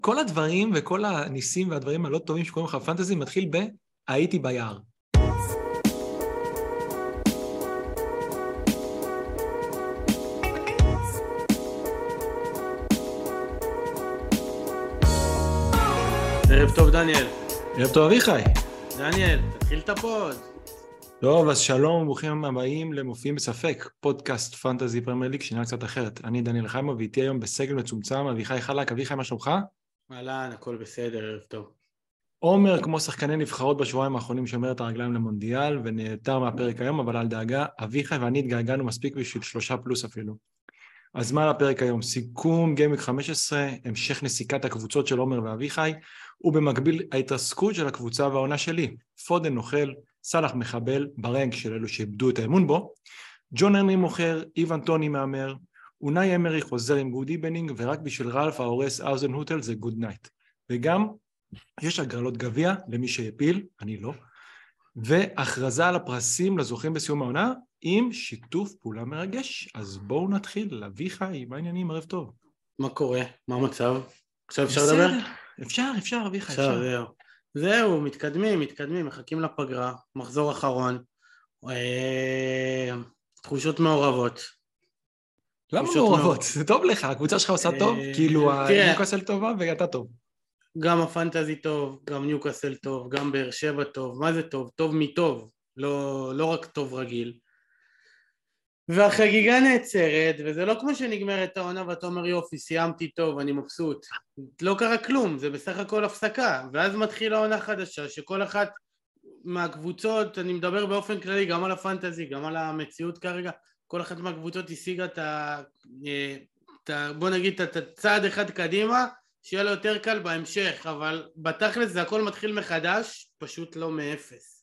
כל הדברים וכל הניסים והדברים הלא טובים שקוראים לך בפנטזי מתחיל הייתי ביער. ערב טוב דניאל. ערב טוב אביחי. דניאל, תתחיל את הפוד. טוב, אז שלום וברוכים הבאים למופיעים בספק, פודקאסט פנטזי פרמייר ליג שנראה קצת אחרת. אני דניאל חיימו ואיתי היום בסגל מצומצם, אביחי חלק. אביחי, מה שלומך? אהלן, הכל בסדר, ערב טוב. עומר, כמו שחקני נבחרות בשבועיים האחרונים, שומר את הרגליים למונדיאל ונעתר מהפרק היום, אבל אל דאגה, אביחי ואני התגעגענו מספיק בשביל 3 פלוס אפילו. אז מה לפרק היום? סיכום גיימינג 15, המשך נסיקת הקבוצות של עומר ואביחי, ובמקביל ההתרסקות של הקבוצה והעונה שלי. פודן נוכל, סלח מחבל, ברנק של אלו שאיבדו את האמון בו, ג'ון הרני מוכר, איוון טוני מאמר, אונאי אמרי חוזר עם גודי בנינג, ורק בשביל רלף ההורס אוזן הוטל זה גוד נייט. וגם יש הגרלות גביע למי שיפיל, אני לא, והכרזה על הפרסים לזוכים בסיום העונה, עם שיתוף פעולה מרגש. אז בואו נתחיל. אביחי, מה העניינים? ערב טוב. מה קורה? מה המצב? עכשיו אפשר לדבר? אפשר, אביחי, אפשר. זהו, מתקדמים, מחכים לפגרה, מחזור אחרון, תחושות מעורבות. למה מעורבות? זה טוב לך, הקבוצה שלך עושה טוב, כאילו ניוקאסל טובה ואתה טוב. גם הפנטזי טוב, גם ניוקאסל טוב, גם באר שבע טוב. מה זה טוב? טוב מטוב, לא רק טוב רגיל. והחגיגה נעצרת, וזה לא כמו שנגמרת העונה ואתה אומר יופי, סיימתי טוב, אני מבסוט. לא קרה כלום, זה בסך הכל הפסקה, ואז מתחילה העונה חדשה, שכל אחת מהקבוצות, אני מדבר באופן כללי גם על הפנטזי, גם על המציאות כרגע, כל אחת מהקבוצות השיגה בוא נגיד את הצעד אחד קדימה, שיהיה לו יותר קל בהמשך, אבל בתכלס זה הכל מתחיל מחדש, פשוט לא מאפס.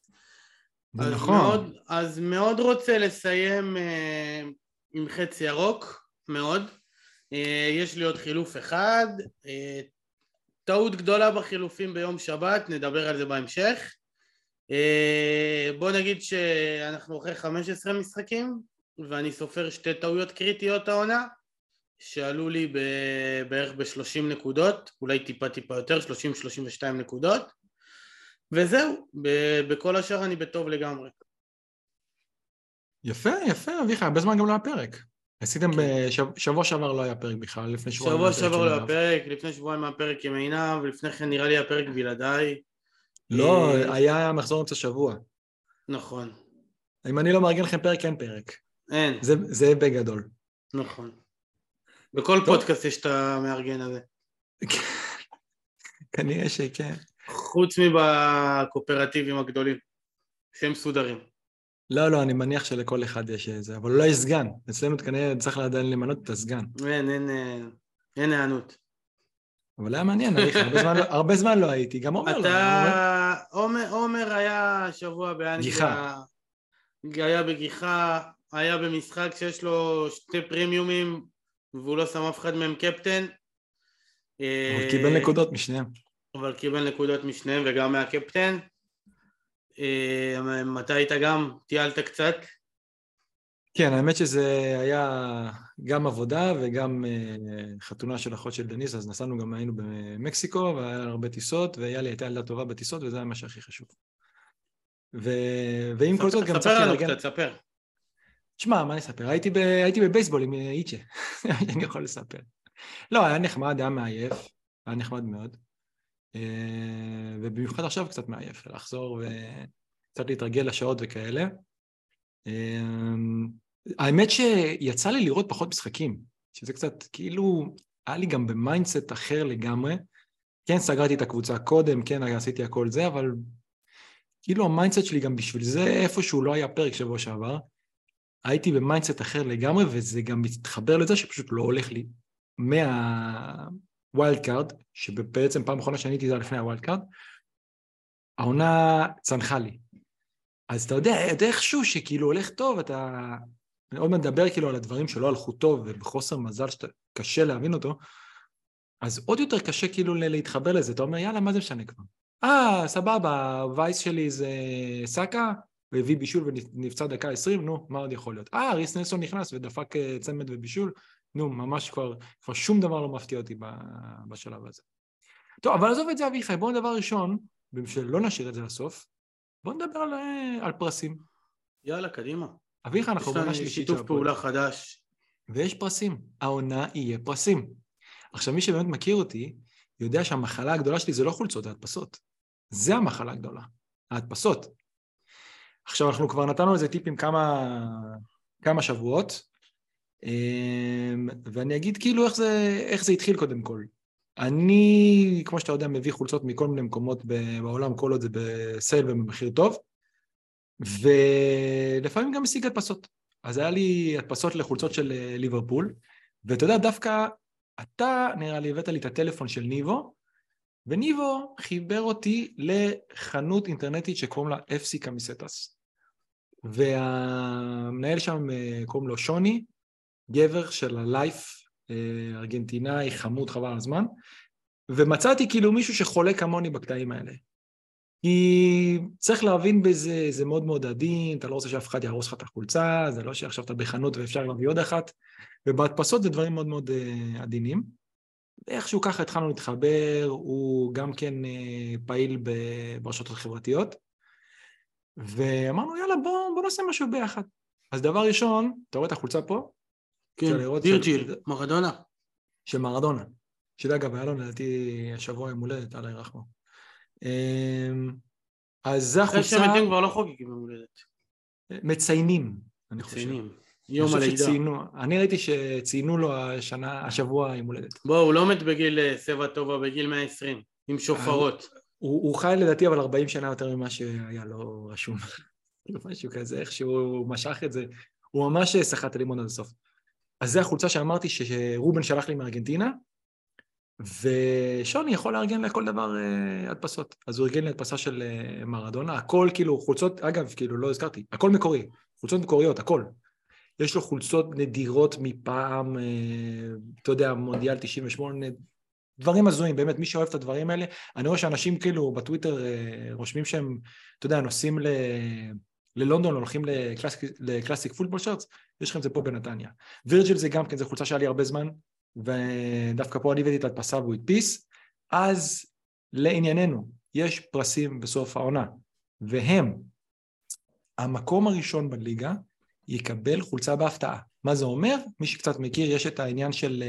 אז מאוד רוצה לסיים עם חצי ירוק, מאוד. יש לי עוד חילוף אחד, טעות גדולה בחילופים ביום שבת, נדבר על זה בהמשך. בוא נגיד שאנחנו אחרי 15 משחקים, ואני סופר 2 טעויות קריטיות העונה, שעלו לי בערך ב-30 נקודות, אולי טיפה יותר, 30-32 נקודות. וזהו, בכל השאר אני בטוב לגמרי. יפה, אביחי, הרבה זמן גם לא היה פרק. עשיתם בשבוע שעבר לא היה פרק בכלל, לפני שבועיים. שבוע שעבר לא היה פרק, לפני שבועיים היה פרק עם עיניו, ולפני כן נראה לי היה פרק בלעדיי. לא, היה מחזור אמצע שבוע. נכון. אם אני לא מארגן לכם פרק, אין פרק. אין. זה בגדול. נכון. בכל פודקאסט יש את המארגן הזה. כנראה שכן. חוץ מבקואופרטיבים הגדולים, שהם סודרים. לא, אני מניח שלכל אחד יש איזה, אבל אולי יש סגן. אצלנו כנראה צריך עדיין למנות את הסגן. אין הענות. אבל היה מעניין, הרבה זמן לא הייתי, גם עומר לא. עומר היה שבוע באנגליה, היה בגיחה, היה במשחק שיש לו 2 פרימיומים, והוא לא שם אף אחד מהם קפטן. אבל קיבל נקודות משניהם. וגם מהקפטן. מתי היית גם? טיילת קצת? כן, האמת שזה היה גם עבודה וגם חתונה של אחות של דניס, אז נסענו גם, היינו במקסיקו, והיה הרבה טיסות, ואיילי הייתה ילדה טובה בטיסות, וזה היה מה שהכי חשוב. ועם כל זאת גם ספר לנו קצת, ספר. תשמע, מה אני אספר? הייתי בבייסבול עם איצ'ה, אני יכול לספר. לא, היה נחמד, היה מעייף, היה נחמד מאוד. ובמיוחד עכשיו קצת מעייף, לחזור וקצת להתרגל לשעות וכאלה. האמת שיצא לי לראות פחות משחקים, שזה קצת כאילו, היה לי גם במיינדסט אחר לגמרי. כן, סגרתי את הקבוצה קודם, כן, עשיתי הכל זה, אבל כאילו המיינדסט שלי גם בשביל זה, איפשהו לא היה פרק שבוע שעבר, הייתי במיינדסט אחר לגמרי, וזה גם מתחבר לזה שפשוט לא הולך לי ווילד קארד, שבעצם פעם אחרונה שאני הייתי זה לפני הווילד קארד, העונה צנחה לי. אז אתה יודע איכשהו שכאילו הולך טוב, אתה עוד מדבר כאילו על הדברים שלא הלכו טוב, ובחוסר מזל שאתה קשה להבין אותו, אז עוד יותר קשה כאילו להתחבר לזה, אתה אומר יאללה מה זה משנה כבר? סבבה, וייס שלי זה סאקה, והביא בישול ונפצע דקה 20, נו, מה עוד יכול להיות? ריס נלסון נכנס ודפק צמד ובישול, נו, ממש כבר שום דבר לא מפתיע אותי בשלב הזה. טוב, אבל עזוב את זה אביחי, בואו נדבר ראשון, שלא נשאיר את זה לסוף, בואו נדבר על פרסים. יאללה, קדימה. אביחי, יש אנחנו לנו בעונה שלישית שיתוף פעולה חדש. ויש פרסים, העונה יהיה פרסים. עכשיו מי שבאמת מכיר אותי, יודע שהמחלה הגדולה שלי זה לא חולצות, זה הדפסות. זה המחלה הגדולה, ההדפסות. עכשיו אנחנו כבר נתנו לזה טיפים כמה שבועות, ואני אגיד כאילו איך זה התחיל קודם כל. אני, כמו שאתה יודע, מביא חולצות מכל מיני מקומות בעולם, כל עוד זה בסייל ובמחיר טוב, ולפעמים גם משיג הדפסות. אז היה לי הדפסות לחולצות של ליברפול, ואתה יודע, דווקא אתה נראה לי הבאת לי את הטלפון של ניבו, וניבו חיבר אותי לחנות אינטרנטית שקוראים לה FC קמיסטס. והמנהל שם קוראים לו שוני, גבר של הלייף, ארגנטינאי, חמוד, חבל הזמן, ומצאתי כאילו מישהו שחולה כמוני בקטעים האלה. כי צריך להבין בזה, זה מאוד מאוד עדין, אתה לא רוצה שאף אחד יהרוס לך את החולצה, זה לא שעכשיו אתה בחנות ואפשר להביא עוד אחת, ובהדפסות זה דברים מאוד מאוד עדינים. ואיכשהו ככה התחלנו להתחבר, הוא גם כן פעיל ברשתות החברתיות, ואמרנו יאללה בוא נעשה משהו ביחד. אז דבר ראשון, אתה רואה את החולצה פה? כן, וירג'יל, מרדונה. של מרדונה, שזה אגב היה לו לדעתי השבוע יום הולדת, אללה ירחמו. אז זה החולצה... אחרי שמתים כבר לא חוגגים יום הולדת. מציינים, אני חושב. מציינים, יום הלידה. אני ראיתי שציינו לו השבוע יום הולדת. בוא, הוא לא מת בגיל סבא טובה, בגיל 120, עם שופרות. הוא חי לדעתי אבל 40 שנה יותר ממה שהיה לו רשום. משהו כזה, איך שהוא משך את זה. הוא ממש שחט הלימון עד הסוף. אז זה החולצה שאמרתי שרובן שלח לי מארגנטינה, ושוני יכול לארגן לכל דבר הדפסות. אז הוא ארגן לי הדפסה של מרדונה, הכל כאילו חולצות, אגב, כאילו לא הזכרתי, הכל מקורי, חולצות מקוריות, הכל. יש לו חולצות נדירות מפעם, אתה יודע, מונדיאל 98, דברים הזויים, באמת, מי שאוהב את הדברים האלה, אני רואה שאנשים כאילו בטוויטר רושמים שהם, אתה יודע, נוסעים ללונדון, הולכים לקלאסיק פוטבול שרטס, יש לכם זה פה בנתניה. וירג'יל זה גם כן, זה חולצה שהיה לי הרבה זמן, ודווקא פה אני הבאתי את הדפסה והוא הדפיס, אז לענייננו, יש פרסים בסוף העונה, והם, המקום הראשון בליגה, יקבל חולצה בהפתעה. מה זה אומר? מי שקצת מכיר, יש את העניין של,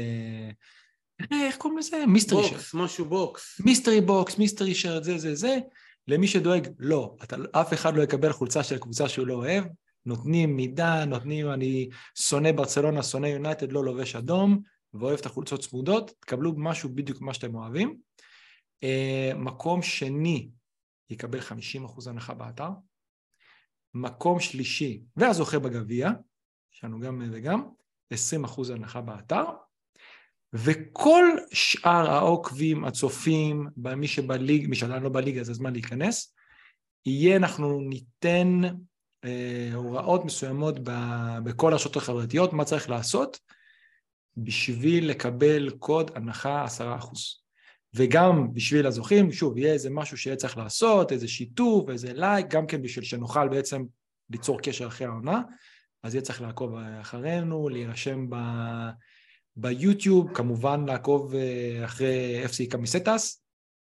איך קוראים לזה? מיסטרי שרט. בוקס, משהו בוקס. מיסטרי בוקס, מיסטרי שרט, זה. למי שדואג, לא, אף אחד לא יקבל חולצה של קבוצה שהוא לא אוהב, נותנים מידה, אני שונא ברצלונה, שונא יונייטד, לא לובש אדום, ואוהב את החולצות צמודות, תקבלו משהו בדיוק מה שאתם אוהבים. מקום שני יקבל 50% הנחה באתר. מקום שלישי, והזוכה בגביע, שאנו גם וגם, 20% הנחה באתר. וכל שאר העוקבים, הצופים, מי שבליג, מי שעדיין לא בליג, אז הזמן להיכנס, אנחנו ניתן הוראות מסוימות בכל הרשתות החברתיות, מה צריך לעשות, בשביל לקבל קוד הנחה 10%. וגם בשביל הזוכים, שוב, יהיה איזה משהו שיהיה צריך לעשות, איזה שיתוף, איזה לייק, גם כן בשביל שנוכל בעצם ליצור קשר אחרי העונה, אז יהיה צריך לעקוב אחרינו, להירשם ביוטיוב, כמובן לעקוב אחרי FC קמיסטס,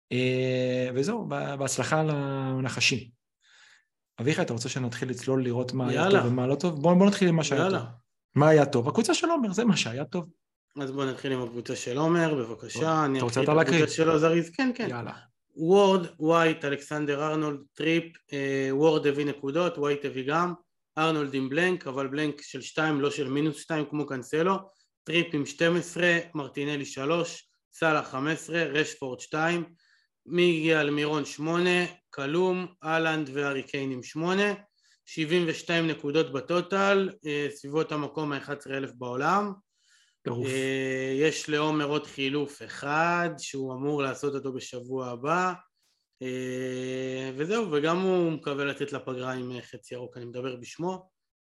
וזהו, בהצלחה לנחשים. אביחי, אתה רוצה שנתחיל לצלול לראות מה היה טוב ומה לא טוב? בוא נתחיל עם מה שהיה טוב. מה היה טוב? הקבוצה של עומר, זה מה שהיה טוב. אז בוא נתחיל עם הקבוצה של עומר, בבקשה. אני אתחיל את הקבוצה שלו זריז, כן. יאללה. וורד, ווייט, אלכסנדר ארנולד, טריפ, וורד הביא נקודות, ווייט הביא גם, ארנולד עם בלנק, אבל בלנק של 2, לא של -2 כמו קנסלו, טריפ עם 12, מרטינלי 3, סאלה 15, רשפורד 2, מיגל מירון 8, קלום, אלנד והריקיין עם 8, 72 נקודות בטוטל, סביבות המקום ה-11,000 בעולם. יש לעומר עוד חילוף אחד שהוא אמור לעשות אותו בשבוע הבא, וזהו, וגם הוא מקווה לתת לפגרה עם חצי ירוק, אני מדבר בשמו.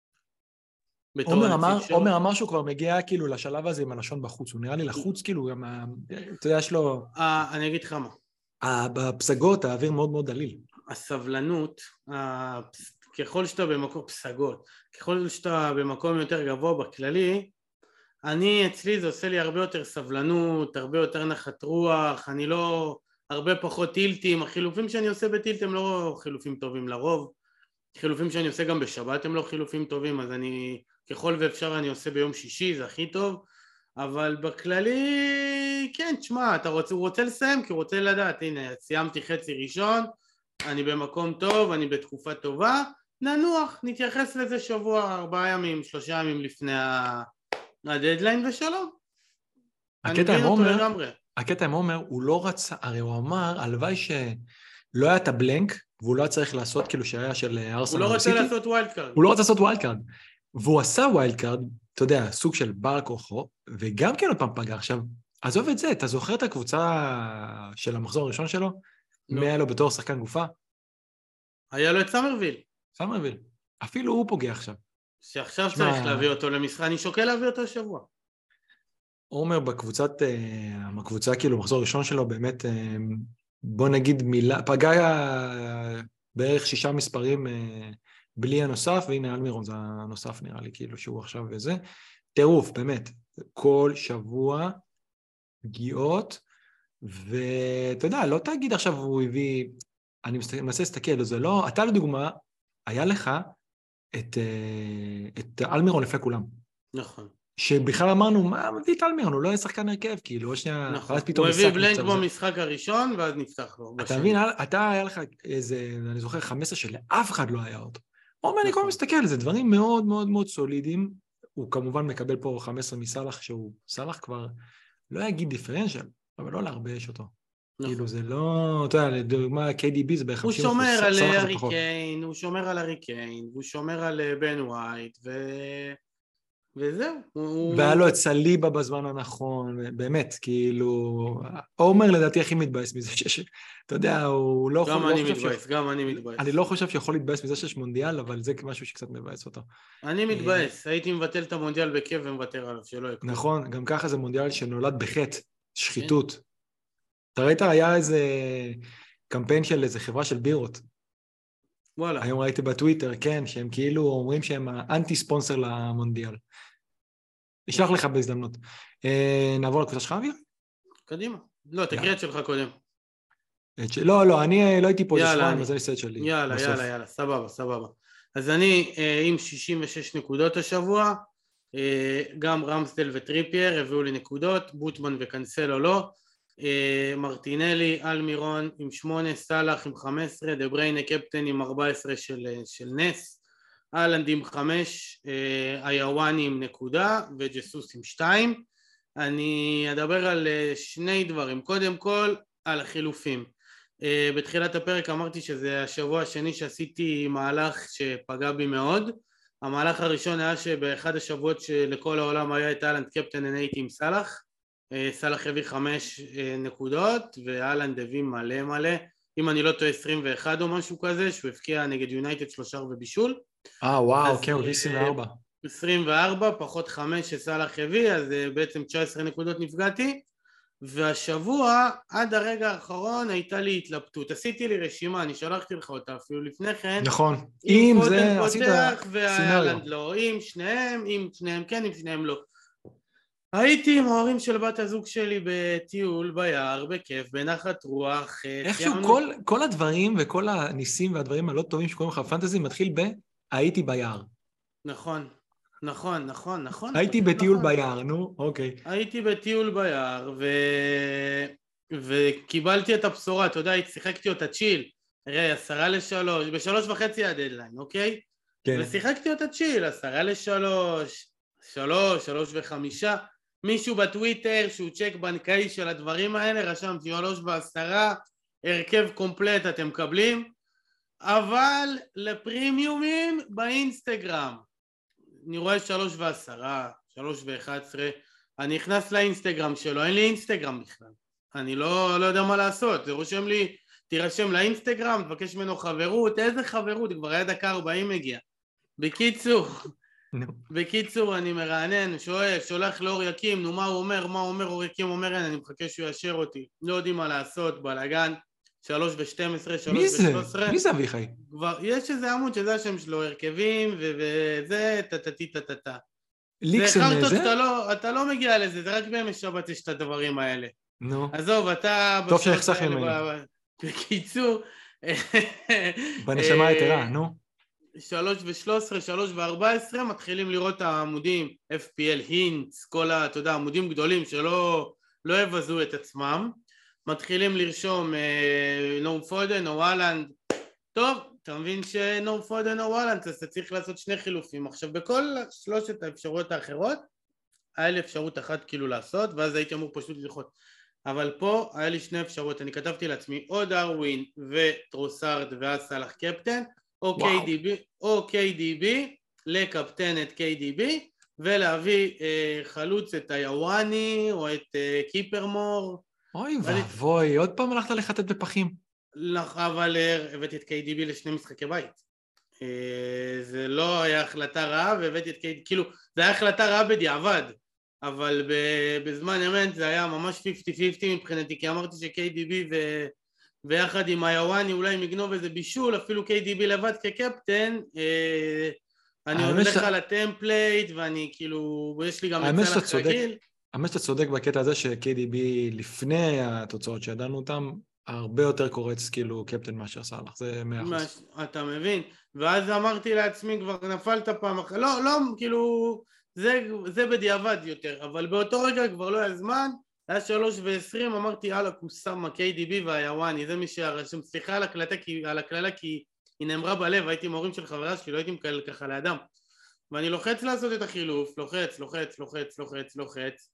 עומר אמר שהוא כבר מגיע כאילו לשלב הזה עם הלשון בחוץ, הוא נראה לי לחוץ כאילו, אתה יודע, יש לו... אני אגיד לך מה. בפסגות האוויר מאוד מאוד דליל. הסבלנות, ככל שאתה במקום פסגות, ככל שאתה במקום יותר גבוה בכללי, אצלי זה עושה לי הרבה יותר סבלנות, הרבה יותר נחת רוח, אני לא הרבה פחות טילטים, החילופים שאני עושה בטילט הם לא חילופים טובים לרוב, חילופים שאני עושה גם בשבת הם לא חילופים טובים, אז אני ככל ואפשר אני עושה ביום שישי, זה הכי טוב, אבל בכללי, כן, תשמע, הוא רוצה לסיים כי הוא רוצה לדעת, הנה, סיימתי חצי ראשון, אני במקום טוב, אני בתקופה טובה, ננוח, נתייחס לזה שבוע, 4 ימים, 3 ימים לפני הדדליין ושלום. אני מבין אותו לגמרי. הקטע עם עומר, הוא לא רצה, הרי הוא אמר, הלוואי שלא היה את הבלנק, והוא לא היה צריך לעשות כאילו שהיה של ארסנל. הוא לא רוצה לעשות ווילד קארד. הוא לא רוצה לעשות ווילד קארד. והוא עשה ווילד קארד, אתה יודע, סוג של בעל כוחו, וגם כן עוד פעם פגע. עכשיו, עזוב את זה, אתה זוכר את הקבוצה של המחזור הראשון שלו? לא. מי היה לו בתור שחקן גופה? היה לו את סמרוויל. סמרוויל. אפילו הוא פוגע עכשיו. שעכשיו צריך להביא אותו למשחק, אני שוקל להביא אותו השבוע. עומר בקבוצה כאילו, מחזור ראשון שלו, באמת, בוא נגיד מילה, פגע בערך 6 מספרים בלי הנוסף, והנה אלמירון זה הנוסף נראה לי, כאילו שהוא עכשיו וזה. טירוף, באמת, כל שבוע פגיעות, ואתה יודע, לא תגיד עכשיו הוא הביא, אני מנסה להסתכל, זה לא, אתה לדוגמה, היה לך את אלמירון לפני כולם. נכון. שבכלל אמרנו, מה מביא את אלמירון? הוא לא היה שחקן הרכב, כאילו, או שנייה... נכון, הוא הביא בלנק במשחק הראשון, ואז נפתח לו. אתה מבין, אתה היה לך איזה, אני זוכר, 15 שלאף אחד לא היה אותו. אומר, אני כל הזמן מסתכל, זה דברים מאוד מאוד מאוד סולידיים. הוא כמובן מקבל פה 15 מסלח, שהוא סלח כבר, לא יגיד דיפרנציאל, אבל לא להרבש אותו. כאילו, זה לא, אתה יודע, לדוגמה, KDB זה בערך 50%. הוא שומר על הריקיין, הוא שומר על הריקיין, הוא שומר על בן ווייט, וזהו. והיה לו את סליבה בזמן הנכון, באמת, כאילו, עומר לדעתי הכי מתבאס מזה אתה יודע, הוא לא יכול... גם אני מתבאס. אני לא חושב שיכול להתבאס מזה שיש מונדיאל, אבל זה משהו שקצת מבאס אותו. אני מתבאס, הייתי מבטל את המונדיאל בכיף ומוותר עליו, שלא יקרה. נכון, גם ככה זה מונדיאל שנולד בחטא, שחיתות. אתה ראית, היה איזה קמפיין של איזה חברה של בירות. וואלה. היום ראיתי בטוויטר, כן, שהם כאילו אומרים שהם האנטי ספונסר למונדיאל. נשלח לך בהזדמנות. נעבור לקבוצה שלך, אביר? קדימה. לא, תקריא את שלך קודם. לא, אני לא הייתי פה איזה שבועיים, אז זה ניסה את שלי. יאללה, סבבה. אז אני עם 66 נקודות השבוע, גם רמסדל וטריפייר הביאו לי נקודות, בוטמן וקנסלו לא, מרטינלי, אלמירון עם 8, סלח עם 15, דבריינה קפטן עם 14 של נס, אלנד עם 5, איוואני עם נקודה וג'סוס עם 2. אני אדבר על 2 דברים, קודם כל על החילופים. בתחילת הפרק אמרתי שזה השבוע השני שעשיתי מהלך שפגע בי מאוד. המהלך הראשון היה שבאחד השבועות שלכל העולם היה את אלנד קפטן, אני הייתי עם סלח. סלח הביא 5 נקודות ואלנד הביא מלא, אם אני לא טועה 21 או משהו כזה, שהוא הפקיע נגד יונייטד 3 ובישול. וואו, כן, הוא הביא 24. 24 פחות 5 שסלח הביא, אז בעצם 19 נקודות נפגעתי. והשבוע עד הרגע האחרון הייתה לי התלבטות, עשיתי לי רשימה, אני שלחתי לך אותה אפילו לפני כן. נכון, אם זה עשית סינריו. לא, עם שניהם כן, עם שניהם לא. הייתי עם ההורים של בת הזוג שלי בטיול ביער, בכיף, בנחת רוח. איכשהו כל הדברים וכל הניסים והדברים הלא טובים שקוראים לך בפנטזי מתחיל הייתי ביער. נכון. הייתי בטיול ביער, נו, אוקיי. הייתי בטיול ביער, וקיבלתי את הבשורה, אתה יודע, שיחקתי אותה צ'יל, הרי 2:50, ב3:30 הדדליין, אוקיי? כן. ושיחקתי אותה צ'יל, 2:50, 3:05, מישהו בטוויטר שהוא צ'ק בנקאי של הדברים האלה, רשם 3:10, הרכב קומפלט אתם מקבלים, אבל לפרימיומים באינסטגרם, אני רואה 3:10, 3:11, אני נכנס לאינסטגרם שלו, אין לי אינסטגרם בכלל, אני לא יודע מה לעשות, זה רושם לי, תירשם לאינסטגרם, תבקש ממנו חברות, איזה חברות, כבר היה 1:40 מגיע. בקיצור, אני מרענן, שולח לאור יקים, נו מה הוא אומר, אור יקים אומר, אני מחכה שהוא יאשר אותי, לא יודעים מה לעשות, בלגן, 3:12, 3:13. מי זה אביחי? כבר יש איזה עמוד שזה השם שלו, הרכבים וזה, טטטטטטטט. ליקסן זה? אתה לא מגיע לזה, זה רק בימי שבת יש את הדברים האלה. נו. עזוב, אתה טוב בשעות שנחסך האלה, ממני. בקיצור, בנשמה יתרה, נו. 3 ו-13, 3 ו-14, מתחילים לראות העמודים, FPL, הינטס, כל אתה יודע, עמודים גדולים שלא יבזו את עצמם, מתחילים לרשום נו פודן או וואלנד, טוב, אתה מבין שנו פודן או וואלנד, אז אתה צריך לעשות 2 חילופים, עכשיו בכל 3 האפשרויות האחרות, היה לי אפשרות אחת כאילו לעשות, ואז הייתי אמור פשוט ללחוץ, אבל פה היה לי 2 אפשרויות, אני כתבתי לעצמי או דרווין וטרוסארד ואז סלאח קפטן, או KDB לקפטן את KDB ולהביא חלוץ את היוואני או את קיפרמור. אוי ואבוי, עוד פעם הלכת לחטט בפחים. אבל הבאתי את KDB ל2 משחקי בית. זה לא היה החלטה רעה והבאתי את KDB, כאילו זה היה החלטה רעה בדיעבד, אבל בזמן אמת זה היה ממש 50-50 מבחינתי, כי אמרתי ש-KDB ויחד עם היוואני אולי מגנוב איזה בישול, אפילו KDB לבד כקפטן, אני הולך על הטמפלייט ואני כאילו, יש לי גם את סלאח רגיל. האמת שאתה צודק בקטע הזה ש-KDB לפני התוצאות שידענו אותם, הרבה יותר קורץ כאילו קפטן מאשר סלאח, זה 100%. אתה מבין? ואז אמרתי לעצמי, כבר נפלת פעם אחת, לא, כאילו, זה בדיעבד יותר, אבל באותו רגע כבר לא היה זמן, היה 3:20, אמרתי יאללה קוסאמה, KDB והיוואני, זה מי שהרשם, סליחה על הקללה כי היא נאמרה בלב, הייתי עם ההורים של חברה שלי, לא הייתי מקלל ככה לאדם, ואני לוחץ לעשות את החילוף, לוחץ,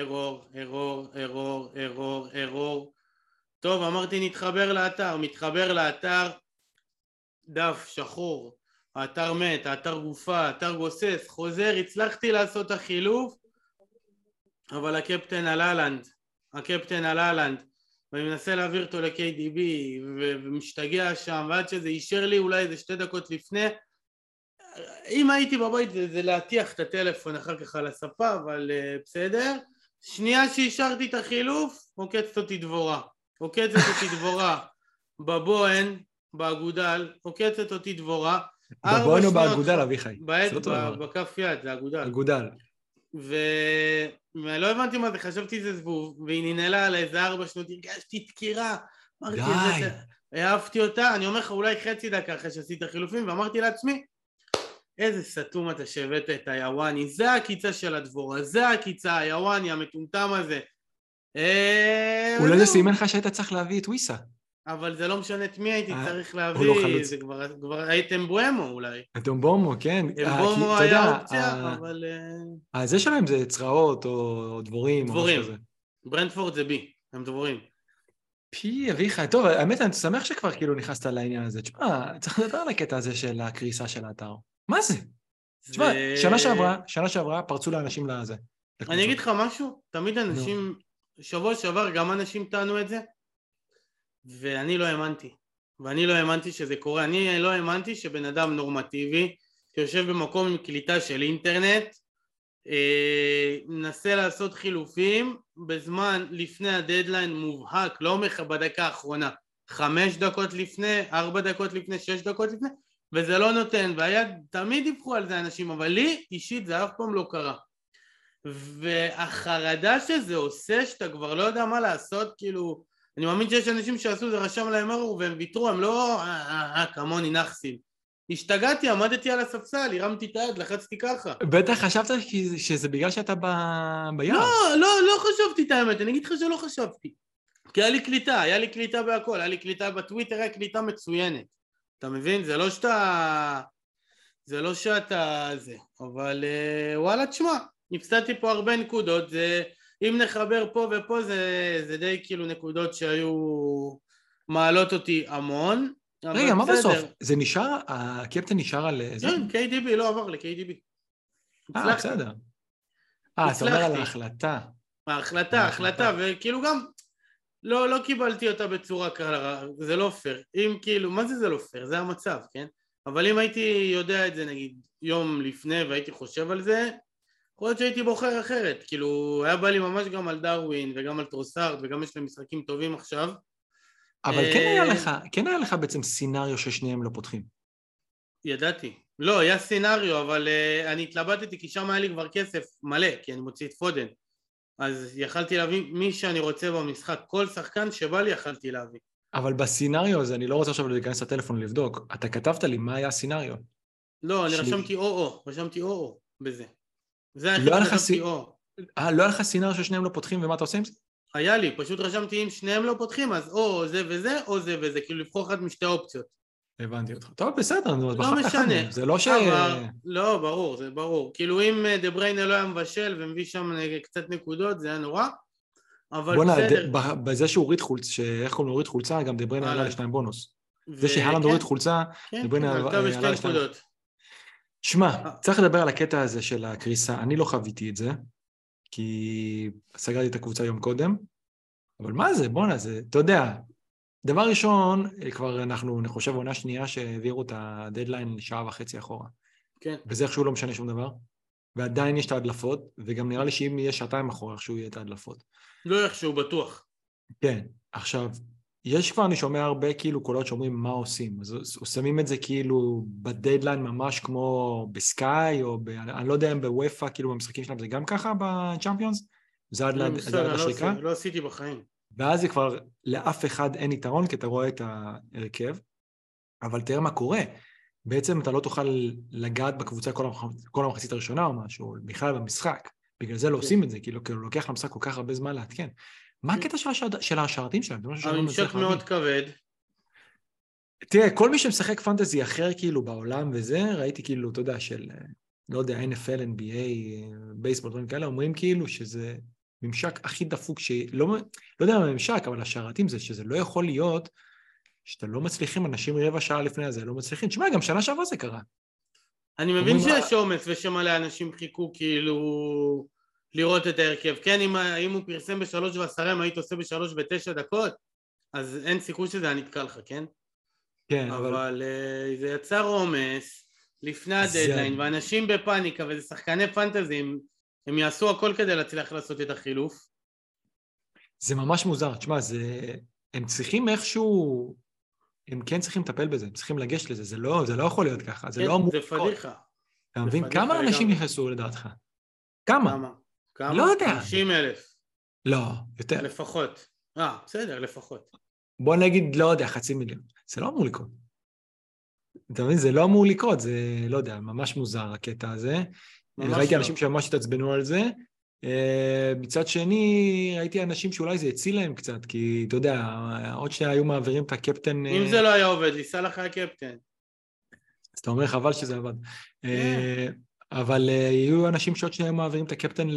ארור, טוב אמרתי מתחבר לאתר, דף שחור, האתר מת, האתר גופה, האתר גוסס, חוזר, הצלחתי לעשות את החילוף, אבל הקפטן על הלנד, ואני מנסה להעביר אותו ל-KDB, ומשתגע שם, ועד שזה אישר לי אולי איזה 2 דקות לפני, אם הייתי בבית זה להטיח את הטלפון אחר כך על הספה, אבל בסדר, שנייה שהשארתי את החילוף, עוקצת אותי דבורה, בבוהן, באגודל, עוקצת אותי דבורה, בבוהן או באגודל אביחי? בכף יד, זה אגודל. ולא הבנתי מה זה, חשבתי זה זבוב, והיא ננעלה על איזה 4 שנות, הרגשתי דקירה, אמרתי, העפתי אותה, אני אומר לך אולי חצי דקה אחרי שעשית החילופים, ואמרתי לעצמי, איזה סתום אתה שהבאת את היוואני, זה הקיצה של הדבורה, זה הקיצה, היוואני המטומטם הזה. אולי זה סימן לך שהיית צריך להביא את וויסה. אבל זה לא משנה את מי הייתי צריך להביא, זה כבר הייתם בואמו אולי. אתם בואמו, כן. בואמו היה אופציה, אבל... זה שלהם זה צרעות או דבורים. דבורים, ברנדפורד זה בי, הם דבורים. פי אביחי, טוב, האמת אני שמח שכבר כאילו נכנסת לעניין הזה, תשמע, צריך לדבר על הקטע הזה של הקריסה של האתר. מה זה? תשמע, שנה שעברה פרצו לאנשים לזה. אני אגיד לך משהו, תמיד אנשים, שבוע שעבר גם אנשים טענו את זה, ואני לא האמנתי שזה קורה, אני לא האמנתי שבן אדם נורמטיבי, שיושב במקום עם קליטה של אינטרנט, מנסה לעשות חילופים בזמן לפני הדדליין מובהק, לא בדקה האחרונה, 5 דקות לפני, 4 דקות לפני, 6 דקות לפני, וזה לא נותן, תמיד דיווחו על זה אנשים, אבל לי אישית זה אף פעם לא קרה. והחרדה שזה עושה, שאתה כבר לא יודע מה לעשות, כאילו, אני מאמין שיש אנשים שעשו זה רשם להם ארור, והם ויתרו, הם לא, כמוני נחסים. השתגעתי, עמדתי על הספסל, הרמתי את היד, לחצתי ככה. בטח חשבת שזה בגלל שאתה ביער. לא חשבתי את האמת, אני אגיד לך שלא חשבתי. כי היה לי קליטה בהכל, היה לי קליטה בטוויטר, היה קליטה מצוינת. אתה מבין? זה לא שאתה זה, אבל וואלה, תשמע, הפסדתי פה הרבה נקודות, אם נחבר פה ופה זה די כאילו נקודות שהיו מעלות אותי המון. רגע, מה בסוף? זה נשאר, הקפטן נשאר על זה? כן, KDB לא עבר ל-KDB. בסדר. אתה אומר על ההחלטה. ההחלטה, וכאילו גם לא קיבלתי אותה בצורה קרה, זה לא פייר. אם כאילו, מה זה לא פייר? זה המצב, כן? אבל אם הייתי יודע את זה נגיד יום לפני והייתי חושב על זה, יכול להיות שהייתי בוחר אחרת, כאילו היה בא לי ממש גם על דרווין וגם על טרוסארד וגם יש להם משחקים טובים עכשיו. אבל כן היה לך בעצם סינריו ששניהם לא פותחים. ידעתי. לא, היה סינריו, אבל אני התלבטתי כי שם היה לי כבר כסף מלא, כי אני מוציא את פודן. אז יכלתי להביא מי שאני רוצה במשחק, כל שחקן שבא לי יכלתי להביא. אבל בסינריו הזה, אני לא רוצה עכשיו להיכנס לטלפון לבדוק, אתה כתבת לי מה היה הסינריו. לא, אני שלי. רשמתי או בזה. זה היחיד לא היה לך שכתבתי או. לא היה לך סינריו ששניהם לא פותחים, ומה אתה עושה עם זה? היה לי, פשוט רשמתי אם שניהם לא פותחים, אז או זה וזה, או זה וזה, כאילו לבחור אחת משתי אופציות. הבנתי אותך. טוב, בסדר, נו, אז לא בחרת אחד משנה. מהם, זה לא ש... לא, ברור, זה ברור. כאילו אם דה בריינה לא היה מבשל ומביא שם קצת נקודות, זה היה נורא, אבל בוא'נה, בסדר. בזה שהוא הוריד חולצה, איך קוראים לו הוריד חולצה, גם דה בריינה עלה לשתיים בונוס. זה שהלנד וכן, הוריד חולצה, דה בריינה עלתה בשתי עלה לשתיים. נקודות. שמע, צריך לדבר על הקטע הזה של הקריסה, אני לא חוויתי את זה, כי סגרתי את הקבוצה יום קודם, אבל מה זה, בוא'נה, זה, אתה יודע, דבר ראשון, כבר אנחנו, אני חושב, עונה שנייה שהעבירו את הדדליין שעה וחצי אחורה. כן. וזה איכשהו לא משנה שום דבר, ועדיין יש את ההדלפות, וגם נראה לי שאם יהיה שעתיים אחורה, איכשהו יהיה את ההדלפות. לא איכשהו, בטוח. כן, עכשיו, יש כבר, אני שומע הרבה כאילו קולות שאומרים מה עושים, אז שמים את זה כאילו בדדליין ממש כמו בסקאי, או אני לא יודע אם בוויפה, כאילו במשחקים שלהם זה גם ככה בצ'אמפיונס, זה עד השריקה. לא עשיתי בחיים. ואז זה כבר לאף אחד אין יתרון, כי אתה רואה את ההרכב, אבל תראה מה קורה, בעצם אתה לא תוכל לגעת בקבוצה כל המחצית הראשונה או משהו, בכלל במשחק, בגלל זה לא עושים את זה, כי לוקח למשחק כל כך הרבה זמן להתקן. מה הקטע של השרתים שלהם? הממשק מאוד כבד. תראה, כל מי שמשחק פנטזי אחר כאילו בעולם וזה, ראיתי כאילו, אתה יודע, של, לא יודע, NFL, NBA, בייסבול, דברים כאלה, אומרים כאילו שזה ממשק הכי דפוק, לא יודע מה ממשק, אבל השרתים זה שזה לא יכול להיות, שאתה לא מצליחים, אנשים רבע שעה לפני הזה לא מצליחים. תשמע, גם שנה שעברה זה קרה. אני מבין שיש אומץ ושמלא אנשים חיכו כאילו לראות את ההרכב. כן, אם הוא פרסם ב3:10, היית עושה ב3:09, אז אין סיכוי שזה היה נתקע לך, כן? כן, אבל זה יצר אומץ לפני הדדליין, ואנשים בפאניקה, וזה שחקני פנטזים, הם יעשו הכל כדי להצליח לעשות את החילוף. זה ממש מוזר, תשמע, הם צריכים איכשהו, הם כן צריכים לטפל בזה, הם צריכים לגשת לזה, זה לא יכול להיות ככה, זה לא אמור לקרות. זה פדיחה. אתה מבין? כמה אנשים נכנסו לדעתך? כמה? לא יודע. 50,000. לא, יותר. לפחות. בסדר, לפחות. בוא נגיד, לא יודע, 500,000. זה לא אמור לקרות. אתה מבין? זה לא אמור לקרות, זה, לא יודע, ממש מוזר הקטע הזה. ראיתי אנשים שממש התעצבנו על זה. מצד שני, ראיתי אנשים שאולי זה הציל להם קצת, כי אתה יודע, עוד שהיו מעבירים את הקפטן... אם זה לא היה עובד, ליסה לך הקפטן. אז אתה אומר, חבל שזה עבד. אבל יהיו אנשים שעוד שהיו מעבירים את הקפטן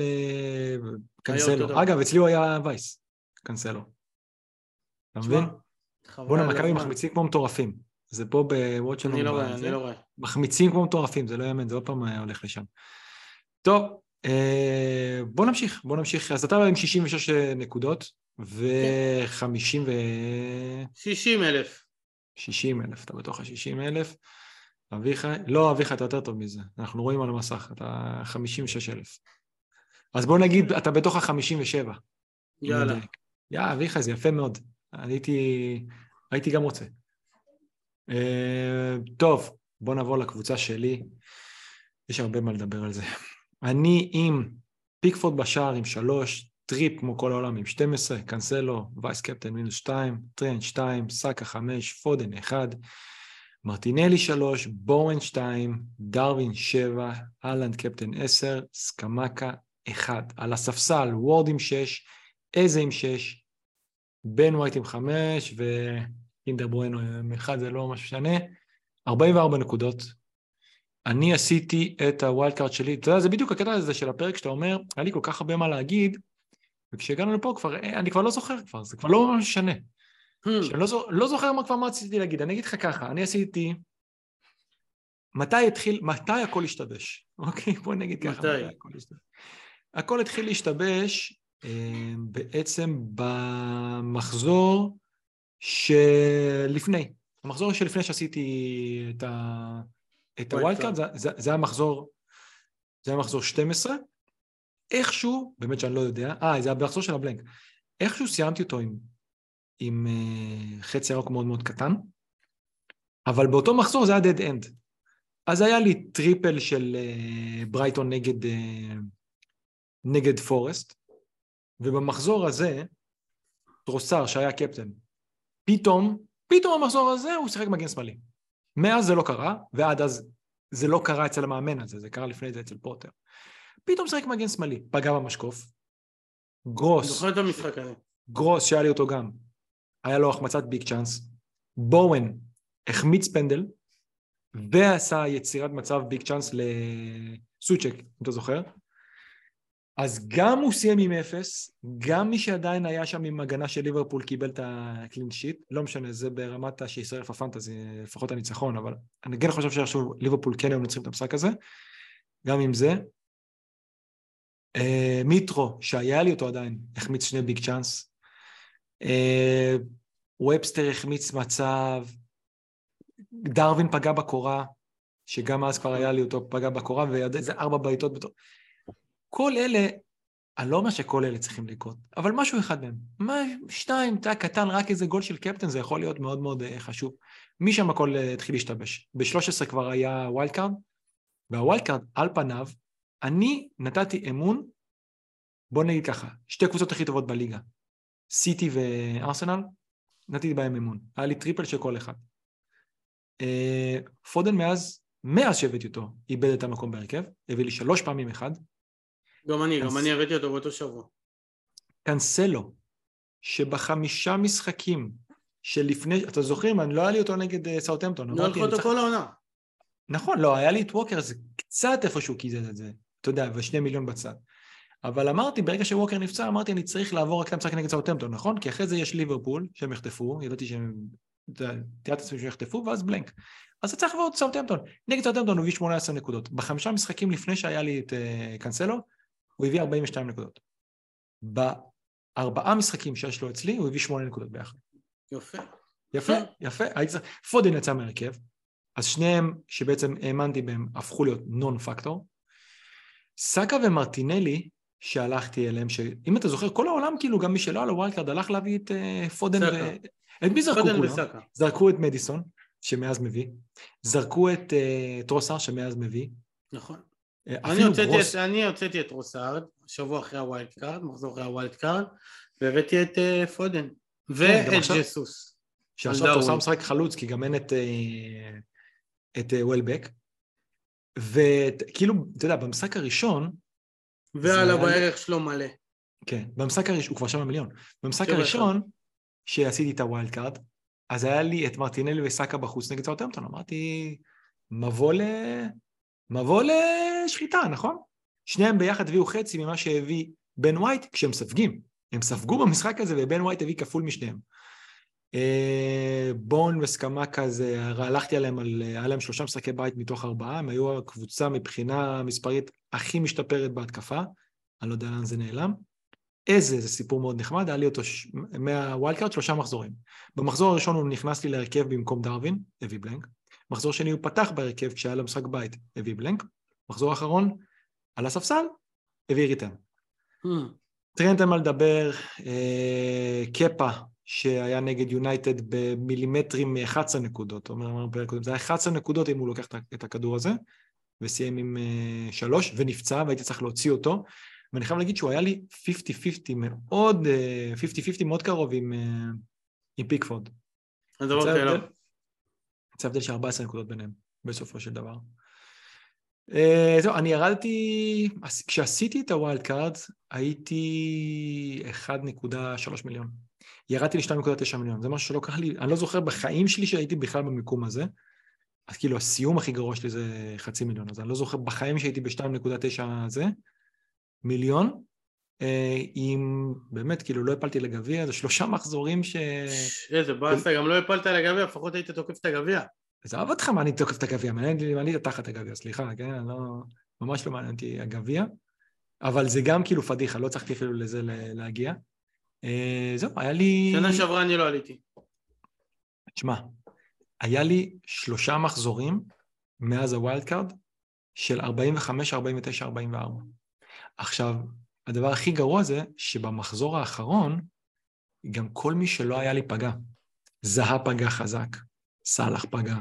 לקנסלו. אגב, אצלי הוא היה וייס, קנסלו. אתה מבין? בוא'נה, מכבי מחמיצים כמו מטורפים. זה פה בוואט שלנו. אני לא רואה. מחמיצים כמו מטורפים, זה לא יאמן, זה עוד פעם הולך לשם. טוב, בוא נמשיך. אז אתה עם 66 נקודות, ו-50 ו... 60,000. 60,000, אתה בתוך ה-60,000. אביחי, לא אביחי, אתה יותר טוב מזה. אנחנו רואים על המסך, אתה 56,000. אז בוא נגיד, אתה בתוך ה-57. יאללה. אביחי, זה יפה מאוד. הייתי גם רוצה. טוב, בוא נעבור לקבוצה שלי. יש הרבה מה לדבר על זה. אני עם פיקפורד בשער עם 3, טריפ כמו כל העולם עם 12, קנסלו, וייס קפטן -2, טרנד 2, סאקה 5, פודן 1, מרטינלי 3, בואן 2, דרווין 7, אלנד קפטן 10, סקמקה 1. על הספסל, וורד עם 6, איזה עם 6, בן ווייט עם 5, ואינדר ברואנו עם 1, זה לא משהו שונה. 44 נקודות. אני עשיתי את הווילד קארד שלי, אתה יודע, זה בדיוק הקטע הזה של הפרק שאתה אומר, היה לי כל כך הרבה מה להגיד, וכשהגענו לפה אני כבר לא זוכר כבר, זה כבר לא ממש שונה. שאני לא זוכר מה רציתי להגיד, אני אגיד לך ככה, אני עשיתי, מתי הכל השתבש? אוקיי, בוא נגיד ככה. הכל התחיל להשתבש בעצם במחזור שלפני, המחזור שלפני שעשיתי את הווילד קארד, זה היה מחזור 12, איכשהו, באמת שאני לא יודע, זה היה במחזור של הבלנק, איכשהו סיימתי אותו עם חצי ירוק מאוד מאוד קטן, אבל באותו מחזור זה היה dead end. אז היה לי טריפל של ברייטון נגד פורסט, ובמחזור הזה, טרוסר שהיה קפטן, פתאום המחזור הזה הוא שיחק מגן שמאלי. מאז זה לא קרה, ועד אז זה לא קרה אצל המאמן הזה, זה קרה לפני זה אצל פוטר. פתאום שיחק מגן שמאלי, פגע במשקוף. זוכר את המשחק הזה. גרוס, שהיה לי אותו גם, היה לו החמצת ביג צ'אנס. בואן החמיץ פנדל, ועשה יצירת מצב ביג צ'אנס לסוצ'ק, אם אתה זוכר. אז גם הוא סיים עם 0, גם מי שעדיין היה שם עם הגנה של ליברפול קיבל את הקלין שיט, לא משנה, זה ברמת שישראל בפנטזי, לפחות הניצחון, אבל אני כן חושב שעכשיו ליברפול כן היו מנצחים את המשחק הזה, גם עם זה. מיטרו, שהיה לי אותו עדיין, החמיץ 2 ביג צ'אנס, וובסטר החמיץ מצב, דרווין פגע בקורה, שגם אז כבר היה לי אותו פגע בקורה, וזה 4 בעיטות בתור. כל אלה, אני לא אומר שכל אלה צריכים לקרות, אבל משהו אחד מהם. 2, תא קטן, רק איזה גול של קפטן, זה יכול להיות מאוד מאוד חשוב. משם הכל התחיל להשתבש. ב-13 כבר היה ווילד קארד, והווילד קארד, על פניו, אני נתתי אמון, בוא נגיד ככה, 2 קבוצות הכי טובות בליגה, סיטי וארסנל, נתתי בהם אמון. היה לי טריפל של כל אחד. פודן מאז שהבאתי אותו, איבד את המקום בהרכב, הביא לי 3 פעמים אחד. גם אני הבאתי אותו באותו שבוע. קנסלו, שב5 משחקים שלפני, אתה זוכרים, אני לא היה לי אותו נגד סאות'המפטון. לא הלכו אותו כל העונה. נכון, לא, היה לי את ווקר, זה קצת איפשהו קיזז את זה, אתה יודע, ו2 מיליון בצד. אבל אמרתי, ברגע שווקר נפצע, אמרתי, אני צריך לעבור רק את המשחק נגד סאות'המפטון, נכון? כי אחרי זה יש ליברפול, שהם יחטפו, ידעתי שהם, תיארת עצמי שהם יחטפו, ואז בלנק. אז צריך לעבור את סאות'המפטון. נגד סאות'המפטון הוא הביא 18 נקודות. ב5 משחקים לפני שהיה לי את קנסלו, הוא הביא 42 נקודות. ב4 משחקים שיש לו אצלי, הוא הביא 8 נקודות ביחד. יפה. פודן יצא מהרכב, אז שניהם שבעצם האמנתי בהם הפכו להיות נון פקטור. סאקה ומרטינלי שהלכתי אליהם, שאם אתה זוכר, כל העולם כאילו, גם מי שלא על הווילד קארד, הלך להביא את פודן את מי זרקו כולם? זרקו את מדיסון, שמאז מביא. זרקו את טרוסר, שמאז מביא. נכון. אני הוצאתי את טרוסארד, שבוע אחרי הווילד קארד, מחזור אחרי הווילד קארד, והבאתי את פודן, ואת ג'סוס. שעכשיו טרוסארד משחק חלוץ, כי גם אין את וולבק. וכאילו, אתה יודע, במשחק הראשון... ועל הבערך שלו מלא. כן, במשחק הראשון, הוא כבר שם מיליון. במשחק הראשון, שעשיתי את הווילד קארד, אז היה לי את מרטינלי וסאקה בחוץ נגד סאות'המפטון, אמרתי, מבוא לשחיטה, נכון? שניהם ביחד הביאו חצי ממה שהביא בן ווייט כשהם ספגים. הם ספגו במשחק הזה ובן ווייט הביא כפול משניהם. בון וסקמה כזה, הלכתי עליהם, היה להם 3 משחקי בית מתוך 4, הם היו הקבוצה מבחינה מספרית הכי משתפרת בהתקפה, אני לא יודע לאן זה נעלם. זה סיפור מאוד נחמד, היה לי אותו מהווילד קארד 3 מחזורים. במחזור הראשון הוא נכנס לי להרכב במקום דרווין, הביא בלנק. מחזור שני הוא פתח בהרכב כשהיה לו משחק בית, הביא בלנק. מחזור האחרון, על הספסל, הביא ריטן. טרנט אין מה לדבר, קפה, שהיה נגד יונייטד במילימטרים מ-11 נקודות, זה היה 11 נקודות אם הוא לוקח את הכדור הזה, וסיים עם 3, ונפצע, והייתי צריך להוציא אותו, ואני חייב להגיד שהוא היה לי 50-50 מאוד קרוב עם פיקפורד. זה הבדל של 14 נקודות ביניהם, בסופו של דבר. זהו, אני ירדתי, כשעשיתי את הווילד קארד, הייתי 1.3 מיליון. ירדתי ל-2.9 מיליון, זה משהו שלא קרה לי, אני לא זוכר בחיים שלי שהייתי בכלל במיקום הזה, אז כאילו הסיום הכי גרוע שלי זה 500,000, אז אני לא זוכר בחיים שהייתי ב-2.9 הזה, מיליון, אם באמת כאילו לא הפלתי לגביע, זה 3 מחזורים איזה באסה, גם לא הפלת לגביע, לפחות היית תוקף את הגביע. זה אהב אותך מה אני תוקף את הגביע, מעניין לי תחת הגביע, סליחה, כן? ממש לא מעניין אותי הגביע, אבל זה גם כאילו פדיחה, לא צריכתי אפילו לזה להגיע. זהו, היה לי... שנה שעברה אני לא עליתי. תשמע, היה לי 3 מחזורים מאז הווילד קארד של 45, 49, 44. עכשיו, הדבר הכי גרוע זה שבמחזור האחרון, גם כל מי שלא היה לי פגע. זהה פגע חזק, סלח פגע,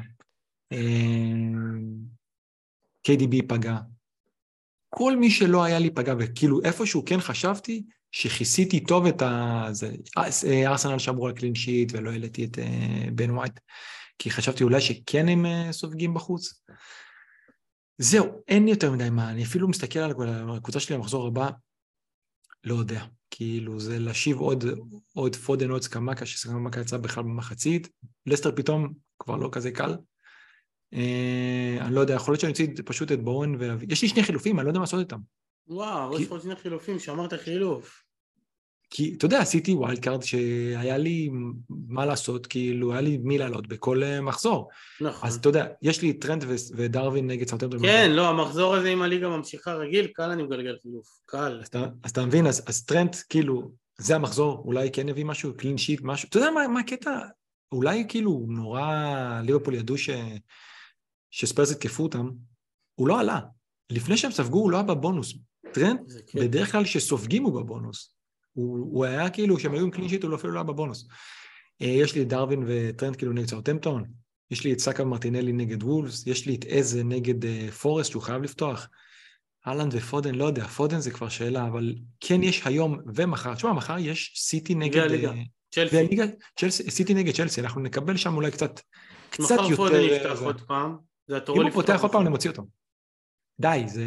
KDB פגע. כל מי שלא היה לי פגע, וכאילו איפשהו כן חשבתי שכיסיתי טוב את ארסנל שמרו על קלין שיט, ולא העליתי את בן ווייט, כי חשבתי אולי שכן הם סופגים בחוץ. זהו, אין יותר מדי מה, אני אפילו מסתכל על הקבוצה שלי המחזור הבא, לא יודע, כאילו זה להשיב עוד פודן, עוד סקמקה, שסקמקה יצא בכלל במחצית, לסטר פתאום כבר לא כזה קל, אני לא יודע, יכול להיות שאני אוציא פשוט את בורן, יש לי 2 חילופים, אני לא יודע מה לעשות איתם. וואו, יש לך 2 חילופים, שאמרת חילוף. כי, אתה יודע, עשיתי ווילד קארד שהיה לי מה לעשות, כאילו, היה לי מי לעלות בכל מחזור. נכון. אז אתה יודע, יש לי טרנט ודרווין נגד סאוטהמפטון. כן, לא, המחזור הזה עם הליגה ממשיכה רגיל, קל אני מגלגל חילוף, קל. אז אתה מבין, אז טרנט, כאילו, זה המחזור, אולי כן יביא משהו, קלין שיט, משהו. אתה יודע מה הקטע? אולי כאילו נורא ליברפול ידעו שספרס התקפו אותם, הוא לא עלה. לפני שהם ספגו, הוא לא היה בבונוס. טרנט, בדרך כלל שסופגים הוא בבונוס. הוא היה כאילו, שהם היו עם קלין שיט, הוא אפילו לא היה בבונוס. יש לי את דרווין וטרנט כאילו נגד סאות'המפטון, יש לי את סאקה ומרטינלי נגד וולפס, יש לי את איזה נגד פורסט, שהוא חייב לפתוח. הלנד ופודן, לא יודע, פודן זה כבר שאלה, אבל כן יש היום ומחר, תשמע, מחר יש סיטי נגד... צ'לסי. סיטי נגד צ'לסי, אנחנו נקבל שם אולי קצת יותר... מחר פודן יפתח עוד פעם. אם הוא פותח עוד פעם, אני מוציא אותו. די, זה...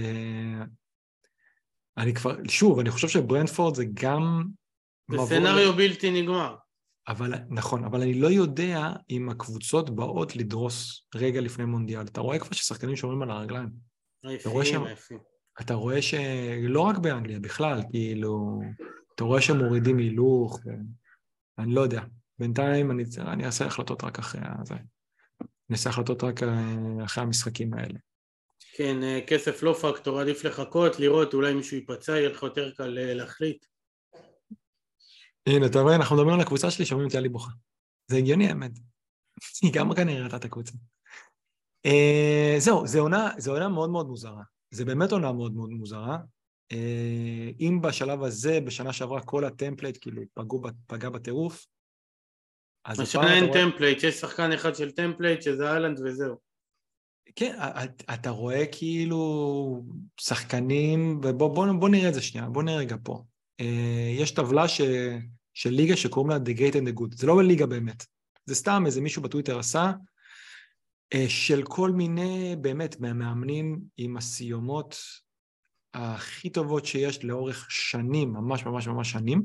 אני כבר, שוב, אני חושב שברנדפורד זה גם... זה סנריו בלתי נגמר. אבל, נכון, אבל אני לא יודע אם הקבוצות באות לדרוס רגע לפני מונדיאל. אתה רואה כבר ששחקנים שומרים על הרגליים. אתה רואה שלא רק באנגליה, בכלל, כאילו, אתה רואה שמורידים הילוך, אני לא יודע. בינתיים אני אעשה החלטות רק אחרי זה. אני אעשה החלטות רק אחרי המשחקים האלה. כן, כסף לא פקטור, עדיף לחכות, לראות, אולי מישהו ייפצע, יהיה לך יותר קל להחליט. הנה, אתה רואה, אנחנו מדברים על הקבוצה שלי, שומעים אותי על ליבוכה. זה הגיוני, האמת. היא גם כנראה ראתה את הקבוצה. זהו, זו עונה מאוד מאוד מוזרה. זה באמת עונה מאוד מאוד מוזרה. אם בשלב הזה, בשנה שעברה, כל הטמפלייט כאילו פגע בטירוף, השנה אין טמפלייט, יש שחקן אחד של טמפלייט, שזה איילנד וזהו. כן, אתה רואה כאילו שחקנים, ובוא נראה את זה שנייה, בוא נראה רגע פה. יש טבלה של ליגה שקוראים לה The Great and the Good, זה לא ליגה באמת, זה סתם איזה מישהו בטוויטר עשה, של כל מיני באמת מהמאמנים עם הסיומות הכי טובות שיש לאורך שנים, ממש ממש ממש שנים,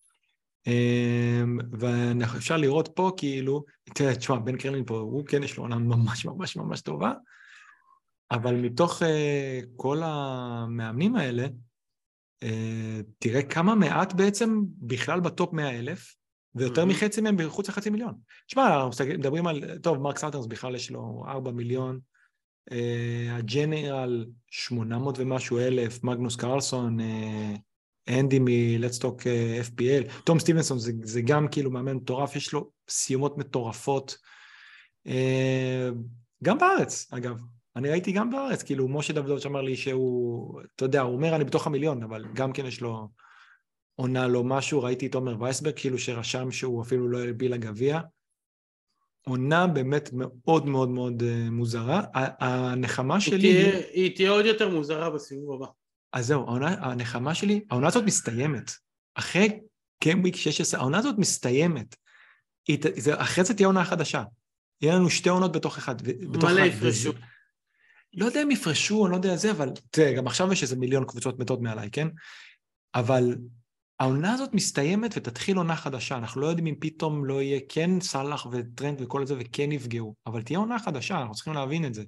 ואפשר לראות פה כאילו, תשמע, בן קרלין פה, הוא כן יש לו עונה ממש ממש ממש טובה, אבל מתוך כל המאמנים האלה, תראה כמה מעט בעצם בכלל בטופ 100,000, ויותר מחצי מהם בחוץ לחצי מיליון. תשמע, מדברים על, טוב, מרק סאוטרס בכלל יש לו 4 מיליון, הג'נרל 800 ומשהו אלף, מגנוס קרלסון, אנדי מ-Let's Talk FPL, תום סטיבנסון זה גם כאילו מאמן מטורף, יש לו סיומות מטורפות, גם בארץ אגב, אני ראיתי גם בארץ, כאילו משה דוידוב שאמר לי שהוא, אתה יודע, הוא אומר אני בתוך המיליון, אבל גם כן יש לו עונה לו משהו, ראיתי את עומר וייסברג, כאילו שרשם שהוא אפילו לא הביא לגביע, עונה באמת מאוד מאוד מאוד מוזרה, הנחמה שלי... היא תהיה עוד יותר מוזרה בסיבוב הבא. אז זהו, הנחמה שלי, העונה הזאת מסתיימת, אחרי קמביק 16, העונה הזאת מסתיימת, אחרי זה תהיה עונה חדשה, יהיה לנו 2 עונות בתוך אחד. מלא יפרשו. לא יודע אם יפרשו, אני לא יודע זה, אבל תראה, גם עכשיו יש איזה 1,000,000 קבוצות מתות מעליי, כן? אבל העונה הזאת מסתיימת ותתחיל עונה חדשה, אנחנו לא יודעים אם פתאום לא יהיה כן סלח וטרנד וכל זה וכן יפגעו, אבל תהיה עונה חדשה, אנחנו צריכים להבין את זה.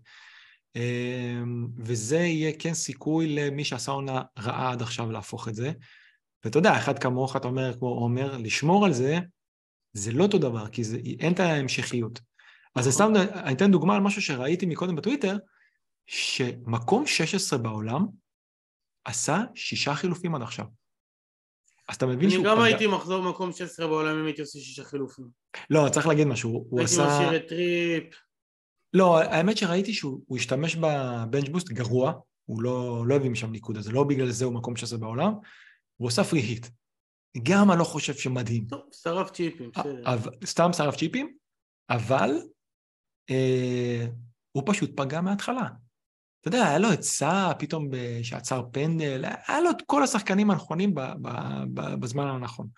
וזה יהיה כן סיכוי למי שעשה עונה רעה עד עכשיו להפוך את זה. ואתה יודע, אחד כמוך, אתה אומר, כמו עומר, לשמור על זה, זה לא אותו דבר, כי אין את ההמשכיות. אז סתם, אני אתן דוגמה על משהו שראיתי מקודם בטוויטר, שמקום 16 בעולם עשה 6 חילופים עד עכשיו. אז אתה מבין שהוא... אני גם הייתי מחזור מקום 16 בעולם אם הייתי עושה 6 חילופים. לא, צריך להגיד משהו. הייתי משאיר את טריפ. לא, האמת שראיתי שהוא השתמש בבנץ' בוסט גרוע, הוא לא הביא משם ניקוד, אז לא בגלל זה הוא מקום 16 בעולם, הוא עושה פרי היט. גם אני לא חושב שמדהים. טוב, שרף צ'יפים, בסדר. סתם שרף צ'יפים, אבל הוא פשוט פגע מההתחלה. אתה יודע, היה לו את סע פתאום שעצר פנדל, היה לו את כל השחקנים הנכונים בזמן הנכון.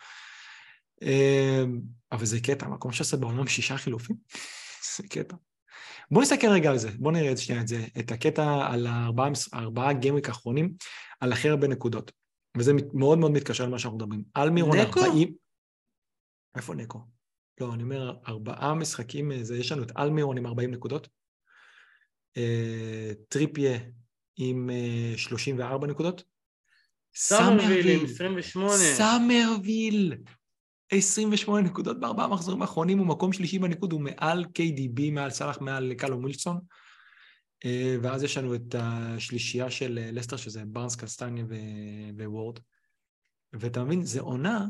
אבל זה קטע, מקום שעושה בעולם 6 חילופים, זה קטע. בוא נסתכל רגע על זה, בוא נראה את הקטע על 4 גיימוויק האחרונים, על הכי הרבה נקודות. וזה מאוד מאוד מתקשר למה שאנחנו מדברים. אלמירון 40... איפה נקו? לא, אני אומר, 4 משחקים, יש לנו את אלמירון עם 40 נקודות, טריפיה עם 34 נקודות, סאמרוויל עם 28. סאמרוויל, 28 נקודות ב4 מחזורים האחרונים, הוא מקום שלישי בניקוד, הוא מעל KDB, מעל סלאח, מעל קלום ווילסון, ואז יש לנו את השלישייה של לסטר, שזה ברנס, קסטניה ווורד, ואתה מבין, זה עונה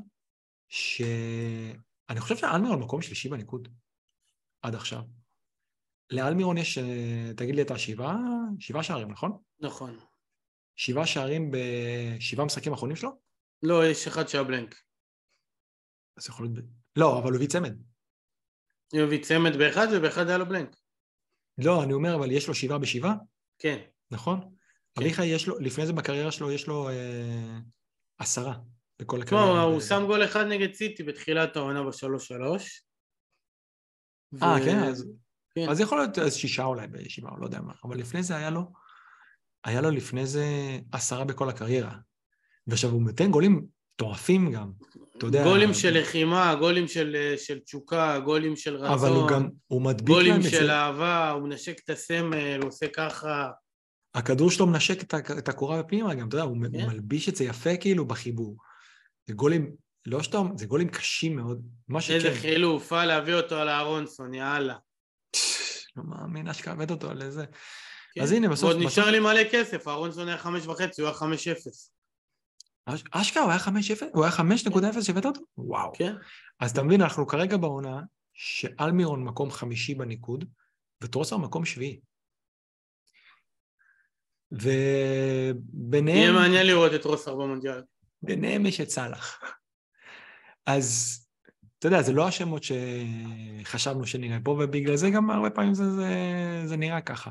שאני חושב שאלמירון מקום שלישי בניקוד, עד עכשיו. לאלמירון יש, תגיד לי, את 7 שערים, נכון? נכון. 7 שערים ב7 משחקים האחרונים שלו? לא, יש אחד שהיה בלנק. אז יכול להיות... לא, אבל הוא הביא צמד. הוא הביא צמד באחד ובאחד היה לו בלנק. לא, אני אומר, אבל יש לו 7 ב7? כן. נכון? כן. אביחי יש לו, לפני זה בקריירה שלו, יש לו 10 בכל הקריירה. לא, הוא שם גול אחד נגד סיטי בתחילת העונה ב3-3. כן, אז יכול להיות 6 אולי ב7, לא יודע מה, אבל לפני זה היה לו לפני זה 10 בכל הקריירה. ועכשיו הוא נותן גולים טורפים גם, אתה יודע. גולים של לחימה, גולים של תשוקה, גולים של רצון. אבל הוא מדביק גולים להם את זה. של אהבה, הוא מנשק את הסמל, הוא עושה ככה. הכדור שלו מנשק את הקורה בפנימה גם, אתה יודע, הוא מלביש את זה יפה כאילו בחיבור. זה גולים, לא שאתה, זה גולים קשים מאוד. איזה חילוף, להביא אותו על אהרונסון, יאללה. לא מאמין, אשכרה הבאת אותו על איזה. כן. אז הנה, בסוף... ועוד נשאר לי מלא כסף, אהרונסון היה 5.5, הוא היה 5-0. אשכרה, הוא היה 5-0? הוא היה 5.0 שבאת אותו? וואו. כן. אז אתה מבין, אנחנו כרגע בעונה שאלמירון מקום 5 בניקוד, וטרוסר מקום 7. וביניהם... יהיה מעניין לראות את טרוסר במונדיאל. ביניהם יש את סלאח. אז... אתה יודע, זה לא השמות שחשבנו שנראה פה, ובגלל זה גם הרבה פעמים זה נראה ככה.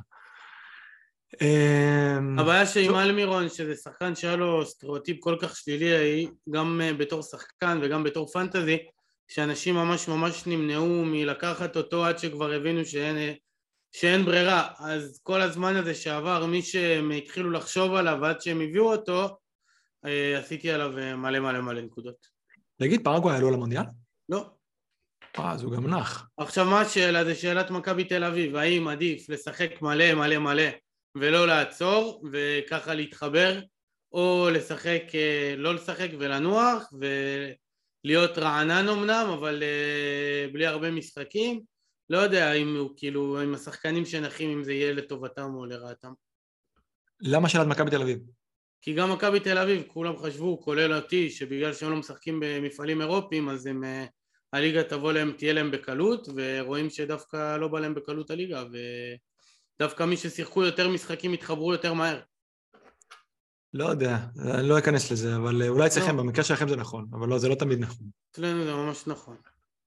הבעיה שעם אלמירון, שזה שחקן שהיה לו סטריאוטיפ כל כך שלילי, גם בתור שחקן וגם בתור פנטזי, שאנשים ממש ממש נמנעו מלקחת אותו עד שכבר הבינו שאין ברירה. אז כל הזמן הזה שעבר, מי שהם התחילו לחשוב עליו עד שהם הביאו אותו, עשיתי עליו מלא מלא מלא נקודות. להגיד, פרגוואי עלו למונדיאל? לא. אז הוא גם נח. עכשיו מה השאלה? זה שאלת מכבי תל אביב, האם עדיף לשחק מלא מלא מלא ולא לעצור וככה להתחבר, או לשחק, לא לשחק ולנוח ולהיות רענן אמנם, אבל בלי הרבה משחקים? לא יודע אם הוא כאילו, עם השחקנים שנחים, אם זה יהיה לטובתם או לרעתם. למה שאלת מכבי תל אביב? כי גם מכבי תל אביב, כולם חשבו, כולל אותי, שבגלל שהם לא משחקים במפעלים אירופיים, אז הם, הליגה תהיה להם בקלות, ורואים שדווקא לא בא להם בקלות הליגה, ודווקא מי ששיחקו יותר משחקים התחברו יותר מהר. לא יודע, אני לא אכנס לזה, אבל אולי אצלכם, במקרה שלכם זה נכון, אבל לא, זה לא תמיד נכון. אצלנו זה ממש נכון.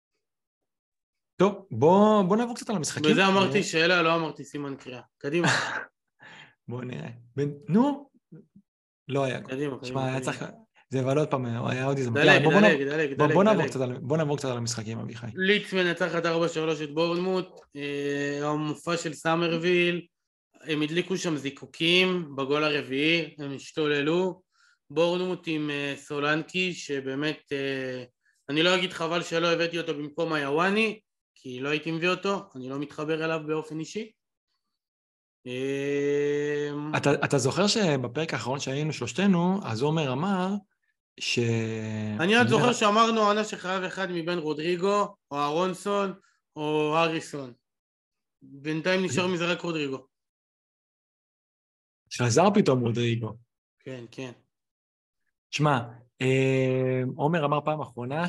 טוב, בוא נעבור קצת על המשחקים. בזה אמרתי שאלה, לא אמרתי סימן קריאה. קדימה. בוא נראה. נו, לא היה. קדימה. שמע, היה צריך... זה אבל עוד פעם, היה עוד איזה... דלג. בוא נעבור קצת על המשחקים, אביחי. ליץ מנצחת 4-3 את בורנמוט, המופע של סאמרוויל, הם הדליקו שם זיקוקים בגול הרביעי, הם השתוללו, בורנמוט עם סולנקי, שבאמת, אני לא אגיד חבל שלא הבאתי אותו במקום היוואני, כי לא הייתי מביא אותו, אני לא מתחבר אליו באופן אישי. אתה זוכר שבפרק האחרון שהיינו שלושתנו, אז עומר אמר ש... אני עוד זוכר שאמרנו עונה שחייב אחד מבין רודריגו, או אהרונסון, או הריסון. בינתיים נשאר מזה רק רודריגו. חזר פתאום רודריגו. כן, כן. תשמע, עומר אמר פעם אחרונה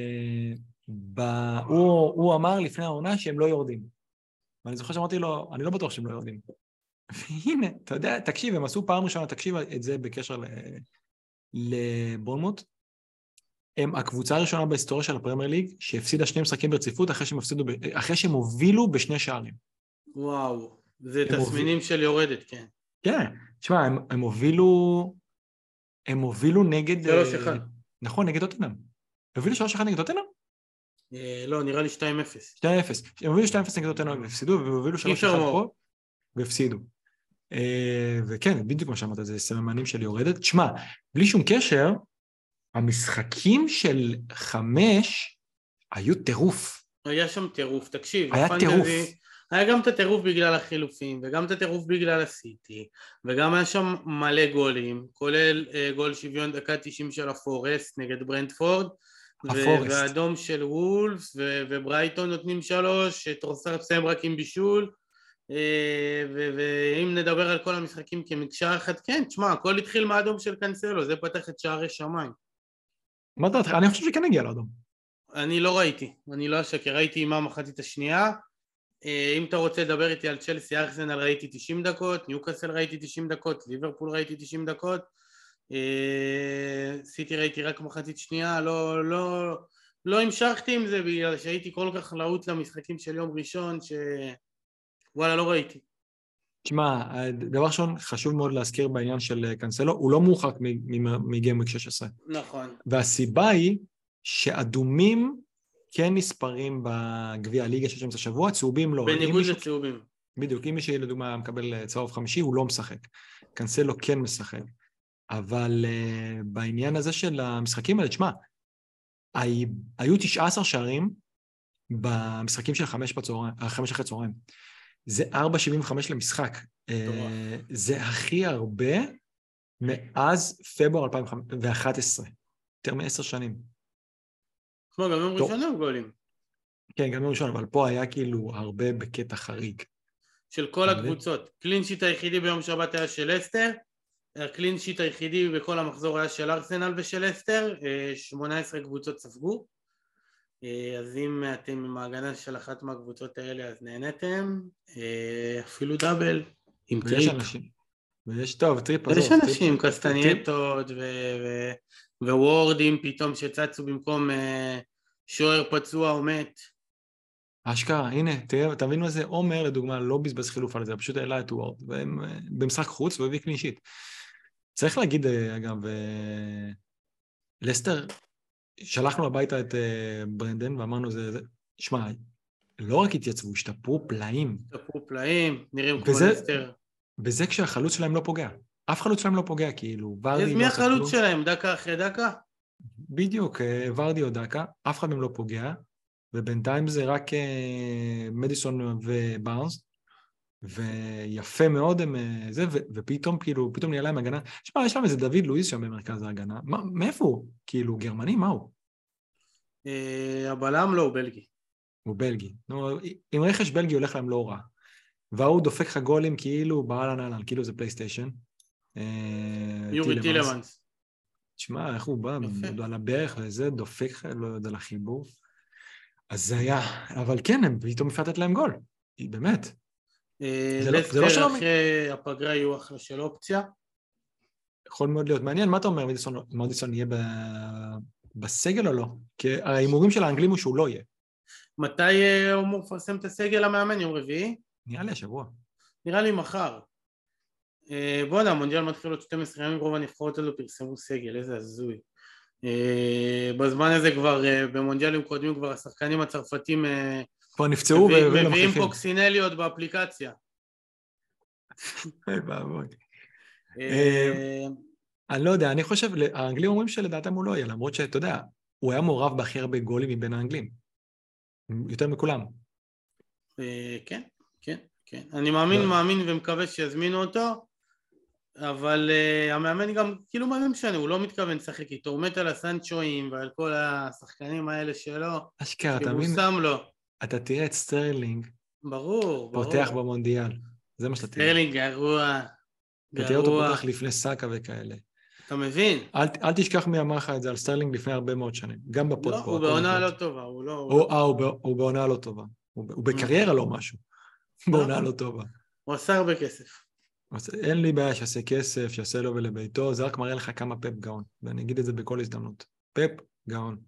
שהוא אמר לפני העונה שהם לא יורדים. ואני זוכר שאמרתי לו, אני לא בטוח שהם לא יורדים. והנה, אתה יודע, תקשיב, הם עשו פעם ראשונה, תקשיב את זה בקשר לבורנמוט. הם הקבוצה הראשונה בהיסטוריה של הפרמייר ליג, שהפסידה 2 משחקים ברציפות אחרי שהם הובילו ב2 שערים. וואו, זה תסמינים של יורדת, כן. כן, תשמע, הם הובילו נגד... 3-1. נכון, נגד טוטנהאם. הם הובילו 3-1 נגד טוטנהאם? לא, נראה לי 2-0. 2-0. הם הובילו 2-0 נגד טוטנהאם והפסידו, והם הובילו 3-1 פה, והפסידו. וכן, בדיוק מה שאמרת, זה סממנים של יורדת. תשמע, בלי שום קשר, המשחקים של 5 היו טירוף. היה שם טירוף, תקשיב, היה טירוף. היה גם את הטירוף בגלל החילופים, וגם את הטירוף בגלל הסיטי, וגם היה שם מלא גולים, כולל גול שוויון דקה 90 של הפורסט נגד ברנטפורד, והאדום של וולפס, וברייטון נותנים 3, טרוסארד מסיים רק עם בישול, ואם נדבר על כל המשחקים כמקשה אחת, כן, תשמע, הכל התחיל מהאדום של קנסלו, זה פתח את שערי שמיים. מה דעתך? אני חושב שכן הגיע לאדום. אני לא ראיתי, אני לא אשקר, ראיתי מה מחצית השנייה. אם אתה רוצה לדבר איתי על צ'לסי ארסנל ראיתי 90 דקות, ניוקאסל ראיתי 90 דקות, ליברפול ראיתי 90 דקות, סיטי ראיתי רק מחצית שנייה, לא המשכתי עם זה בגלל שהייתי כל כך להוט למשחקים של יום ראשון שוואלה לא ראיתי. תשמע, דבר ראשון חשוב מאוד להזכיר בעניין של קנסלו, הוא לא מורחק מגיימוויק 16. נכון. והסיבה היא שאדומים כן נספרים בגביע הליגה שיש שם את השבוע, צהובים לא. בניגוד לצהובים. בדיוק, אם מישהו לדוגמה מקבל צהוב 5, הוא לא משחק. קנסלו כן משחק. אבל בעניין הזה של המשחקים האלה, תשמע, היו 19 שערים במשחקים של 5 אחרי צהריים. זה 4.75 למשחק. זה הכי הרבה מאז פברואר 2011. יותר מ10 שנים. כמו גם יום ראשון הם גולים. כן, גם יום ראשון, אבל פה היה כאילו הרבה בקטע חריג. של כל הקבוצות. קלינשיט היחידי ביום שבת היה של אסטר, הקלינשיט היחידי בכל המחזור היה של ארסנל ושל אסטר, 18 קבוצות ספגו. אז אם אתם עם ההגנה של אחת מהקבוצות האלה אז נהנתם, אפילו דאבל עם טריפ. ויש אנשים, ויש טוב, טריפ יש אנשים, קסטנייטות וורדים פתאום שצצו במקום שוער פצוע או מת. אשכרה, הנה, תבינו איזה עומר לדוגמה לא בזבז חילוף על זה, פשוט העלה את וורד, במשחק חוץ והביא קלינשיט. צריך להגיד אגב, לסטר, שלחנו הביתה את ברנדן ואמרנו זה, שמע, לא רק התייצבו, השתפרו פלאים. נראים כמו לסטר. וזה כשהחלוץ שלהם לא פוגע. אף חלוץ שלהם לא פוגע, כאילו. אז מי החלוץ שלהם? דקה אחרי דקה? בדיוק, ורדי או דקה, אף אחד מהם לא פוגע, ובינתיים זה רק מדיסון ובארנס, ויפה מאוד הם זה, ופתאום כאילו, פתאום נהיה להם הגנה. תשמע, יש להם איזה דוד לואיס שם במרכז ההגנה. מאיפה הוא? כאילו, גרמני, מה הוא? הבלם לא, הוא בלגי. הוא בלגי. אם רכש בלגי הולך להם לא רע. והוא דופק לך גולים כאילו בעלן עלן, כאילו זה פלייסטיישן. יורי טילמנס. תשמע, איך הוא בא, על הברך וזה, דופק לך, לא יודע לחיבור. אז זה היה, אבל כן, הם פתאום מפתת להם גול. באמת. לסטר אחרי הפגרה יהיו אחלה של אופציה. יכול מאוד להיות מעניין. מה אתה אומר, מדיסון יהיה בסגל או לא? כי ההימורים של האנגלים הוא שהוא לא יהיה. מתי הוא מפרסם את הסגל המאמן? יום רביעי? נראה לי השבוע. נראה לי מחר. בוא נע, המונדיאל מתחיל עוד 12 ימים, רוב הנבחרות האלו פרסמו סגל, איזה הזוי. בזמן הזה כבר, במונדיאלים קודמים כבר השחקנים הצרפתים כבר נפצעו מביאים קוקסינליות באפליקציה. אני לא יודע, אני חושב, האנגלים אומרים שלדעתם הוא לא יהיה, למרות שאתה יודע, הוא היה מעורב בהכי הרבה גולים מבין האנגלים. יותר מכולם. כן, כן, כן. אני מאמין ומקווה שיזמינו אותו, אבל המאמן גם, כאילו מה זה משנה, הוא לא מתכוון לשחק איתו, הוא מת על הסנצ'ואים ועל כל השחקנים האלה שלו, אשכרה, אתה מבין? אתה תראה את סטרלינג, ברור, פותח במונדיאל, זה מה שאתה תראה. סטרלינג גרוע. אתה תראה אותו פותח לפני סאקה וכאלה. אתה מבין? אל תשכח מי אמר לך את זה על סטרלינג לפני הרבה מאוד שנים, גם בפוד פה. הוא בעונה לא טובה, הוא בעונה לא טובה. הוא בקריירה לא משהו. בעונה לא טובה. הוא עשה הרבה כסף. אין לי בעיה שיעשה כסף, שיעשה לו ולביתו, זה רק מראה לך כמה פפ גאון, ואני אגיד את זה בכל הזדמנות. פפ גאון.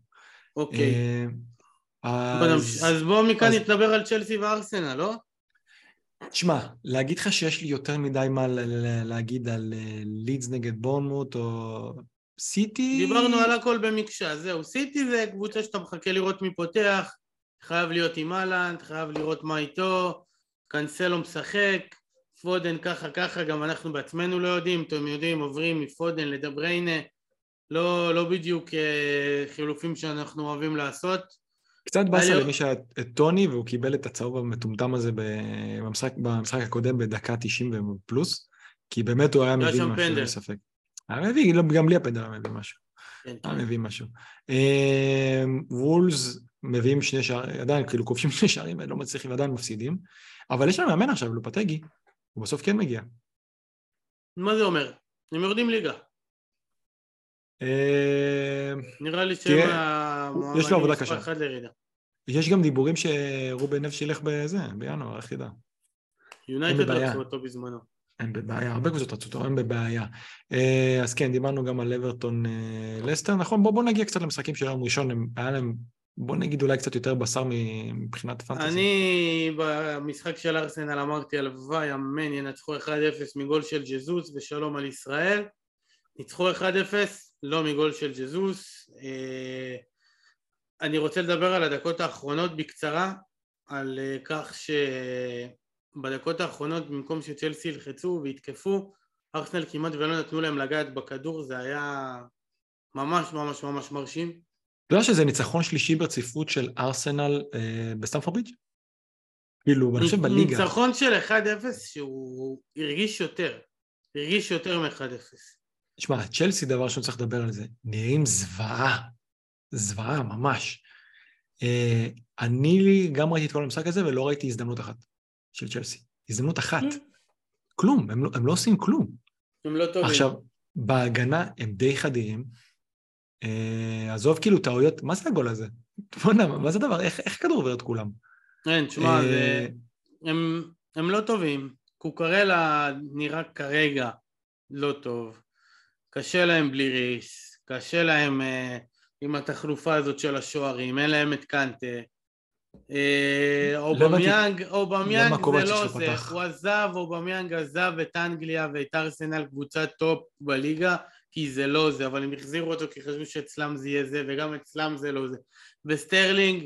אוקיי. אז בואו מכאן נתדבר על צ'לסי וארסנל, לא? תשמע, להגיד לך שיש לי יותר מדי מה להגיד על לידס נגד בורנמוט או סיטי? דיברנו על הכל במקשה, זהו. סיטי זה קבוצה שאתה מחכה לראות מי פותח, חייב להיות עם אהלנד, חייב לראות מה איתו, קנסלו משחק, פודן ככה, גם אנחנו בעצמנו לא יודעים, אתם יודעים, עוברים מפודן לדבריינה, לא בדיוק חילופים שאנחנו אוהבים לעשות. קצת באסה למי שהיה את טוני, והוא קיבל את הצהוב המטומטם הזה במשחק הקודם בדקה 90 ופלוס, כי באמת הוא היה מביא משהו, אין ספק. היה מביא, גם בלי הפנדל היה מביא משהו. היה מביא משהו. וולס מביאים שני שערים, עדיין כאילו כובשים שני שערים, לא מצליחים, עדיין מפסידים, אבל יש לנו מאמן עכשיו, לופטגי, הוא בסוף כן מגיע. מה זה אומר? הם יורדים ליגה. נראה לי שהם המועמדים מספר אחד לירידה. יש גם דיבורים שרובן נפש ילך בזה, בינואר, איך תדע? יונייטד רצו אותו בזמנו. אין בבעיה, הרבה קבוצות רצו אותו, אין בבעיה. אז כן, דיברנו גם על אברטון לסטר, נכון? בוא נגיע קצת למשחקים של יום ראשון, היה להם, בוא נגיד אולי קצת יותר בשר מבחינת פנטסי. אני במשחק של ארסנל אמרתי הלוואי, אמן, ינצחו 1-0 מגול של ג'זוס ושלום על ישראל. ניצחו 1-0, לא מגול של ג'זוס. אני רוצה לדבר על הדקות האחרונות בקצרה, על כך שבדקות האחרונות במקום שצ'לסי ילחצו והתקפו, ארסנל כמעט ולא נתנו להם לגעת בכדור, זה היה ממש ממש ממש מרשים. אתה יודע שזה ניצחון שלישי ברציפות של ארסנל בסטמפורד ברידג'? כאילו, אני חושב בליגה. ניצחון של 1-0 שהוא הרגיש יותר מ-1-0. תשמע, צ'לסי דבר שאני צריך לדבר על זה, נראים זוועה ממש. אני גם ראיתי את כל המשחק הזה ולא ראיתי הזדמנות אחת של צ'לסי. הזדמנות אחת. כלום, הם לא עושים כלום. הם לא טובים. עכשיו, בהגנה הם די חדירים. עזוב כאילו טעויות, מה זה הגול הזה? מה זה הדבר? איך כדור עובר את כולם? אין, תשמע, הם לא טובים. קוקרלה נראה כרגע לא טוב. קשה להם בלי ריס, קשה להם עם התחלופה הזאת של השוערים, אין להם את קנטה. אובמיאנג זה לא זה, הוא עזב, אובמיאנג עזב את אנגליה ואת ארסנל קבוצת טופ בליגה, כי זה לא זה, אבל הם החזירו אותו כי חשבו שאצלם זה יהיה זה, וגם אצלם זה לא זה. וסטרלינג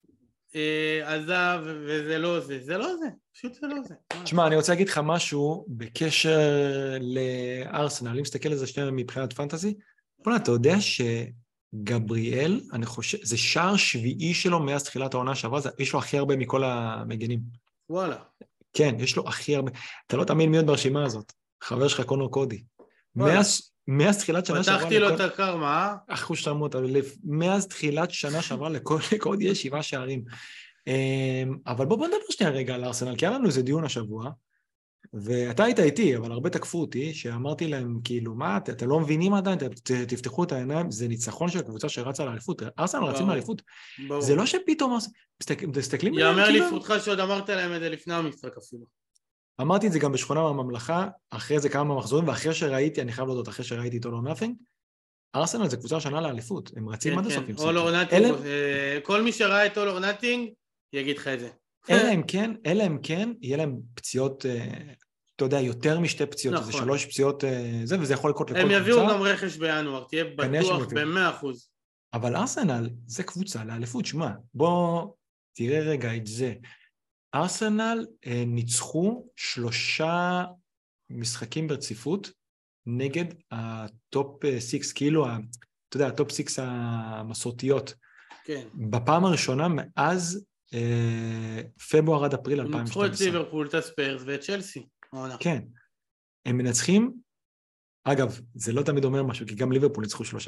עזב וזה לא זה, זה לא זה, פשוט זה לא זה. תשמע, אני רוצה להגיד לך משהו בקשר לארסנל, אם מסתכל על זה שנייה מבחינת פנטזי, אתה יודע שגבריאל, אני חושב, זה שער שביעי שלו מאז תחילת העונה שעברה, יש לו הכי הרבה מכל המגנים. וואלה. כן, יש לו הכי הרבה, אתה לא תאמין מי עוד ברשימה הזאת, חבר שלך קונור קודי. מאז תחילת שנה שעברה... פתחתי לו את הקרמה, אחוז שתרמות, מאז תחילת שנה שעברה לקודי יש 7 שערים. אבל בוא נדבר שנייה רגע על ארסנל, כי היה לנו איזה דיון השבוע, ואתה היית איתי, אבל הרבה תקפו אותי, שאמרתי להם, כאילו, מה, אתם לא מבינים עדיין, תפתחו את העיניים, זה ניצחון של הקבוצה שרצה לאליפות, ארסנל רצים לאליפות, זה לא שפתאום, מסתכלים... יאמר לפרוטך שעוד אמרת להם את זה לפני המשחק אפילו. אמרתי את זה גם בשכונה בממלכה, אחרי זה כמה מחזורים, ואחרי שראיתי, אני חייב להודות, אחרי שראיתי את All or Nothing, ארסנל זה קבוצה שנה לאליפות, הם רצים עד הסוף. All or Nothing, כל מי שראה את All or Nothing, יגיד לך את זה. אלא אם כן, יהיה להם פציעות, אתה יודע, יותר משתי פציעות, זה 3 פציעות, וזה יכול לקרות לכל קבוצה. הם יביאו גם רכש בינואר, תהיה בטוח ב100%. אבל ארסנל זה קבוצה לאליפות, שמע, בוא תראה רגע את זה. ארסנל ניצחו 3 משחקים ברציפות נגד הטופ 6, כאילו, אתה יודע, הטופ 6 המסורתיות. כן. בפעם הראשונה מאז פברואר עד אפריל 2012. ניצחו את ליברפול, את הספיירס ואת צ'לסי. כן. הם מנצחים, אגב, זה לא תמיד אומר משהו, כי גם ליברפול ניצחו 3.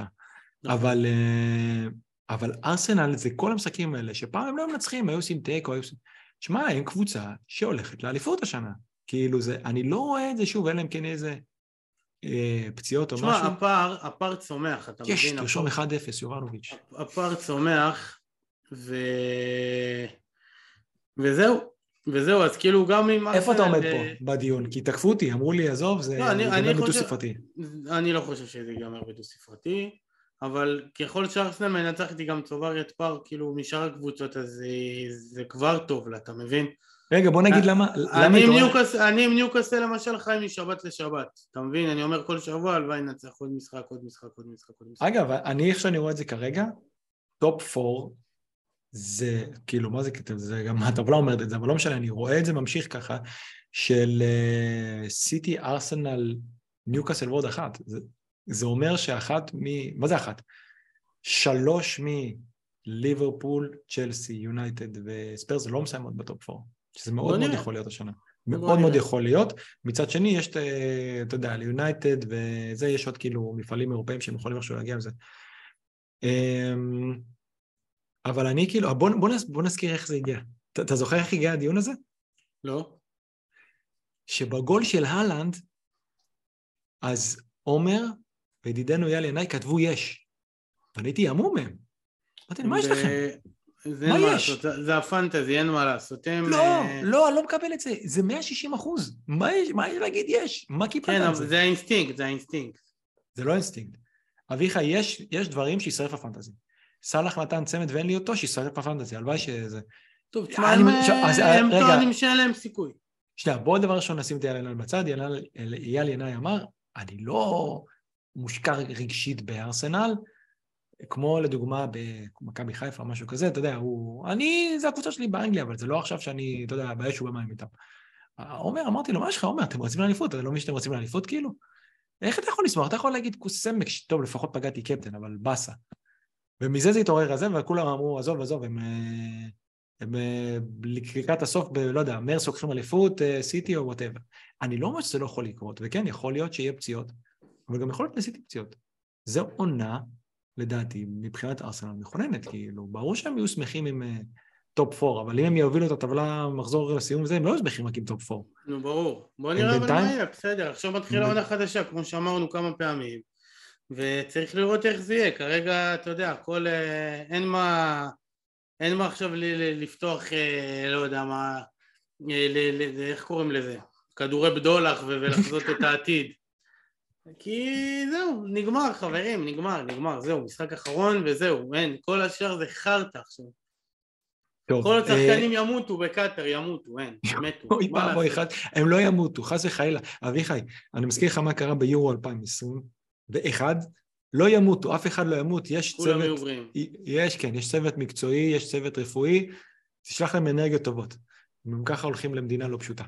אבל ארסנל זה כל המשחקים האלה, שפעם הם לא מנצחים, היו עושים טייק, שמע, הם קבוצה שהולכת לאליפות השנה. כאילו זה, אני לא רואה את זה שוב, אין להם כן איזה פציעות או משהו. שמע, הפער צומח, אתה מבין? יש, תרשום 1-0, יובנוביץ'. הפער צומח, וזהו, אז כאילו גם עם... איפה אתה עומד פה בדיון? כי תקפו אותי, אמרו לי, עזוב, זה ייגמר בדו ספרתי. אני לא חושב שזה ייגמר בדו ספרתי. אבל ככל שארסנל מנצחת היא גם צוברת פער כאילו משאר הקבוצות, אז זה כבר טוב לה, אתה מבין? רגע, בוא נגיד למה אני עם ניוקאסל למשל חי משבת לשבת, אתה מבין? אני אומר כל שבוע, הלוואי נצח עוד משחק, עוד משחק, עוד משחק, עוד משחק. אגב, איך שאני רואה את זה כרגע, טופ 4, זה כאילו, מה זה כתב? זה גם הטבלה אומרת את זה, אבל לא משנה, אני רואה את זה ממשיך ככה, של סיטי, ארסנל, ניוקאסל ועוד אחת. זה אומר מה זה אחת? 3 מליברפול, צ'לסי, יונייטד וספרס, זה לא מסיימות בטופ 4, שזה מאוד מאוד יכול להיות השנה. מאוד מאוד יכול להיות. מצד שני, יש, אתה יודע, ליונייטד וזה, יש עוד כאילו מפעלים אירופאים שהם יכולים משהו להגיע לזה. אבל אני כאילו, בוא נזכיר איך זה הגיע. אתה זוכר איך הגיע הדיון הזה? לא. שבגול של הלנד, אז עומר וידידנו יאלי עיניי כתבו יש. ואני הייתי ימום מהם. אמרתי, מה יש לכם? מה יש? זה הפנטזי, אין מה לעשות. לא, אני לא מקבל את זה. זה 160%. מה יש להגיד יש? מה קיבלת את זה? כן, זה האינסטינקט. זה לא אינסטינקט. אביחי, יש דברים שישרף הפנטזי. סלח נתן צמד ואין לי אותו, שישרף הפנטזי. הלוואי שזה... טוב, תשמע, הם טוענים שאין להם סיכוי. שנייה, בואו דבר ראשון נשים את יאלי בצד. יאלי עיניי אמר, אני לא מושקע רגשית בארסנל, כמו לדוגמה במכבי חיפה, משהו כזה, אתה יודע, זה הקבוצה שלי באנגליה, אבל זה לא עכשיו שאני, אתה יודע, באש ובמים איתם. עומר, אמרתי לו, מה יש לך, עומר, אתם רוצים לאליפות? אתה לא מבין שאתם רוצים לאליפות, כאילו? איך אתה יכול לשמוח? אתה יכול להגיד קוסמק, טוב, לפחות פגעתי קפטן, אבל בסה. ומזה זה התעורר הזה, וכולם אמרו, עזוב, הם לקראת הסוף, לא יודע, מרס לוקחים אליפות, סיטי או whatever. אני לא אומר שזה לא יכול לקרות, וכן, יכול להיות שיהיה פציעות, אבל גם יכול להיות לסיטי פציעות. זו עונה, לדעתי, מבחינת ארסנל מכוננת, כאילו, ברור שהם יהיו שמחים עם טופ 4, אבל אם הם יובילו את הטבלה מחזור לסיום וזה, הם לא יהיו שמחים רק עם טופ 4. נו, ברור. בוא נראה אבל מה יהיה, בסדר, עכשיו מתחילה עונה חדשה, כמו שאמרנו כמה פעמים, וצריך לראות איך זה יהיה, כרגע, אתה יודע, אין מה עכשיו לפתוח, לא יודע מה, איך קוראים לזה? כדורי בדולח ולחזות את העתיד. כי זהו, נגמר חברים, נגמר, זהו, משחק אחרון וזהו, אין, כל השאר זה חרטה עכשיו. כל השחקנים ימותו בקטר, אין, מתו. הם לא ימותו, חס וחלילה. אביחי, אני מזכיר לך מה קרה ביורו 2021, לא ימותו, אף אחד לא ימות, יש צוות, יש צוות מקצועי, יש צוות רפואי, תשלח להם אנרגיות טובות. הם ככה הולכים למדינה לא פשוטה.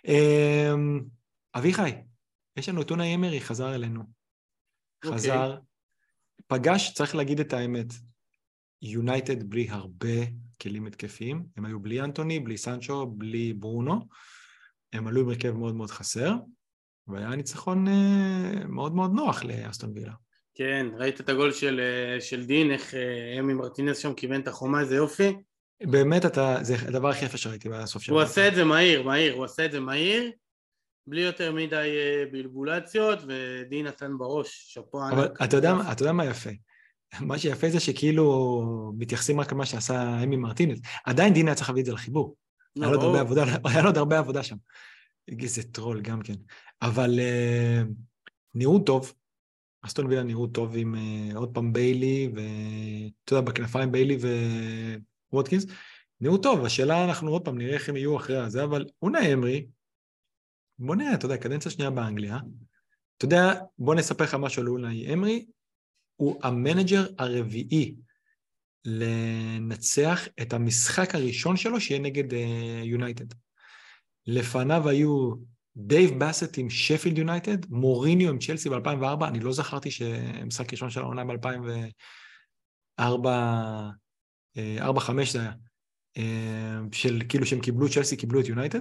אביחי, יש לנו את אונאי אמרי, חזר אלינו. חזר, פגש, צריך להגיד את האמת, יונייטד בלי הרבה כלים התקפיים, הם היו בלי אנטוני, בלי סנצ'ו, בלי ברונו, הם עלו עם הרכב מאוד מאוד חסר, והיה ניצחון מאוד מאוד נוח לאסטון וילה. כן, ראית את הגול של דין, איך אמי מרטינס שם כיוון את החומה, איזה יופי? באמת, זה הדבר הכי יפה שראיתי בסוף שבוע. הוא עשה את זה מהיר, בלי יותר מדי בלבולציות, ודין נתן בראש, שפו ענק. אבל אתה יודע מה יפה? מה שיפה זה שכאילו מתייחסים רק למה שעשה אמי מרטינס. עדיין דין היה צריך להביא את זה לחיבור. היה לו עוד הרבה עבודה שם. איזה טרול גם כן. אבל נראו טוב. אסטון וילה נראו טוב עם עוד פעם ביילי, ואתה יודע, בכנפיים ביילי וווטקינס. נראו טוב. השאלה אנחנו עוד פעם נראה איך הם יהיו אחרי הזה, אבל אונאי אמרי, בוא נראה, אתה יודע, קדנציה שנייה באנגליה. אתה יודע, בוא נספר לך משהו על אונאי אמרי. הוא המנג'ר הרביעי לנצח את המשחק הראשון שלו שיהיה נגד יונייטד. לפניו היו דייב בסט עם שפילד יונייטד, מוריניו עם צ'לסי ב-2004, אני לא זכרתי שמשחק ראשון של העונה ב-2004, 4-5 זה היה, כאילו שהם קיבלו, צ'לסי קיבלו את יונייטד,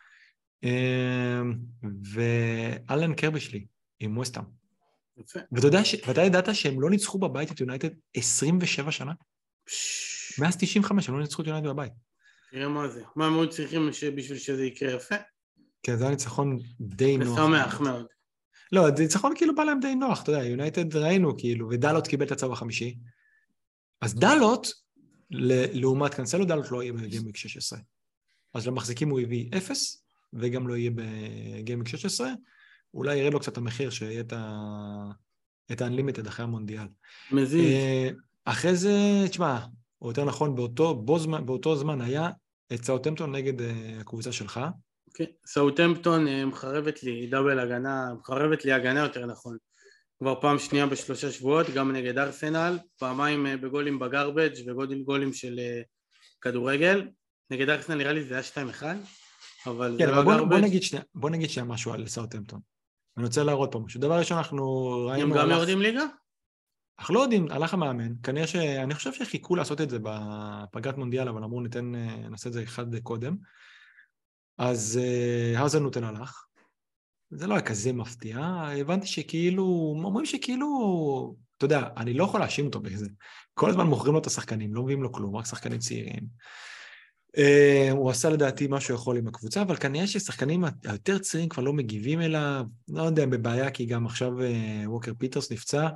ואלן קרבשלי עם ווסטהאם. ואתה ידעת שהם לא ניצחו בבית את יונייטד 27 שנה? מאז 95 הם לא ניצחו את יונייטד בבית. תראה מה זה. מה מאוד צריכים בשביל שזה יקרה יפה? כן, זה היה ניצחון די נוח. משמח מאוד. לא, זה ניצחון כאילו בא להם די נוח, אתה יודע, יונייטד ראינו כאילו, ודלות קיבל את הצו החמישי. אז דלות, לעומת קנסלו, דלות לא יהיה בגיימיק 16. אז למחזיקים הוא הביא 0, וגם לא יהיה בגיימיק 16. אולי ירד לו קצת המחיר שיהיה את את ה-Unlimited אחרי המונדיאל. מזיז. אחרי זה, תשמע, או יותר נכון, באותו זמן היה את סאות'המפטון נגד הקבוצה שלך. אוקיי, סאות'המפטון מחרבת לי דאבל הגנה, מחרבת לי הגנה יותר נכון. כבר פעם שנייה ב3 שבועות, גם נגד ארסנל, פעמיים בגולים בגרבג' וגולים של כדורגל. נגד ארסנל נראה לי זה היה 2-1, אבל כן, זה לא גרבג'. בוא נגיד שהיה משהו על סאות'המפטון. אני רוצה להראות פה משהו. דבר ראשון, אנחנו ראינו... הם גם יורדים ליגה? אנחנו לא יודעים, הלך המאמן. כנראה אני חושב שחיכו לעשות את זה בפגרת מונדיאל, אבל אמרו נעשה את זה אחד קודם. אז האזנוטן הלך. זה לא היה כזה מפתיע. הבנתי שכאילו, אומרים שכאילו, אתה יודע, אני לא יכול להאשים אותו בזה. כל הזמן מוכרים לו את השחקנים, לא מביאים לו כלום, רק שחקנים צעירים. הוא עשה לדעתי מה שהוא יכול עם הקבוצה, אבל כנראה ששחקנים היותר צעירים כבר לא מגיבים אליו, לא יודע, בבעיה, כי גם עכשיו ווקר פיטרס נפצע,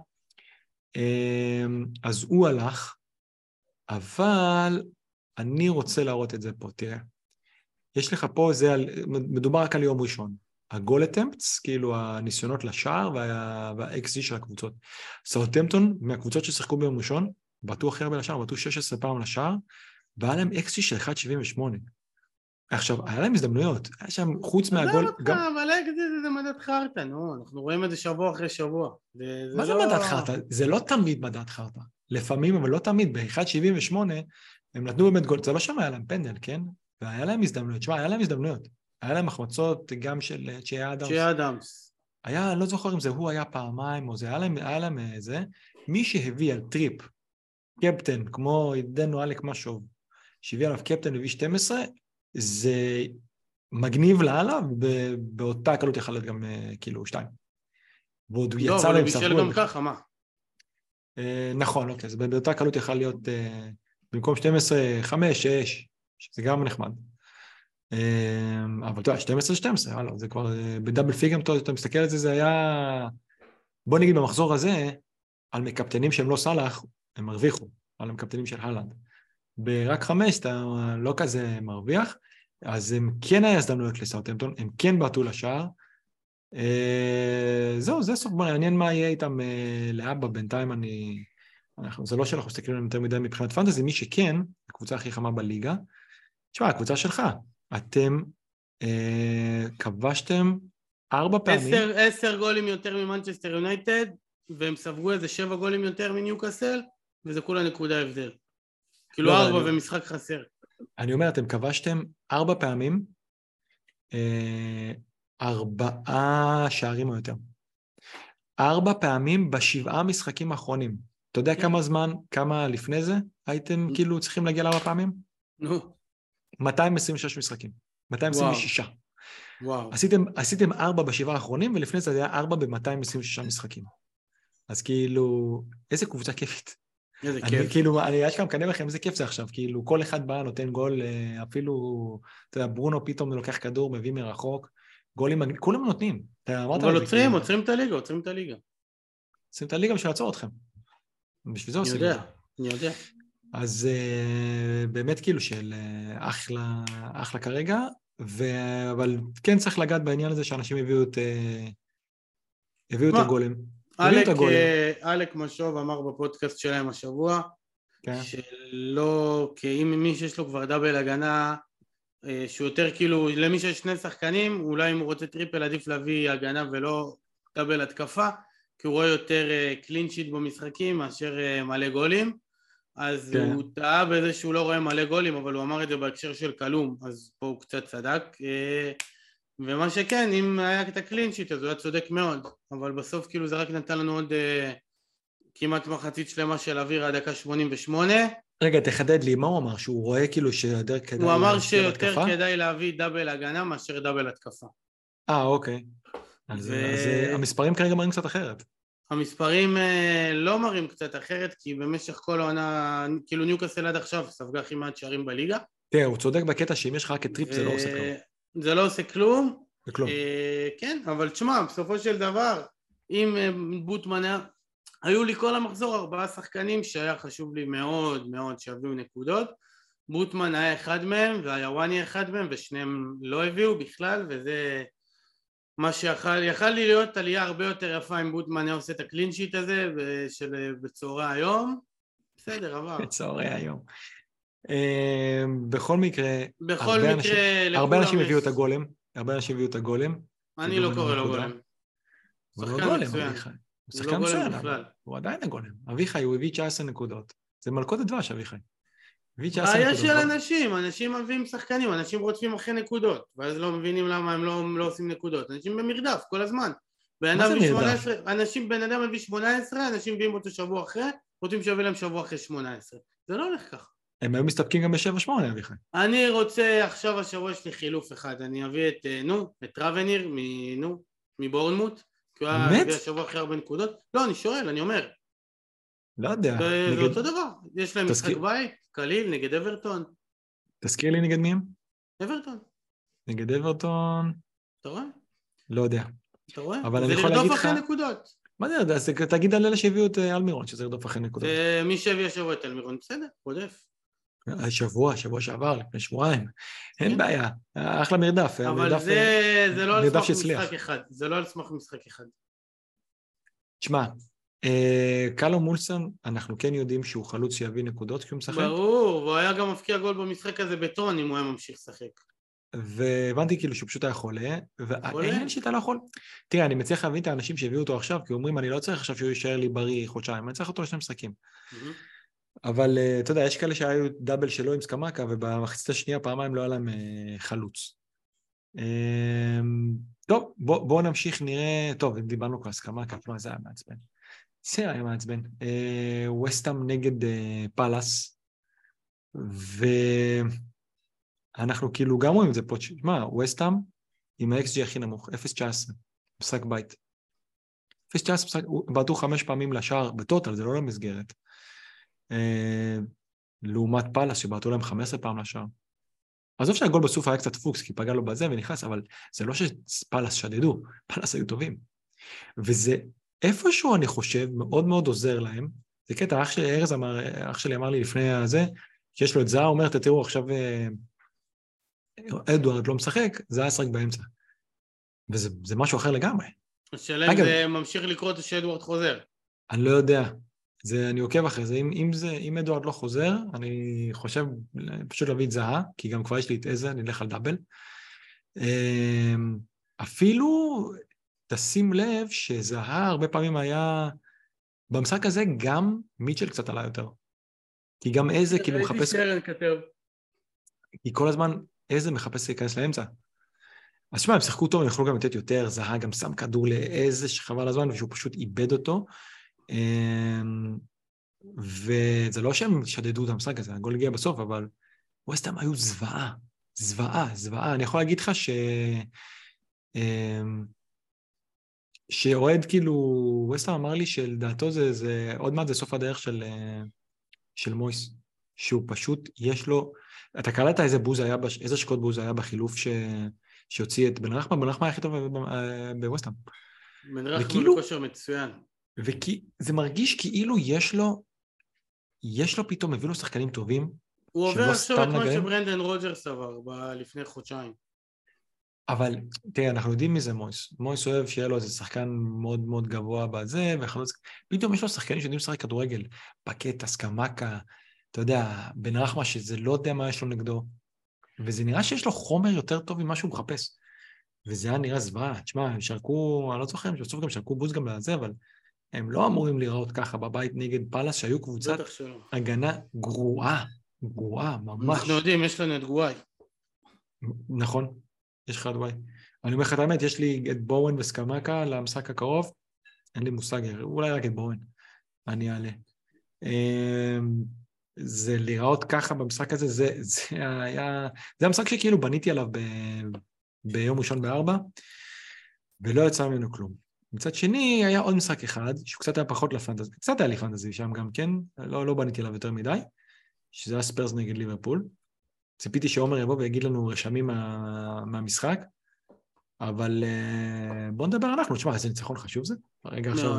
אז הוא הלך, אבל אני רוצה להראות את זה פה, תראה. יש לך פה, מדובר רק על יום ראשון. הגול אטמפטס, כאילו הניסיונות לשער וה-XG של הקבוצות. סאות'המפטון, מהקבוצות ששיחקו ביום ראשון, בעטו הכי הרבה לשער, בעטו 16 פעם לשער, והיה להם XG של 1.78. עכשיו, היה להם הזדמנויות, היה שם חוץ מהגול... עזוב אותך, אבל זה מדד חרטה, נו, אנחנו רואים את זה שבוע אחרי שבוע. מה זה מדד חרטה? זה לא תמיד מדד חרטה. לפעמים, אבל לא תמיד, ב-1.78 הם נתנו באמת גול, זה לא שם היה להם פנדל, כן? והיה להם הזדמנויות, שמע, היה להם הזדמנויות. היה להם החמצות גם של צ'י אדמס. היה, אני לא זוכר אם זה הוא היה פעמיים, או זה היה להם זה. מי שהביא על טריפ, קפטן, כמו ידידנו אלק משוב, שהביא עליו קפטן הביא 12, זה מגניב לעלה, ובאותה הקלות יכול להיות גם כאילו 2. ועוד הוא יצא להם ספגול. לא, אבל הוא בישל גם ככה, מה? נכון, אוקיי, אז באותה הקלות יכול להיות במקום 12, 5, 6, שזה גם נחמד. אבל אתה יודע, 12 זה 12, זה כבר בדאבל פיגר, אתה מסתכל על זה, זה היה, בוא נגיד במחזור הזה, על מקפטנים שהם לא סלח, הם מרוויחו, על המקפטנים של הלנד. ברק 5 אתה לא כזה מרוויח, אז הם כן היה הזדמנויות לסאות'המפטון, הם כן בעטו לשער, זהו, זה סוף, מעניין מה יהיה איתם לאבא, בינתיים זה לא שאנחנו מסתכלים עליהם יותר מדי מבחינת פנטזי, מי שכן, הקבוצה הכי חמה בליגה, תשמע, הקבוצה שלך, אתם כבשתם 4 פעמים. 10 גולים יותר ממנצ'סטר יונייטד, והם ספגו איזה 7 גולים יותר מניוקאסל, וזה כולה נקודה הבדל. כאילו 4 ומשחק חסר. אני אומר, אתם כבשתם 4 פעמים, 4 שערים או יותר. 4 פעמים ב7 משחקים האחרונים. אתה יודע כמה לפני זה הייתם כאילו צריכים להגיע ל4 פעמים? נו. 226 משחקים. 226. וואו. עשיתם 4 ב7 האחרונים, ולפני זה היה 4 ב226 משחקים. אז כאילו, איזה קבוצה כיפית. איזה כיף. כאילו, אני אשכרה מקנא לכם, איזה כיף זה עכשיו. כאילו, כל אחד בא, נותן גול, אפילו, אתה יודע, ברונו פתאום לוקח כדור, מביא מרחוק, גולים, כולם נותנים. אבל עוצרים את הליגה. עוצרים את הליגה בשביל לעצור אתכם. בשביל זה עושים את זה. אני יודע. אז באמת כאילו של אחלה כרגע, אבל כן צריך לגעת בעניין הזה שאנשים הביאו את הגולים. אלק משוב אמר בפודקאסט שלהם השבוע, שלא, כי אם מי שיש לו כבר דאבל הגנה, שהוא יותר כאילו, למי שיש 2 שחקנים, אולי אם הוא רוצה טריפל עדיף להביא הגנה ולא דאבל התקפה, כי הוא רואה יותר קלין שיט במשחקים מאשר מלא גולים, אז הוא טעה בזה שהוא לא רואה מלא גולים, אבל הוא אמר את זה בהקשר של קלום, אז פה הוא קצת צדק, ומה שכן, אם היה את הקלין שיט, אז הוא היה צודק מאוד, אבל בסוף כאילו זה רק נתן לנו עוד כמעט מחצית שלמה של אוויר עד דקה 88. רגע, תחדד לי, מה הוא אמר? שהוא רואה כאילו שיותר כדאי... הוא אמר שיותר כדאי להביא דאבל הגנה מאשר דאבל התקפה. אוקיי. אז המספרים כרגע מראים קצת אחרת. המספרים לא מראים קצת אחרת, כי במשך כל העונה, כאילו ניוקאסל עד עכשיו ספגה הכי מעט שערים בליגה. תראה, הוא צודק בקטע שאם יש לך רק את טריפ זה לא עושה כלום. זה לא עושה כלום. בכלום. כן, אבל תשמע, בסופו של דבר, אם בוטמן היו לי כל המחזור 4 שחקנים שהיה חשוב לי מאוד מאוד שהביאו נקודות, בוטמן היה אחד מהם והיוואני אחד מהם ושניהם לא הביאו בכלל, וזה מה שיכל לי להיות עלייה הרבה יותר יפה אם בוטמן היה עושה את הקלין שיט הזה בצהרי היום, בסדר, עבר. בצהרי היום. בכל מקרה, בכל מקרה, הרבה לכולם אנשים יש... הביאו את הגולם, הרבה אנשים הביאו את הגולם. אני לא קורא לו גולם. הוא לא שחקן גולם, מצוין. אביחי. הוא זה שחקן לא גולם מצוין, בכלל. הוא עדיין הגולם. אביחי, הוא הביא 19 נקודות. זה מלכות הדבש, אביחי. הביא 19 בעיה נקודות. של אנשים מביאים שחקנים, אנשים רודפים אחרי נקודות, ואז לא מבינים למה הם לא עושים נקודות. אנשים במרדף כל הזמן. מה זה מרדף? בן אדם מביא 18, אנשים מביאים אותו שבוע אחרי, רוצים שיביא להם שבוע אחרי 18. זה לא הולך ככה. הם היו מסתפקים גם ב-7-8, אביחי. אני רוצה, עכשיו השבוע יש לי חילוף אחד, אני אביא את רבניר מבורנמוט, כי הוא הביא השבוע אחרי 4 נקודות. לא, אני שואל, אני אומר. לא יודע. זה אותו דבר, יש להם משחק בית, קליל, נגד אברטון. תזכיר לי נגד מי הם? אברטון. נגד אברטון... אתה רואה? לא יודע. אתה רואה? אבל זה לרדוף אחרי נקודות. מה זה, אז תגיד על אלה שהביאו את אלמירון, שזה לרדוף אחרי נקודות. מי שהביא השבוע את אלמירון, בסדר, רודף. שבוע שעבר, לפני שבועיים, אין בעיה, אחלה מרדף. אבל זה לא על סמך משחק אחד, זה לא על סמך משחק אחד. תשמע, קלום מולסון, אנחנו כן יודעים שהוא חלוץ שיביא נקודות כשהוא משחק. ברור, והוא היה גם מפקיע גול במשחק הזה בטון אם הוא היה ממשיך לשחק. והבנתי כאילו שהוא פשוט היה חולה, והעניין שאתה לא יכול... תראה, אני מצליח להבין את האנשים שהביאו אותו עכשיו, כי אומרים, אני לא צריך עכשיו שהוא יישאר לי בריא חודשיים, אני צריך אותו לשני משחקים. אבל אתה יודע, יש כאלה שהיו דאבל שלו עם סקמקה, ובמחצית השנייה פעמיים לא היה להם חלוץ. טוב, בואו נמשיך, נראה... טוב, אם דיברנו כבר סקמקה, לא, זה היה מעצבן. זה היה מעצבן. ווסטהאם נגד פאלאס, ואנחנו כאילו גם רואים את זה פה, מה, ווסטהאם עם ה-XG הכי נמוך, 0.19, משחק בית. 0.19, בעטו 5 פעמים לשער בטוטל, זה לא למסגרת. לעומת פאלאס שבעטו להם 15 פעם לשער. עזוב שהגול בסוף היה קצת פוקס, כי פגע לו בזה ונכנס, אבל זה לא שפאלאס שדדו, פאלאס היו טובים. וזה איפשהו אני חושב מאוד מאוד עוזר להם, זה קטע, אח שלי אמר לי לפני הזה, שיש לו את זה, אומר, תראו עכשיו אדוארד לא משחק, זה היה שחק באמצע. וזה משהו אחר לגמרי. השאלה אם זה ממשיך לקרות שאדוארד חוזר. אני לא יודע. אני עוקב אחרי זה. אם אדוארד לא חוזר, אני חושב פשוט להביא את זהה, כי גם כבר יש לי את איזה, אני אלך על דאבל. אפילו תשים לב שזהה הרבה פעמים היה, במשחק הזה גם מיטשל קצת עלה יותר. כי גם איזה כאילו מחפש... כי כל הזמן איזה מחפש להיכנס לאמצע. אז שמה, הם שיחקו טוב, הם יכולו גם לתת יותר, זהה גם שם כדור לאיזה שחבל הזמן, ושהוא פשוט איבד אותו. וזה לא שהם שדדו את המשחק הזה, הגול הגיע בסוף, אבל ווסטהאם היו זוועה. אני יכול להגיד לך שאוהד כאילו, ווסטהאם אמר לי שלדעתו זה עוד מעט זה סוף הדרך של מויס, שהוא פשוט יש לו, אתה קלטת איזה שקוד בוז היה בחילוף שהוציא את בן רחמה היה הכי טוב בווסטהאם. בן רחמה בכושר מצוין. וזה מרגיש כאילו יש לו פתאום, הביא לו שחקנים טובים. הוא עובר עכשיו את מה שברנדן רוג'רס עבר לפני חודשיים. אבל תראה, אנחנו יודעים מי זה מויס. מויס אוהב שיהיה לו איזה שחקן מאוד מאוד גבוה בזה, פתאום יש לו שחקנים שיודעים לשחק כדורגל, פקט, סקמקה, אתה יודע, בן רחמה שזה לא יודע מה יש לו נגדו, וזה נראה שיש לו חומר יותר טוב ממה שהוא מחפש. וזה היה נראה זוועה. תשמע, הם שרקו, אני לא זוכר, בסוף גם שרקו בוז גם לזה, אבל הם לא אמורים לראות ככה בבית נגד פאלאס, שהיו קבוצת הגנה גרועה, ממש. אנחנו יודעים, יש לנו את גוואי. נכון, יש לך את גוואי. אני אומר לך את האמת, יש לי את בואוין וסקמקה למשחק הקרוב, אין לי מושג, אולי רק את בואוין, אני אעלה. זה לראות ככה במשחק הזה, זה המשחק שכאילו בניתי עליו ביום ראשון ב-4, ולא יצא ממנו כלום. מצד שני, היה עוד משחק אחד, שהוא קצת היה פחות לפנטזי, קצת היה לי פנטזי שם גם כן, לא בניתי עליו יותר מדי, שזה היה ספרס נגד ליברפול. ציפיתי שעומר יבוא ויגיד לנו רשמים מהמשחק, אבל בואו נדבר אנחנו, תשמע, איזה ניצחון חשוב זה? רגע עכשיו,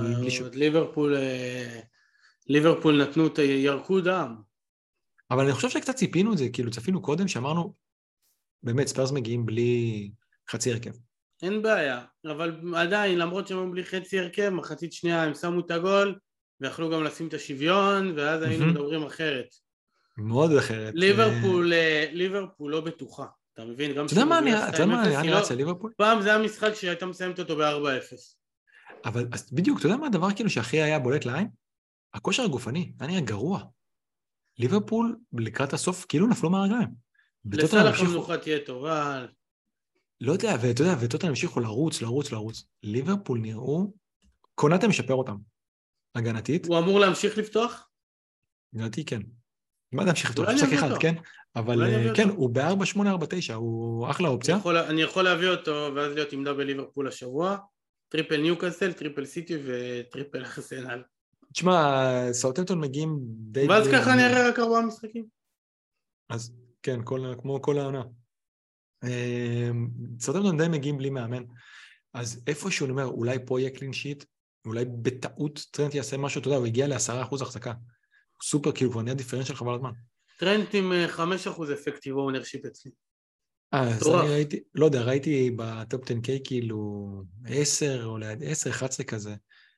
ליברפול נתנו את ירקו דם. אבל אני חושב שקצת ציפינו את זה, כאילו צפינו קודם שאמרנו, באמת ספרס מגיעים בלי חצי הרכב. אין בעיה, אבל עדיין, למרות שהם היו בלי חצי הרכב, מחצית שנייה הם שמו את הגול, ויכלו גם לשים את השוויון, ואז היינו מדברים אחרת. מאוד אחרת. ליברפול לא בטוחה, אתה מבין? גם אתה יודע מה נראה לא... אצל ליברפול? פעם זה המשחק שהייתה מסיימת אותו ב-4-0. אבל בדיוק, אתה יודע מה הדבר כאילו שהכי היה בולט לעין? הכושר הגופני, היה נראה גרוע. ליברפול לקראת הסוף כאילו נפלו מהרגליים. לסלח המנוחה תהיה טובה. לא יודע, ואתה יודע, וטוטנהאם המשיכו לרוץ. ליברפול נראו, קונאטה משפר אותם. הגנתית. הוא אמור להמשיך לפתוח? הגנתי כן. מה להמשיך לפתוח? משחק אחד, כן? אבל כן, הוא ב-4-8-4-9, הוא אחלה אופציה. אני יכול להביא אותו ואז להיות עם דאבל ליברפול השבוע, טריפל ניוקאסל, טריפל סיטי וטריפל ארסנל. תשמע, סאות'המפטון מגיעים די... ואז ככה נראה רק 4 משחקים. אז כן, כמו כל העונה. סאות'המפטון די מגיעים בלי מאמן. אז איפשהו אני אומר, אולי פה יהיה קלין שיט, אולי בטעות טרנט יעשה משהו, אתה יודע, הוא הגיע ל10% החזקה. סופר, כאילו, כבר נהיה דיפרנציאל חבל הזמן. טרנט עם 5% אפקטיב אונרשיפ אצלי. אז אני ראיתי, לא יודע, ראיתי בטופ 10K כאילו 10 או ליד 10, 11 כזה.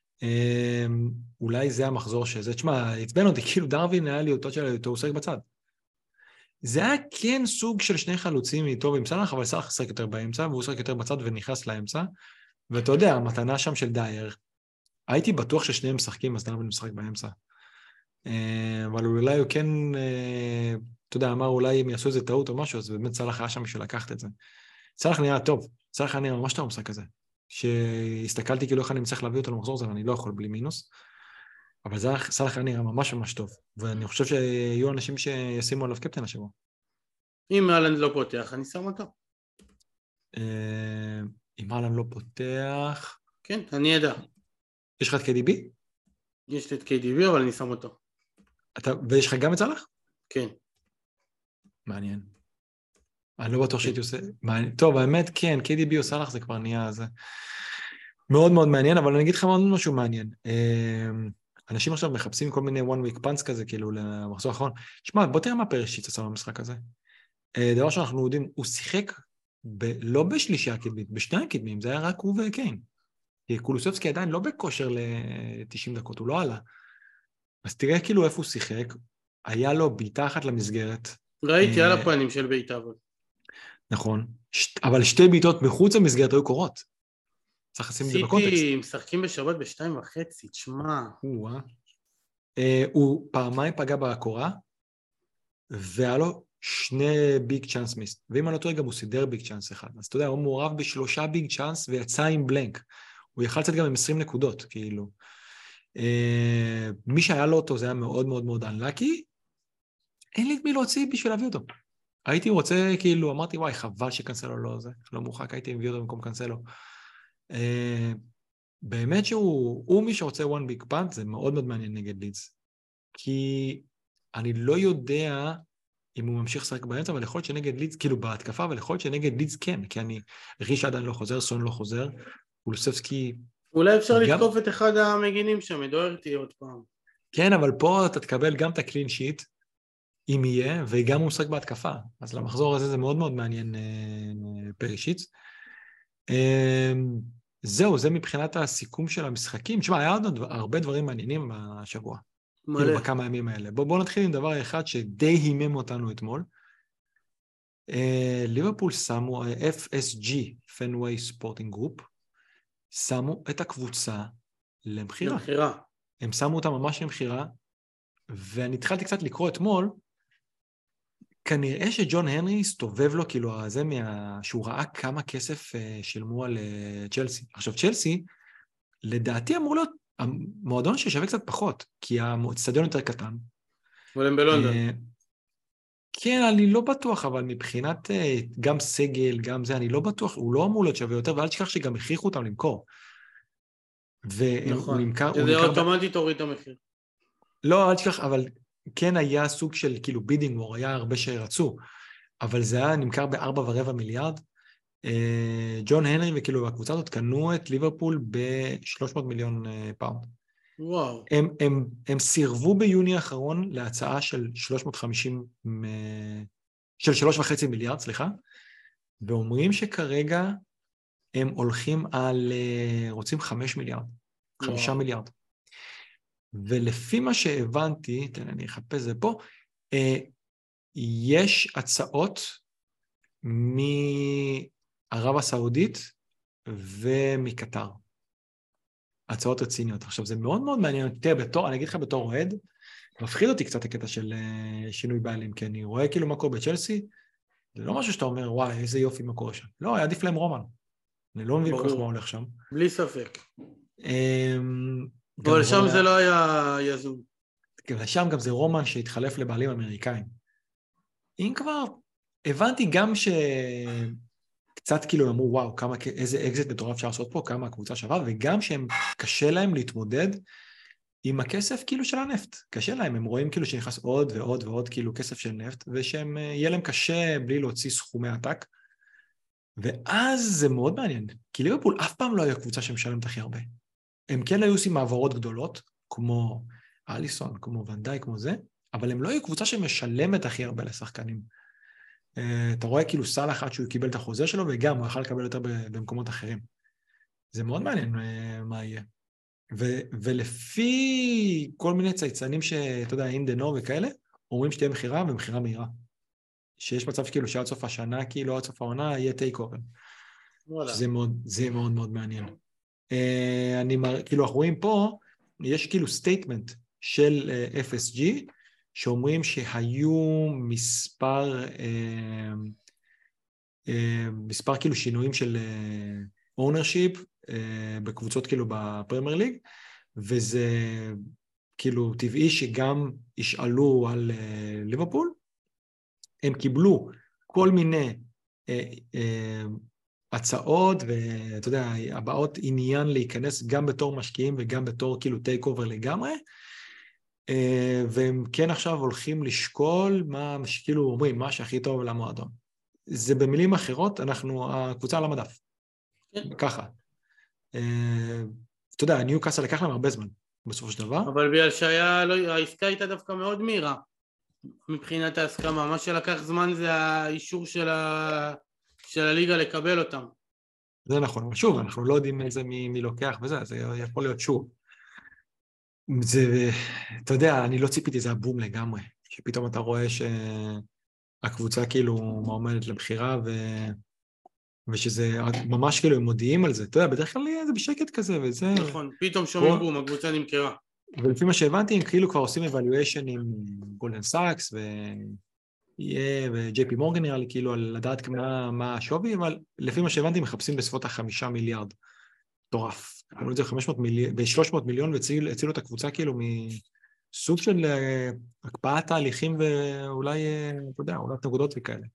אולי זה המחזור שזה, תשמע, עצבן אותי, כאילו דרווין היה לי אותו הוא שחק בצד. זה היה כן סוג של שני חלוצים איתו עם סלאח, אבל סלאח שחק יותר באמצע, והוא שחק יותר בצד ונכנס לאמצע. ואתה יודע, המתנה שם של דייר, הייתי בטוח ששניהם משחקים, אז דרווין משחק באמצע. אבל אולי הוא כן, אתה יודע, אמר אולי אם יעשו איזה טעות או משהו, אז באמת סלאח היה שם בשביל לקחת את זה. סלאח נראה טוב, סלאח נראה ממש טוב משחק כזה. שהסתכלתי כאילו איך אני מצליח להביא אותו למחזור הזה, ואני לא יכול בלי מינוס. אבל סלאח נראה ממש ממש טוב, ואני חושב שיהיו אנשים שישימו עליו קפטן השבוע. אם אהלנד לא פותח, אני שם אותו. אם אהלנד לא פותח... כן, אני אדע. יש לך את KDB? יש לי את KDB, אבל אני שם אותו. ויש לך גם את סלאח? כן. מעניין. אני לא בטוח שהייתי עושה... טוב, האמת, כן, KDB או סלאח זה כבר נהיה זה. מאוד מאוד מעניין, אבל אני אגיד לך משהו מעניין. אנשים עכשיו מחפשים כל מיני one week punts כזה, כאילו למחזור האחרון. שמע, בוא תראה מה פרשיץ' עשה במשחק הזה. דבר שאנחנו יודעים, הוא שיחק לא בשלישייה קדמית, בשניים קדמיים, זה היה רק הוא וקיין. כי קולוסבסקי עדיין לא בכושר ל-90 דקות, הוא לא עלה. אז תראה כאילו איפה הוא שיחק, היה לו בעיטה אחת למסגרת. ראיתי על הפנים של בעיטה. נכון, אבל שתי בעיטות מחוץ למסגרת היו קורות. צריך לשים את זה בקונטקסט. סיטי משחקים בשבת ב2:30, תשמע. הוא פעמיים פגע בקורה, והיה לו 2 ביג צ'אנס מיסט. ואם אני לא טועה, גם הוא סידר ביג צ'אנס אחד. אז אתה יודע, הוא מעורב ב3 ביג צ'אנס ויצא עם בלנק. הוא יכל לצאת גם עם 20 נקודות, כאילו. מי שהיה לו אותו, זה היה מאוד מאוד מאוד unlucky. אין לי את מי להוציא בשביל להביא אותו. הייתי רוצה, כאילו, אמרתי, וואי, חבל שקנסלו לא זה. לא מורחק, הייתי מביא אותו במקום קנסלו. באמת שהוא מי שרוצה one big punt, זה מאוד מאוד מעניין נגד לידס. כי אני לא יודע אם הוא ממשיך לשחק באמצע, אבל יכול להיות שנגד לידס, כאילו בהתקפה, אבל יכול להיות שנגד לידס כן, כי ריש עדיין לא חוזר, סון לא חוזר, קולוסבסקי... אולי אפשר לתקוף את אחד המגינים שם, דוארטי עוד פעם. כן, אבל פה אתה תקבל גם את הקלין שיט, אם יהיה, וגם הוא משחק בהתקפה. אז למחזור הזה זה מאוד מאוד מעניין פרישיץ. זהו, זה מבחינת הסיכום של המשחקים. תשמע, היה עוד הרבה דברים מעניינים בשבוע. כאילו בכמה ימים האלה. בואו נתחיל עם דבר אחד שדי הימם אותנו אתמול. ליברפול שמו, FSG, פנוויי ספורטינג גרופ, שמו את הקבוצה למחירה. הם שמו אותה ממש למחירה, ואני התחלתי קצת לקרוא אתמול, כנראה שג'ון הנרי הסתובב לו, כאילו, שהוא ראה כמה כסף שילמו על צ'לסי. עכשיו, צ'לסי, לדעתי אמור להיות המועדון ששווה קצת פחות, כי האצטדיון יותר קטן. אבל הם בלונדון. כן, אני לא בטוח, אבל מבחינת גם סגל, גם זה, אני לא בטוח, הוא לא אמור להיות שווה יותר, ואל תשכח שגם הכריחו אותם למכור. נכון, זה אוטומטית הוריד את המחיר. לא, אל תשכח, אבל כן היה סוג של כאילו בידינג וור, היה הרבה שרצו, אבל זה היה נמכר ב4.25 מיליארד. ג'ון הנרי וכאילו הקבוצה הזאת קנו את ליברפול ב$300 מיליון. וואו. הם סירבו ביוני האחרון להצעה של 3.5 מיליארד, סליחה, ואומרים שכרגע הם הולכים על, רוצים 5 מיליארד, 5 מיליארד. ולפי מה שהבנתי, תן אני אחפש זה פה, יש הצעות מערב הסעודית ומקטר. הצעות רציניות. עכשיו, זה מאוד מאוד מעניין. תראה, אני אגיד לך בתור אוהד, מפחיד אותי קצת הקטע של שינוי בעלים, כי אני רואה כאילו מה קורה בצ'לסי, זה לא משהו שאתה אומר, וואי, איזה יופי מה קורה שם. לא, היה עדיף להם רומן. אני לא מבין כל כך מה הולך שם. בלי ספק. אבל שם זה לא היה יזום. ושם גם זה רומן שהתחלף לבעלים אמריקאים. אם כבר, הבנתי גם שקצת כאילו אמרו, וואו, איזה אקזיט מטורף אפשר לעשות פה, כמה הקבוצה שווה, וגם שהם קשה להם להתמודד עם הכסף כאילו של הנפט. קשה להם, הם רואים כאילו שנכנס עוד ועוד ועוד כאילו כסף של נפט, ושהם יהיה להם קשה בלי להוציא סכומי עתק. ואז זה מאוד מעניין, כי ליברפול אף פעם לא היה קבוצה שמשלמת הכי הרבה. הם כן היו עושים מעברות גדולות, כמו אליסון, כמו ונדאי, כמו זה, אבל הם לא היו קבוצה שמשלמת הכי הרבה לשחקנים. אתה רואה כאילו סלאח עד שהוא קיבל את החוזה שלו, וגם הוא יכל לקבל יותר במקומות אחרים. זה מאוד מעניין מה יהיה. ולפי כל מיני צייצנים שאתה יודע, אינדנו וכאלה, אומרים שתהיה מחירה ומחירה מהירה. שיש מצב כאילו שעד סוף השנה, כאילו עד סוף העונה, יהיה טייק אובר. זה מאוד מאוד מעניין. כאילו אנחנו רואים פה, יש כאילו סטייטמנט של FSG, שאומרים שהיו מספר כאילו שינויים של ownership בקבוצות כאילו בפרמייר ליג, וזה כאילו טבעי שגם ישאלו על ליברפול. הם קיבלו כל מיני הצעות, ואתה יודע, הבאות עניין להיכנס גם בתור משקיעים וגם בתור כאילו טייק אובר לגמרי, והם כן עכשיו הולכים לשקול מה כאילו אומרים, מה שהכי טוב למועדון. זה במילים אחרות, הקבוצה על המדף. ככה. אתה יודע, ניוקאסל לקח להם הרבה זמן, בסופו של דבר. אבל בגלל העסקה הייתה דווקא מאוד מהירה, מבחינת ההסכמה. מה שלקח זמן זה האישור של הליגה לקבל אותם. זה נכון, אבל שוב, אנחנו לא יודעים איזה מי לוקח וזה, זה יכול להיות שוב. זה, אתה יודע, אני לא ציפיתי, זה הבום לגמרי, שפתאום אתה רואה שהקבוצה כאילו מעומדת לבחירה, ושזה ממש כאילו הם מודיעים על זה, אתה יודע, בדרך כלל זה בשקט כזה, וזה... נכון, פתאום שומעים בום, הקבוצה נמכרה. ולפי מה שהבנתי, הם כאילו כבר עושים evaluation עם גולדן סאקס, וג'יי פי מורגן נראה לי, כאילו, על לדעת מה השווי, אבל לפי מה שהבנתי, מחפשים בסביבות 5 מיליארד. מטורף. קראנו את זה ב-300 מיליון, והצילו את הקבוצה כאילו מסוג של הקפאת תהליכים, ואולי, אתה יודע, אולי נקודות וכאלה.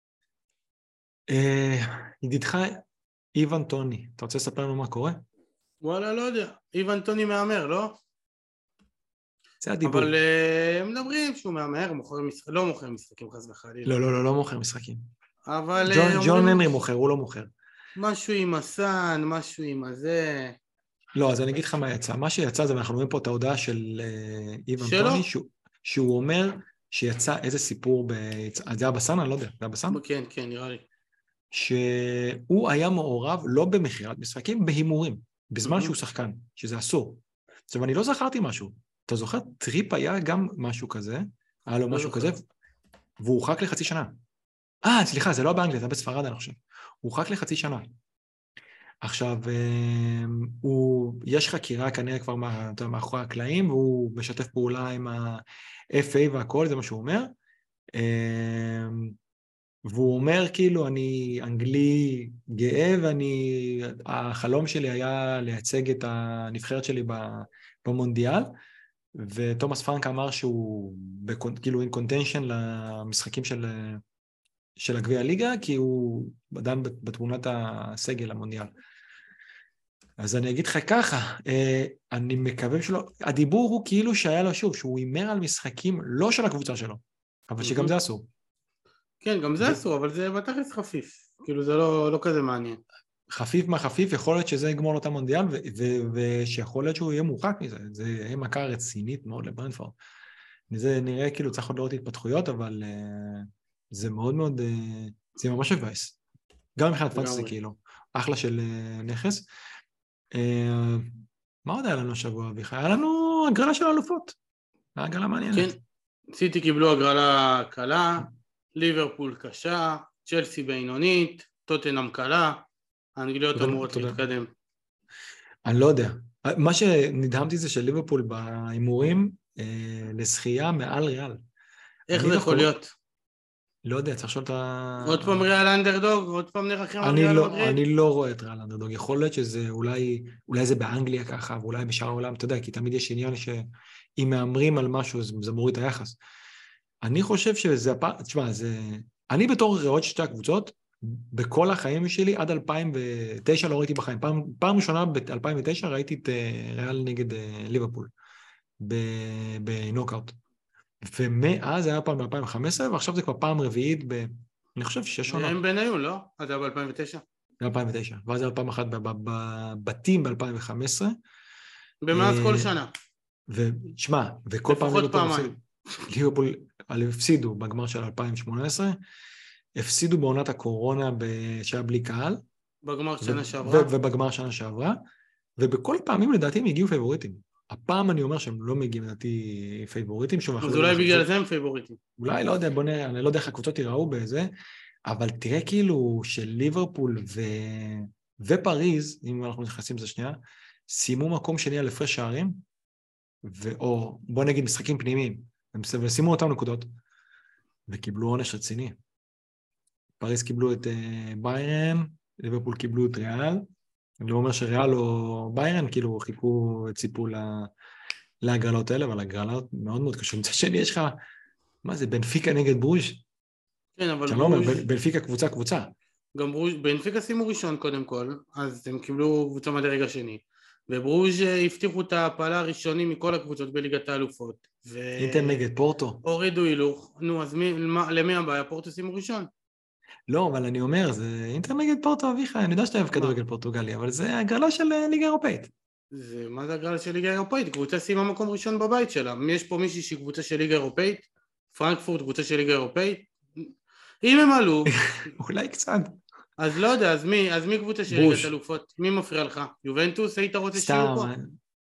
ידידך, איוון טוני, אתה רוצה לספר לנו מה קורה? וואלה, לא יודע. איוון טוני מאמר, לא? זה הדיבור. אבל הם מדברים שהוא מאמר, לא מוכר משחקים חס וחלילה. לא מוכר משחקים. אבל... ג'ון הנרי מוכר, הוא לא מוכר. משהו עם הסן, משהו עם הזה. לא, אז אני אגיד לך מה יצא. מה שיצא זה, ואנחנו רואים פה את ההודעה של איוון טוני, שהוא אומר שיצא איזה סיפור, זה היה בסן, אני לא יודע, זה היה בסן? כן, נראה לי. שהוא היה מעורב לא במחירת משחקים, בהימורים, בזמן שהוא שחקן, שזה אסור. עכשיו, אני לא זכרתי משהו. אתה זוכר? טריפ היה גם משהו כזה, היה לו משהו כזה, והוא הורחק לחצי שנה. סליחה, זה לא באנגליה, זה בספרד, אני חושב. הוא הורחק לחצי שנה. עכשיו, יש חקירה כנראה כבר מאחורי הקלעים, והוא משתף פעולה עם ה-FA והכל, זה מה שהוא אומר. והוא אומר, כאילו, אני אנגלי גאה, החלום שלי היה לייצג את הנבחרת שלי במונדיאל, ותומאס פרנק אמר שהוא כאילו in contention למשחקים של הגביע הליגה, כי הוא אדם בתמונת הסגל המונדיאל. אז אני אגיד לך ככה, אני מקווה שלא, הדיבור הוא כאילו שהיה לו שוב, שהוא הימר על משחקים לא של הקבוצה שלו, אבל שגם זה אסור. כן, גם זה אסור, אבל זה בתכלס חפיף, כאילו זה לא כזה מעניין. חפיף מה חפיף, יכול להיות שזה יגמור לאותה מונדיאל, ושיכול להיות שהוא יהיה מורחק מזה, זה יהיה מכה רצינית מאוד לברנפורד. זה נראה כאילו צריך עוד לראות התפתחויות, אבל זה מאוד מאוד, זה ממש מבאס. גם מבחינת פנטסי כאילו. אחלה של נכס. מה עוד היה לנו השבוע, אביחי? היה לנו הגרלה של האלופות. הגרלה מעניינת. כן, סיטי קיבלו הגרלה קלה, ליברפול קשה, צ'לסי בינונית, טוטנהאם קלה, האנגליות אמורות להתקדם. אני לא יודע. מה שנדהמתי זה של ליברפול בהימורים לזכייה מעל ריאל. איך זה יכול להיות? לא יודע, צריך לשאול את עוד פעם ריאל אנדרדוג, עוד פעם נרחם על ריאל מדריד? אני לא רואה את ריאל אנדרדוג. יכול להיות שזה אולי זה באנגליה ככה, ואולי בשאר העולם, אתה יודע, כי תמיד יש עניין שאם מאמרים על משהו, זה מוריד את היחס. אני חושב שזה, תשמע, אני בתור רואה שתי הקבוצות, בכל החיים שלי, עד 2009 לא ראיתי בחיים. פעם ראשונה ב-2009 ראיתי את ריאל נגד ליברפול, בנוקאוט. ומאז היה פעם ב-2015, ועכשיו זה כבר פעם רביעית אני חושב שש עונה. הם ביניון, לא? אז זה היה ב-2009. ב-2009, ואז זה היה פעם אחת בבתים ב-2015. במאז כל שנה. ושמע, וכל פעם ליברפול הפסידו בגמר של 2018, הפסידו בעונת הקורונה שהיה בלי קהל. בגמר שנה שעברה. ובגמר שנה שעברה, ובכל פעמים לדעתי הם הגיעו פייבוריטים. הפעם אני אומר שהם לא מגיעים לדעתי פייבוריטים. אז אולי בגלל זה הם פייבוריטים. אולי, לא יודע, בוא נראה, אני לא יודע איך הקבוצות יראו בזה, אבל תראה כאילו של ליברפול ופריז, אם אנחנו נכנסים לזה שנייה, שימו מקום שני על הפרש שערים, או בוא נגיד משחקים פנימיים, ושימו אותם נקודות, וקיבלו עונש רציני. פריז קיבלו את ביירן, ליברפול קיבלו את ריאל, אני לא אומר שריאל או ביירן, כאילו ציפו להגרלות האלה, אבל הגרלות מאוד מאוד קשות. מצד שני יש לך, מה זה, בנפיקה נגד ברוז'? כן, אבל שאני לא אומר, בנפיקה קבוצה. גם ברוז', בנפיקה שימו ראשון קודם כל, אז הם קיבלו קבוצה מהדרג השני, וברוז' הבטיחו את ההפלה הראשונים מכל הקבוצות בליגת האלופות. אינטר נגד פורטו. הורידו הילוך, נו, אז למי הבעיה? פורטו שימו ראשון. לא, אבל אני אומר, זה אינטר נגד פורטו אביחי, אני יודע שאתה אוהב כדורגל פורטוגלי, אבל זה הגרלה של ליגה אירופאית. מה זה הגרלה של ליגה אירופאית? קבוצה סיימה מקום ראשון בבית שלה. יש פה מישהי שהיא קבוצה של ליגה אירופאית? פרנקפורט קבוצה של ליגה אירופאית? אם הם עלו... אולי קצת. אז לא יודע, אז מי קבוצה של ליגת אלופות? מי מפריע לך? יובנטוס? היית רוצה שיהיו פה?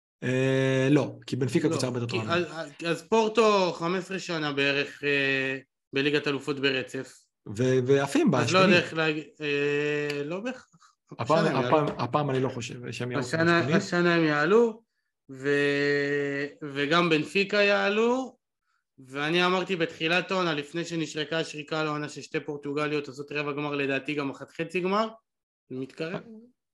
לא, כי בנפיקה קבוצה הרבה יותר טובה. אז פורטו 15 שנה בערך בליגת אלופות ברצף. ועפים בה, אז לא יודע איך להגיד, לא בהכרח. הפעם אני לא חושב שהם יעלו. השנה הם יעלו, וגם בנפיקה יעלו, ואני אמרתי בתחילת עונה, לפני שנשרקה השריקה לעונה של שתי פורטוגליות, עושות רבע גמר, לדעתי גם אחת חצי גמר, זה מתקרב.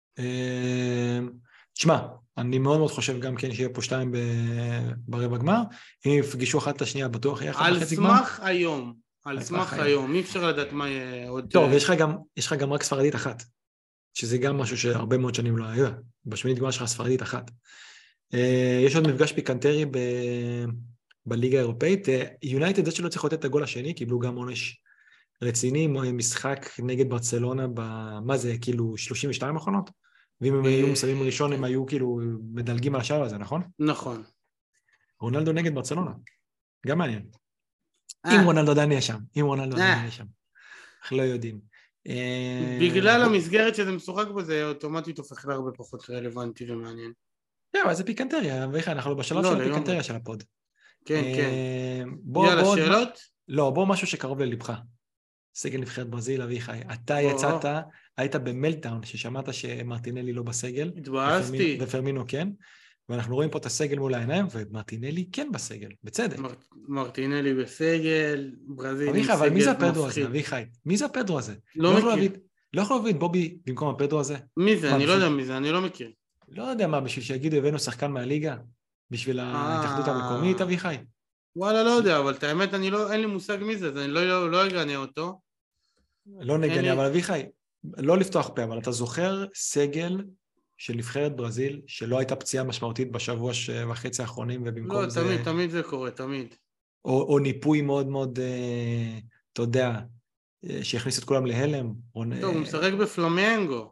תשמע, אני מאוד מאוד חושב גם כן שיהיה פה שתיים ברבע גמר, אם יפגשו אחת את השנייה, בטוח יהיה אחת בחצי גמר. על סמך היום, אי אפשר לדעת מה יהיה עוד... טוב, יש לך גם רק ספרדית אחת, שזה גם משהו שהרבה מאוד שנים לא היה, בשמינית גמר שלך ספרדית אחת. יש עוד מפגש פיקנטרי בליגה האירופאית, יונייטד זה שלא צריך לתת את הגול השני, קיבלו גם עונש רציני, משחק נגד ברצלונה, מה זה, כאילו 32 האחרונות? ואם הם היו מסיימים ראשון, הם היו כאילו מדלגים על השער הזה, נכון? נכון. רונלדו נגד ברצלונה, גם מעניין. אם רונלדו עדיין יהיה שם, אנחנו לא יודעים. בגלל המסגרת שזה משוחק בזה, אוטומטית הופך להרבה פחות רלוונטי ומעניין. אבל זה פיקנטריה, אנחנו בשלב של הפיקנטריה של הפוד. כן, כן. יאללה, שאלות? לא, בוא משהו שקרוב ללבך. סגל נבחרת ברזיל, אביחי. אתה יצאת, היית במלטאון, ששמעת שמרטינלי לא בסגל. התבאסתי. ופרמינו כן. ואנחנו רואים פה את הסגל מול העיניים, ומרטינלי כן בסגל, בצדק. מרטינלי בסגל, ברזיל אביחי, אבל מי זה הפדרו הזה, אביחי? מי זה הפדרו הזה? לא מכיר. לא יכול להביא את בובי במקום הפדרו הזה? מי זה? אני לא יודע מי זה, אני לא מכיר. לא יודע מה, בשביל שיגידו הבאנו שחקן מהליגה, בשביל ההתאחדות המקומית, אביחי. וואלה, לא יודע, אבל את האמת, אין לי מושג מי זה, אז אני לא אגנה אותו. לא נגנה, אבל אביחי, לא לפתוח פה, אבל אתה זוכר סגל של נבחרת ברזיל, שלא הייתה פציעה משמעותית בשבוע וחצי האחרונים, ובמקום זה... לא, תמיד זה קורה, תמיד. או ניפוי מאוד מאוד, אתה יודע, שיכניס את כולם להלם. טוב, הוא משחק בפלמנגו.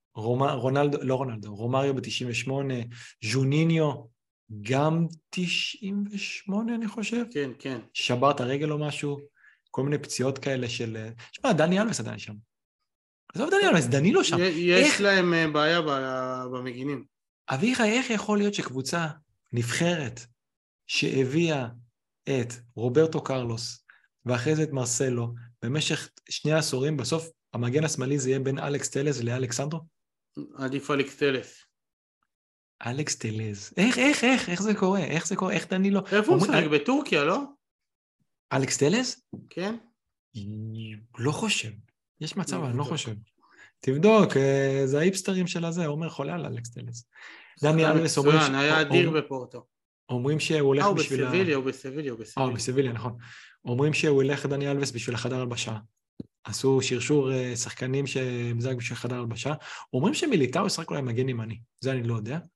רומריו ב-98, ז'וניניו, גם 98 אני חושב. כן, כן. שבר את הרגל או משהו, כל מיני פציעות כאלה של... שמע, דני אלבס עדיין שם. עזוב דני אלווס, דנילו שם. יש להם בעיה במגינים. אביחי, איך יכול להיות שקבוצה נבחרת שהביאה את רוברטו קרלוס, ואחרי זה את מרסלו, במשך 2 עשורים, בסוף המגן השמאלי זה יהיה בין אלכס טלס לאלכסנדרו? עדיף אלכס טלס. אלכס טלס. איך זה קורה? איך דנילו? איפה הוא משחק? בטורקיה, לא? אלכס טלס? כן. לא חושב. יש מצב, אני לא חושב. תבדוק, זה האיפסטרים של הזה, אומר חולה על אלכס טלס. דני אלווס אומרים... היה אדיר בפורטו. אומרים שהוא הולך בשביל... הוא בסביליה, נכון. אומרים שהוא ילך דני אלווס בשביל החדר הלבשה. עשו שרשור שחקנים שמזג בשביל חדר הלבשה. אומרים שמיליטאו ישחק אולי מגן ימני. זה אני לא יודע.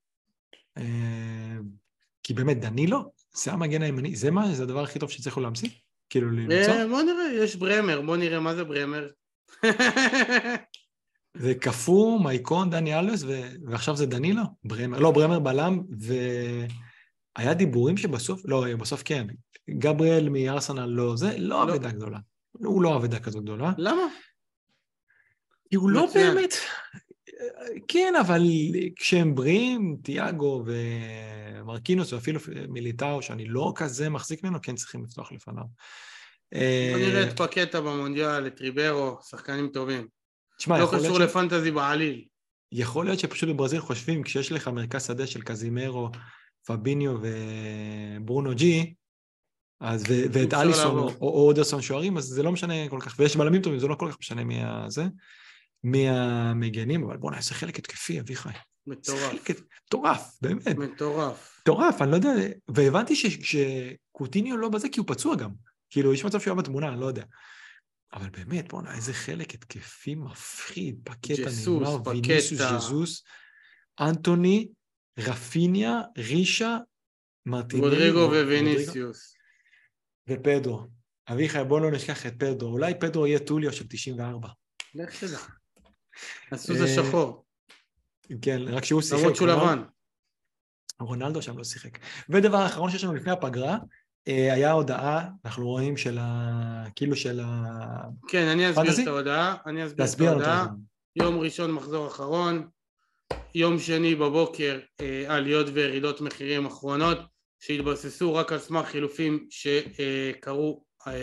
כי באמת דנילו, זה המגן הימני. זה מה? זה הדבר הכי טוב שצריכו להמציא? כאילו למצוא? בוא נראה, יש ברמר. בוא נראה מה זה ברמר. זה קפוא, מייקון, דני אלווס, ועכשיו זה דנילו? ברמר. לא, ברמר בלם, היה דיבורים שבסוף, לא, בסוף כן, גבריאל מארסנל לא, זה לא עבודה גדולה. הוא לא עבודה כזו גדולה. למה? כי הוא לא באמת, כן, אבל כשהם בריאים, תיאגו ומרקינוס, ואפילו מיליטאו, שאני לא כזה מחזיק ממנו, כן צריכים לפתוח לפניו. בוא נראה את פקטה במונדיאל, את ריברו, שחקנים טובים. תשמע, לא קשור לפנטזי בעליל. יכול להיות שפשוט בברזיל חושבים, כשיש לך מרכז שדה של קזימרו, פביניו וברונו ג'י, אז ואת אליסון או אודרסון שוערים, אז זה לא משנה כל כך, ויש בלמים טובים, זה לא כל כך משנה מהמגנים, אבל בוא נעשה חלק התקפי, אביחי. מטורף, באמת. מטורף, אני לא יודע, והבנתי שקוטיניו לא בזה, כי הוא פצוע גם, כאילו יש מצב שהוא היה בתמונה, אני לא יודע. אבל באמת, בוא נעשה איזה חלק התקפי מפחיד, פקטה נאמר, ויניסוס, ז'זוס, אנטוני, רפיניה, רישה, מרטינלי, רודריגו וויניסיוס. ופדרו. אביחי, בוא לא נשכח את פדרו. אולי פדרו יהיה טוליו של 94. לך שלה. הסוס השחור. כן, רק שהוא שיחק. למרות שהוא לבן. רונלדו שם לא שיחק. ודבר האחרון שיש לנו לפני הפגרה, היה הודעה, אנחנו רואים כאילו של ה... כן, אני אסביר את ההודעה. יום ראשון מחזור אחרון. יום שני בבוקר עליות וירידות מחירים אחרונות שהתבססו רק על סמך חילופים שקרו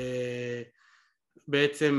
בעצם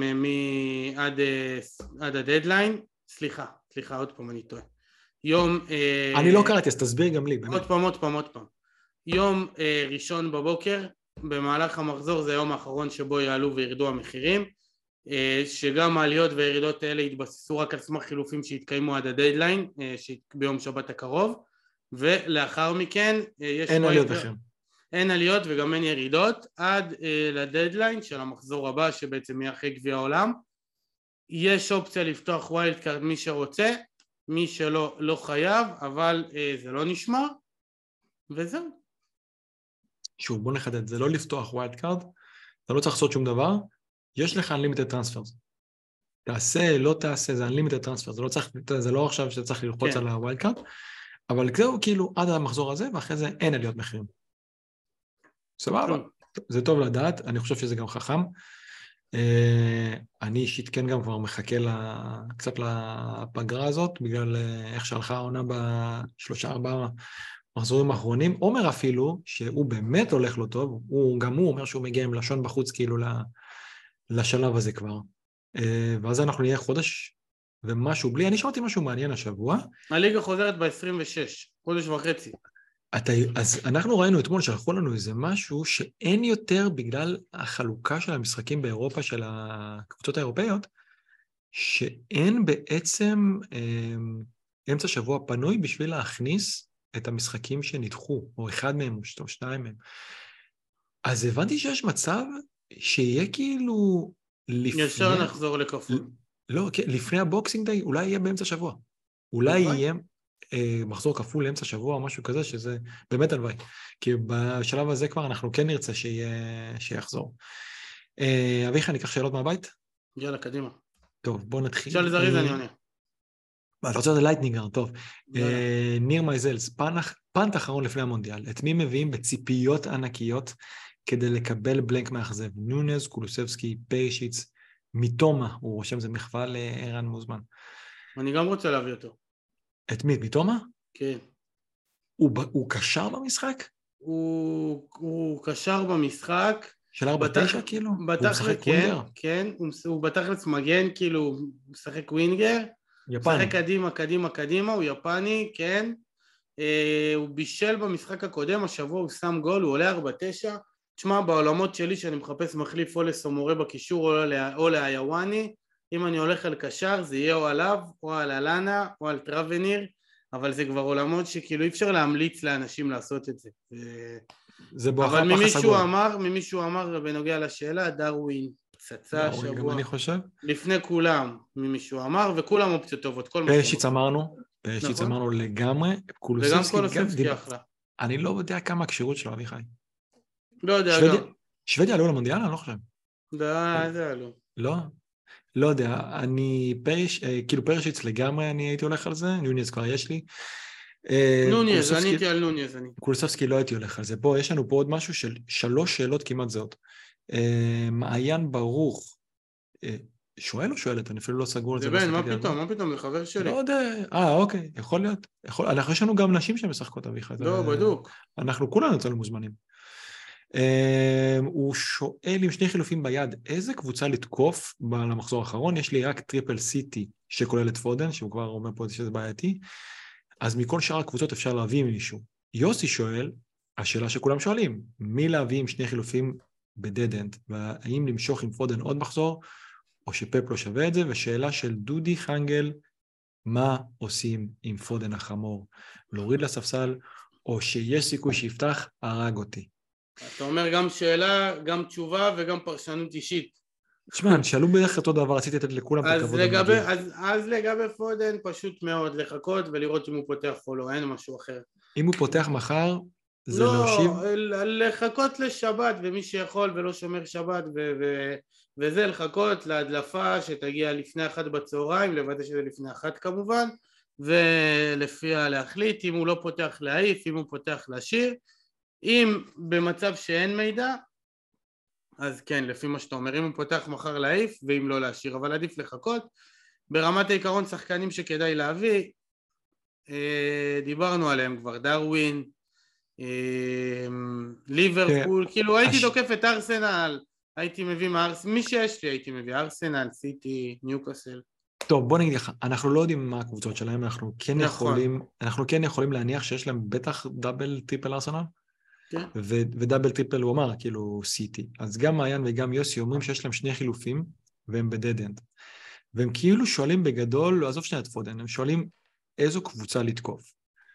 עד הדדליין. סליחה, עוד פעם אני טועה. אני לא קראתי, אז תסביר גם לי. עוד פעם. יום ראשון בבוקר, במהלך המחזור זה היום האחרון שבו יעלו וירדו המחירים, שגם העליות והירידות האלה התבססו רק על סמך חילופים שהתקיימו עד הדדליין ביום שבת הקרוב, ולאחר מכן אין עליות וגם אין ירידות עד לדדליין של המחזור הבא שבעצם יהיה אחרי גביע העולם. יש אופציה לפתוח ווילד קארד מי שרוצה, מי שלא לא חייב, אבל זה לא נשמר וזהו. שוב, בוא נחדד, זה לא לפתוח ווילד קארד, אתה לא צריך לעשות שום דבר, יש לך unlimited transfers. תעשה, לא תעשה, זה unlimited transfers, זה לא עכשיו שאתה צריך ללחוץ על הווילד קארד, אבל זהו כאילו עד המחזור הזה, ואחרי זה אין עליות מחירים. סבבה, זה טוב לדעת, אני חושב שזה גם חכם. אני אישית כן גם כבר מחכה קצת לפגרה הזאת, בגלל איך שהלכה העונה ב3-4 מחזורים האחרונים. עומר אפילו, שהוא באמת הולך לו טוב, גם הוא אומר שהוא מגיע עם לשון בחוץ כאילו לשלב הזה כבר. ואז אנחנו נהיה חודש ומשהו בלי, אני שמעתי משהו מעניין השבוע. הליגה חוזרת ב-26, חודש וחצי. אז אנחנו ראינו אתמול שלחו לנו איזה משהו שאין יותר בגלל החלוקה של המשחקים באירופה של הקבוצות האירופאיות, שאין בעצם אמצע שבוע פנוי בשביל להכניס את המשחקים שנדחו, או אחד מהם או שניים מהם. אז הבנתי שיש מצב שיהיה כאילו לפני... ישר נחזור לכפול. לא, לפני הבוקסינג דיי, אולי יהיה באמצע שבוע. אולי יהיה מחזור כפול לאמצע שבוע או משהו כזה, שזה באמת הלוואי. כי בשלב הזה כבר אנחנו כן נרצה שיחזור. אביחי, אני אקח שאלות מהבית? יאללה, קדימה. טוב, בוא נתחיל. שאל זריז, אני עונה. אתה רוצה את הלייטנינגר, טוב. ניר מייזלס, פנט אחרון לפני המונדיאל. את מי מביאים בציפיות ענקיות כדי לקבל בלנק מאכזב? נונז, קולוסבסקי, פיישיץ, מתומה, הוא רושם, זה מחווה לערן מוזמן. אני גם רוצה להביא אותו. את מי? מתומה? כן. הוא קשר במשחק? הוא קשר במשחק. של 4-9 כאילו? הוא משחק כן, ווינגר? כן, הוא בתכלס מגן, כאילו, הוא משחק ווינגר. יפני. משחק קדימה, הוא יפני, כן. הוא בישל במשחק הקודם, השבוע הוא שם גול, הוא עולה 4-9. תשמע, בעולמות שלי שאני מחפש מחליף או לסומורה בקישור או לאיוואני, אם אני הולך על קשר זה יהיה או עליו, או על אלנה, או על טראבניר, אבל זה כבר עולמות שכאילו אי אפשר להמליץ לאנשים לעשות את זה. זה בואכה אבל פח הסגול. ממישהו אמר בנוגע לשאלה, דרווין, פצצה דרווין, גם שבוע. אני חושב. לפני כולם, ממישהו אמר, וכולם אופציות טובות. פרשיץ אמרנו לגמרי, וגם קולוסבסקי קולוסבסקי אחלה. אני לא יודע כמה הקשירות שלו, אביחי. לא יודע גם. שוודיה עלו למונדיאל? אני לא חושב. זה עלו. לא יודע, כאילו פרשיץ לגמרי אני הייתי הולך על זה, נוניז כבר יש לי. נוניז, אני הייתי על נוניז. קולוסבסקי לא הייתי הולך על זה. בוא, יש לנו פה עוד משהו של 3 שאלות כמעט זהות. מעיין ברוך, שואל או שואלת? אני אפילו לא סגור על זה. זה בן, מה פתאום, זה חבר שלי. לא יודע, אוקיי, יכול להיות. יש לנו גם נשים שמשחקות אביחי. לא, בדוק. אנחנו כולנו יצאנו מוזמנים. הוא שואל עם 2 חילופים ביד, איזה קבוצה לתקוף למחזור האחרון? יש לי רק טריפל סיטי שכולל את פודן, שהוא כבר אומר פה שזה בעייתי, אז מכל שאר הקבוצות אפשר להביא מישהו. יוסי שואל, השאלה שכולם שואלים, מי להביא עם 2 חילופים בדד-אנד, והאם למשוך עם פודן עוד מחזור, או שפפ לא שווה את זה, ושאלה של דודי חנגל, מה עושים עם פודן החמור? להוריד לספסל, או שיש סיכוי שיפתח, הרג אותי. אתה אומר גם שאלה, גם תשובה וגם פרשנות אישית. תשמע, שאלו בערך אותו דבר, רציתי לתת לכולם את הכבוד המגיע. אז לגבי פודן פשוט מאוד לחכות ולראות אם הוא פותח או לא, אין משהו אחר. אם הוא פותח מחר, זה להושיב? לא, לחכות לשבת, ומי שיכול ולא שומר שבת, וזה לחכות להדלפה שתגיע לפני 1 בצהריים, לוודא שזה לפני 1 כמובן, ולפיה להחליט אם הוא לא פותח להעיף, אם הוא פותח להשאיר. אם במצב שאין מידע, אז כן, לפי מה שאתה אומר, אם הוא פותח מחר להעיף, ואם לא להשאיר, אבל עדיף לחכות. ברמת העיקרון שחקנים שכדאי להביא, דיברנו עליהם כבר, דרווין, ליברפול, כאילו הייתי תוקף את ארסנל, הייתי מביא מי שיש לי הייתי מביא, ארסנל, סיטי, ניוקאסל. טוב, בוא נגיד לך, אנחנו לא יודעים מה הקבוצות שלהם, אנחנו כן יכולים להניח שיש להם בטח דאבל טריפל ארסנל, ודאבל טריפל הוא אמר, כאילו סיטי. אז גם מעיין וגם יוסי אומרים שיש להם 2 חילופים, והם בדד-אנד. והם כאילו שואלים בגדול, עזוב שנייה את פודן, הם שואלים איזו קבוצה לתקוף.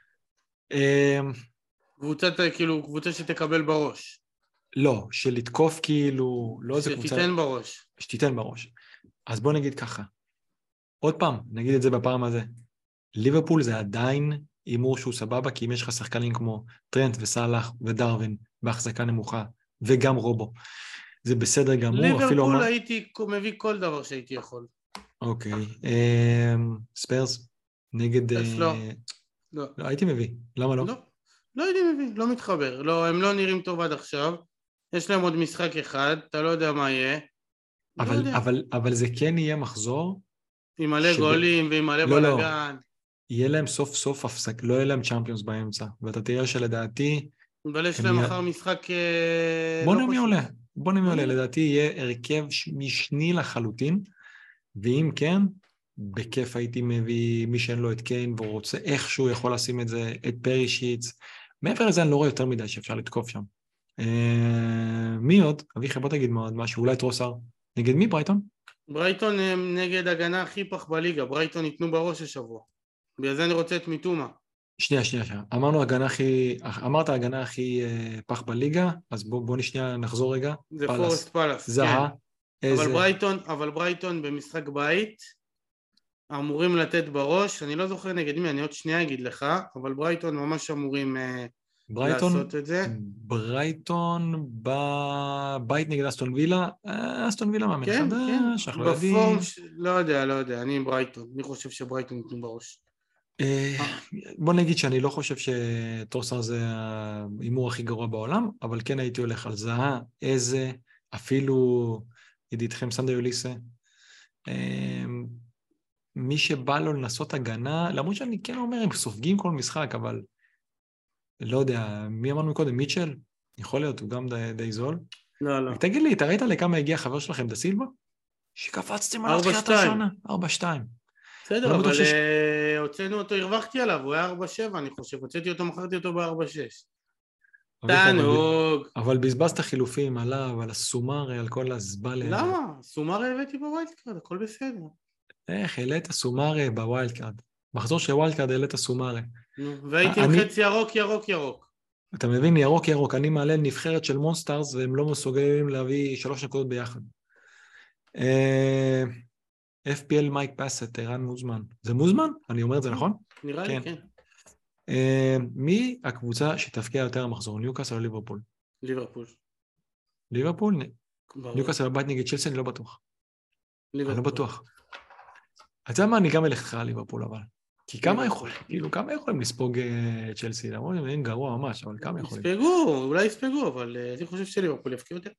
קבוצה שתקבל בראש. לא, שלתקוף כאילו, לא איזה קבוצה... שתיתן בראש. שתיתן בראש. אז בוא נגיד ככה. עוד פעם, נגיד את זה בפעם הזה. ליברפול זה עדיין אימור שהוא סבבה, כי אם יש לך שחקנים כמו טרנט וסלאח ודרווין בהחזקה נמוכה, וגם רובו, זה בסדר גמור. ליברפול הייתי מביא כל דבר שהייתי יכול. אוקיי. ספיירס? נגד... לא. לא, הייתי מביא. למה לא? לא הייתי מביא, לא מתחבר. לא, הם לא נראים טוב עד עכשיו. יש להם עוד משחק אחד, אתה לא יודע מה יהיה. אבל זה כן יהיה מחזור. עם מלא גולים ועם מלא בלגן. יהיה להם סוף סוף הפסק, לא יהיה להם צ'אמפיונס באמצע. ואתה תראה שלדעתי... אבל יש להם מחר משחק... בוא נמי עולה. לדעתי יהיה הרכב משני לחלוטין, ואם כן, בכיף הייתי מביא מי שאין לו את קיין, והוא רוצה איכשהו יכול לשים את זה, את פרישיץ. מעבר לזה אני לא רואה יותר מדי שאפשר לתקוף שם. מי עוד? אביחי, בוא תגיד מאוד משהו, אולי טרוסר. נגד מי ברייטון? ברייטון הם נגד הגנה הכי פח בליגה, ברייטון ייתנו בראש השבוע. בגלל זה אני רוצה את מיטומה. שנייה. אמרת הגנה הכי פח בליגה, אז בוא נשנייה נחזור רגע. זה פורסט פלאס. זהה. אבל ברייטון במשחק בית, אמורים לתת בראש, אני לא זוכר נגד מי, אני עוד שנייה אגיד לך, אבל ברייטון ממש אמורים לעשות את זה. ברייטון בבית נגד אסטון וילה, אסטון וילה מאמן חדש, אנחנו יודעים. בפורם, לא יודע, אני עם ברייטון, אני חושב שברייטון ייתנו בראש. בוא נגיד שאני לא חושב שטרוסר זה האימור הכי גרוע בעולם, אבל כן הייתי הולך על זהה, איזה, אפילו ידידכם סנדר יוליסה, מי שבא לו לנסות הגנה, למרות שאני כן אומר, הם סופגים כל משחק, אבל לא יודע, מי אמרנו קודם? מיטשל? יכול להיות, הוא גם די זול. לא, לא. תגיד לי, אתה ראית לכמה הגיע חבר שלכם, דה סילבה? שקפצתם עליו תחילת 4-2. השנה? 4-2. בסדר, לא בטוח אבל שיש... הוצאנו אותו, הרווחתי עליו, הוא היה 4-7, אני חושב. הוצאתי אותו, מכרתי אותו ב-4-6. אביחי, תענוג. אבל בזבזת חילופים עליו, על הסומארי, על כל הזבלה הזה. למה? סומארי הבאתי בווילד קארד, הכל בסדר. איך, העלית סומארי בווילד קארד. מחזור של ווילד קארד העלית סומארי. נו, והייתי עם חצי ירוק, ירוק, ירוק. אתה מבין, ירוק ירוק, אני מעלה נבחרת של מונסטארס, והם לא מסוגלים להביא 3 נקודות ביחד. FPL מייק פאסט, ערן מוזמן. זה מוזמן? אני אומר את זה נכון? נראה לי, כן. מי הקבוצה שתפקיע יותר המחזור? ניוקאסל או ליברפול? ליברפול. ליברפול? ניוקאסל בבית נגד צ'לסי, אני לא בטוח. אני לא בטוח. אתה יודע מה, אני גם אלך לך על ליברפול, אבל. כי כמה יכולים לספוג צ'לסי? למרות שהם גרוע ממש, אבל כמה יכולים? אולי יספגו, אבל אני חושב שליברפול יפקיע יותר.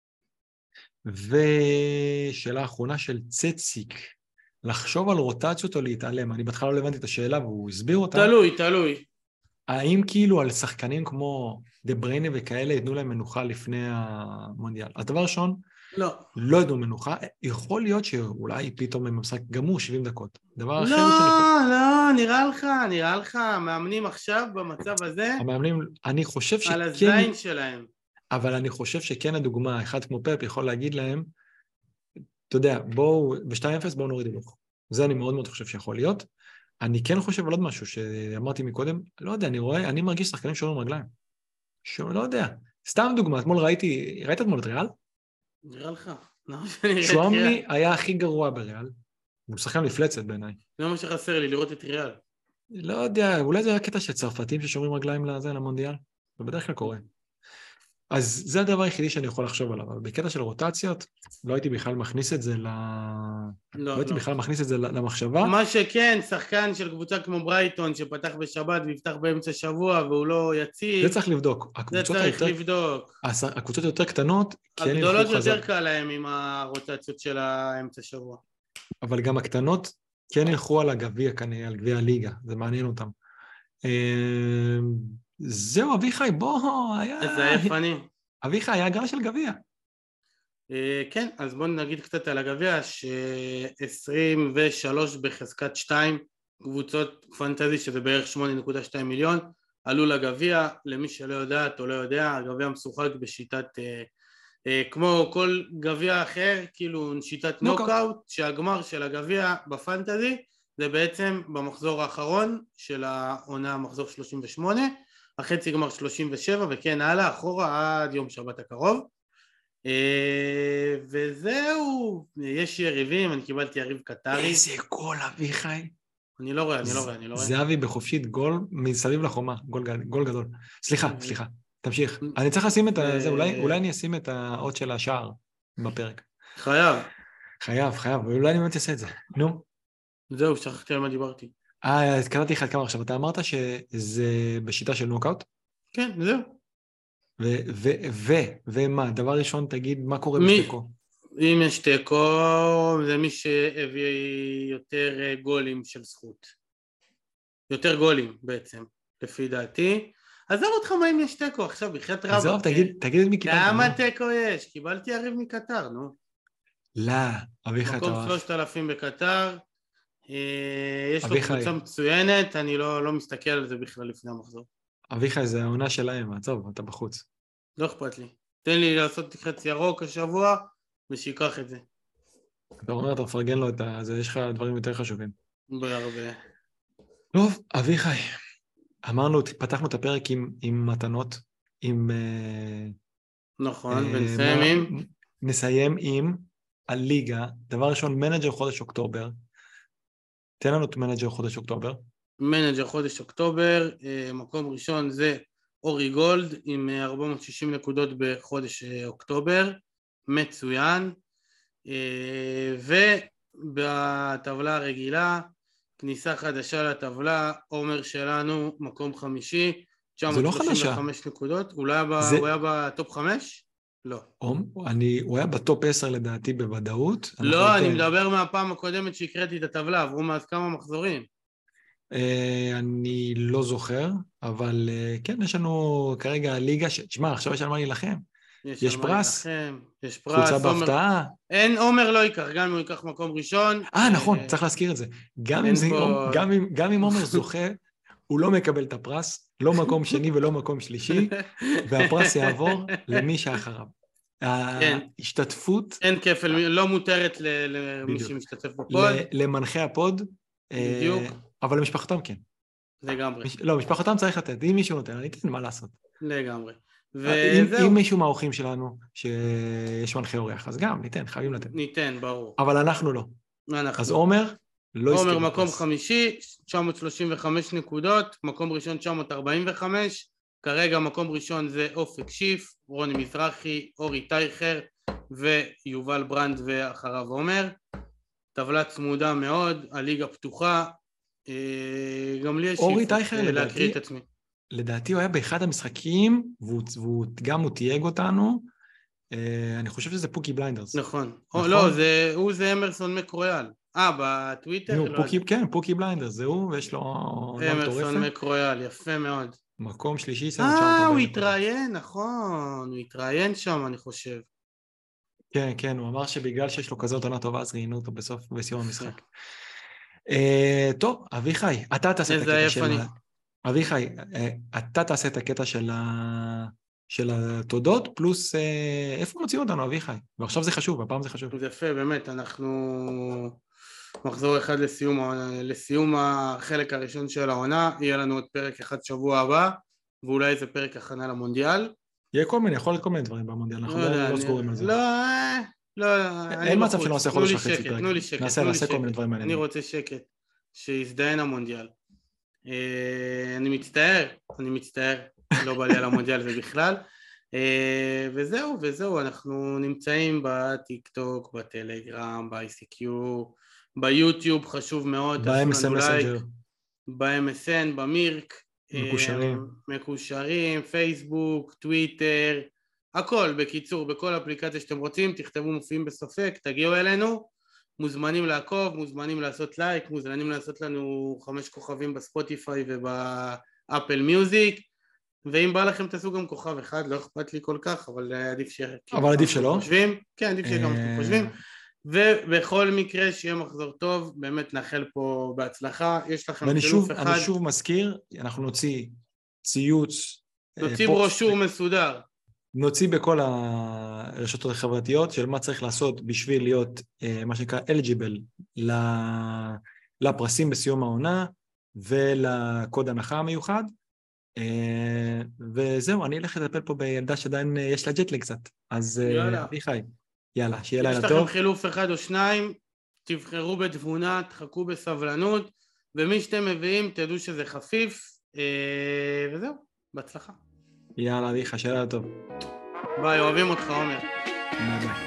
ושאלה האחרונה של צציק, לחשוב על רוטציות או להתעלם? אני בהתחלה לא הבנתי את השאלה והוא הסביר אותה. תלוי. האם כאילו על שחקנים כמו דה בריינה וכאלה יתנו להם מנוחה לפני המונדיאל? אז דבר ראשון, לא יתנו מנוחה, יכול להיות שאולי פתאום הם משחק גמור 70 דקות. דבר אחר... לא, נראה לך, מאמנים עכשיו במצב הזה, המאמנים, אני חושב שכן... על הזין שלהם. אבל אני חושב שכן הדוגמה, אחד כמו פפ יכול להגיד להם, אתה יודע, בואו, ב-2-0 בואו נוריד הילוך. זה אני מאוד מאוד חושב שיכול להיות. אני כן חושב על עוד משהו שאמרתי מקודם, לא יודע, אני מרגיש שחקנים שוברים רגליים. לא יודע. סתם דוגמה, אתמול ראית אתמול את ריאל? נראה לך. שואמני היה הכי גרוע בריאל. הוא שחקן מפלצת בעיניי. זה מה שחסר לי, לראות את ריאל. לא יודע, אולי זה היה קטע של צרפתים ששומרים רגליים לזה, למונדיאל. זה בדרך כלל קורה. אז זה הדבר היחידי שאני יכול לחשוב עליו, אבל בקטע של רוטציות, לא הייתי בכלל מכניס את זה למחשבה. מה שכן, שחקן של קבוצה כמו ברייטון, שפתח בשבת ויפתח באמצע שבוע, והוא לא יציב. זה צריך לבדוק. הקבוצות היותר קטנות, הגדולות יותר קל להם עם הרוטציות של האמצע שבוע. אבל גם הקטנות כן ילכו על הגביע, על גביע הליגה, זה מעניין אותם. זהו, אביחי, בוא, היה... איזה עייף אני. אביחי, היה הגרלה של גביע. כן, אז בואו נגיד קצת על הגביע, ש-23 בחזקת 2 קבוצות פנטזי, שזה בערך 8.2 מיליון, עלו לגביע. למי שלא יודעת או לא יודע, הגביע משוחק בשיטת, כמו כל גביע אחר, כאילו שיטת נוקאוט, שהגמר של הגביע בפנטזי, זה בעצם במחזור האחרון של העונה, המחזור 38, החצי גמר 37, וכן הלאה, אחורה עד יום שבת הקרוב. וזהו, יש יריבים, אני קיבלתי יריב קטרי. איזה גול, אביחי. אני לא רואה. זהבי בחופשית, גול מסביב לחומה, גול גדול. סליחה, תמשיך. אני צריך לשים את זה, אולי אני אשים את האות של השער בפרק. חייב, אולי אני באמת אעשה את זה. נו. זהו, שכחתי על מה דיברתי. קראתי לך כמה עכשיו, אתה אמרת שזה בשיטה של נוקאוט? כן, זהו. ומה, דבר ראשון תגיד, מה קורה בשתיקו? אם יש תיקו, זה מי שהביא יותר גולים של זכות. יותר גולים בעצם, לפי דעתי. עזוב אותך מה אם יש תיקו עכשיו, בחייאת רבה. עזוב, תגיד את מי קיבלת. כמה תיקו יש? קיבלתי יריב מקטר, נו. לא, אביחי אתה... מקום 3,000 בקטר. יש לו קבוצה מצוינת, אני לא מסתכל על זה בכלל לפני המחזור. אביחי, זה העונה שלהם, עצוב, אתה בחוץ. לא אכפת לי. תן לי לעשות חצי ירוק השבוע, ושיקח את זה. אתה אומר, אתה מפרגן לו את זה, יש לך דברים יותר חשובים. בהרבה. טוב, אביחי, אמרנו, פתחנו את הפרק עם מתנות, עם... נכון, ונסיים עם... נסיים עם הליגה, דבר ראשון, מנג'ר חודש אוקטובר. תן לנו את מנג'ר חודש אוקטובר. מנג'ר חודש אוקטובר, מקום ראשון זה אורי גולד עם 460 נקודות בחודש אוקטובר, מצוין. ובטבלה הרגילה, כניסה חדשה לטבלה, עומר שלנו, מקום חמישי, 935 נקודות, הוא היה בטופ 5? לא. הוא היה בטופ 10 לדעתי בוודאות. לא, אני מדבר מהפעם הקודמת שהקראתי את הטבלה, עברו מאז כמה מחזורים. אני לא זוכר, אבל כן, יש לנו כרגע ליגה, תשמע, עכשיו יש על מה להילחם. יש פרס, קבוצה בהפתעה. אין, עומר לא ייקח, גם אם הוא ייקח מקום ראשון. נכון, צריך להזכיר את זה. גם אם עומר זוכה, הוא לא מקבל את הפרס, לא מקום שני ולא מקום שלישי, והפרס יעבור למי שאחריו. ההשתתפות... אין כפל, לא מותרת למי שמשתתף בפוד. למנחה הפוד. בדיוק. אבל למשפחתם כן. לגמרי. לא, משפחתם צריך לתת. אם מישהו נותן, אני אתן מה לעשות. לגמרי. אם מישהו מהאורחים שלנו, שיש מנחה אורח, אז גם ניתן, חייבים לתת. ניתן, ברור. אבל אנחנו לא. אז עומר, לא יזכה. עומר מקום חמישי, 935 נקודות, מקום ראשון 945, כרגע מקום ראשון זה אופק שיף, רוני מזרחי, אורי טייכר ויובל ברנד ואחריו עומר. טבלה צמודה מאוד, הליגה פתוחה, גם לי יש שיפוט להקריא את עצמי. לדעתי הוא היה באחד המשחקים, וגם הוא תייג אותנו, אני חושב שזה פוקי בליינדרס. נכון. לא, זה אמרסון מקרויאל. בטוויטר? כן, פוקי בליינדרס, זה הוא, ויש לו... אמרסון מקרויאל, יפה מאוד. מקום שלישי, הוא התראיין, נכון, הוא התראיין שם, אני חושב. כן, הוא אמר שבגלל שיש לו כזאת עונה טובה, אז ראינו אותו בסיום המשחק. טוב, אביחי, אתה תעשה את הקטע של... אביחי, אתה תעשה את הקטע של התודות, פלוס איפה מוצאים אותנו, אביחי? ועכשיו זה חשוב, הפעם זה חשוב. זה יפה, באמת, אנחנו מחזור אחד לסיום החלק הראשון של העונה, יהיה לנו עוד פרק אחד שבוע הבא, ואולי איזה פרק הכנה למונדיאל. יכול להיות כל מיני דברים במונדיאל, אנחנו לא סגורים על זה. לא, אין מצב שלא נעשה חודש וחצי פרק. תנו לי שקט. נעשה כל מיני דברים מעניינים. אני רוצה שקט, שיזדיין המונדיאל. אני מצטער, לא בא לי על המונדיאל ובכלל. וזהו, אנחנו נמצאים בטיק טוק, בטלגרם, ב-ICQ, ביוטיוב, חשוב מאוד, ב-MSN מסנג'ר, ב-MSN, במירק, מקושרים, פייסבוק, טוויטר, הכל, בקיצור, בכל אפליקציה שאתם רוצים, תכתבו מופיעים בסופק, תגיעו אלינו, מוזמנים לעקוב, מוזמנים לעשות לייק, מוזמנים לעשות לנו 5 כוכבים בספוטיפיי ובאפל מיוזיק, ואם בא לכם תעשו גם כוכב אחד, לא אכפת לי כל כך, אבל עדיף שיהיה... אבל עדיף שלא? כן, עדיף שיהיה גם שאתם חושבים, ובכל מקרה שיהיה מחזור טוב, באמת נאחל פה בהצלחה, יש לכם חילוף אחד. אני שוב מזכיר, אנחנו נוציא ציוץ, נוציא ברושור מסודר. נוציא בכל הרשתות החברתיות של מה צריך לעשות בשביל להיות מה שנקרא eligible לפרסים בסיום העונה ולקוד הנחה המיוחד, וזהו, אני אלך לטפל פה בילדה שעדיין יש לה ג'טלג קצת, אז אביחי, יאללה, שיהיה לילה טוב. יש לכם חילוף אחד או שניים, תבחרו בתבונה, תחכו בסבלנות, ומי שאתם מביאים תדעו שזה חפיף, וזהו, בהצלחה. יאללה, אביחי, שיהיה לילה טוב. ביי, אוהבים אותך, עומר. ביי ביי.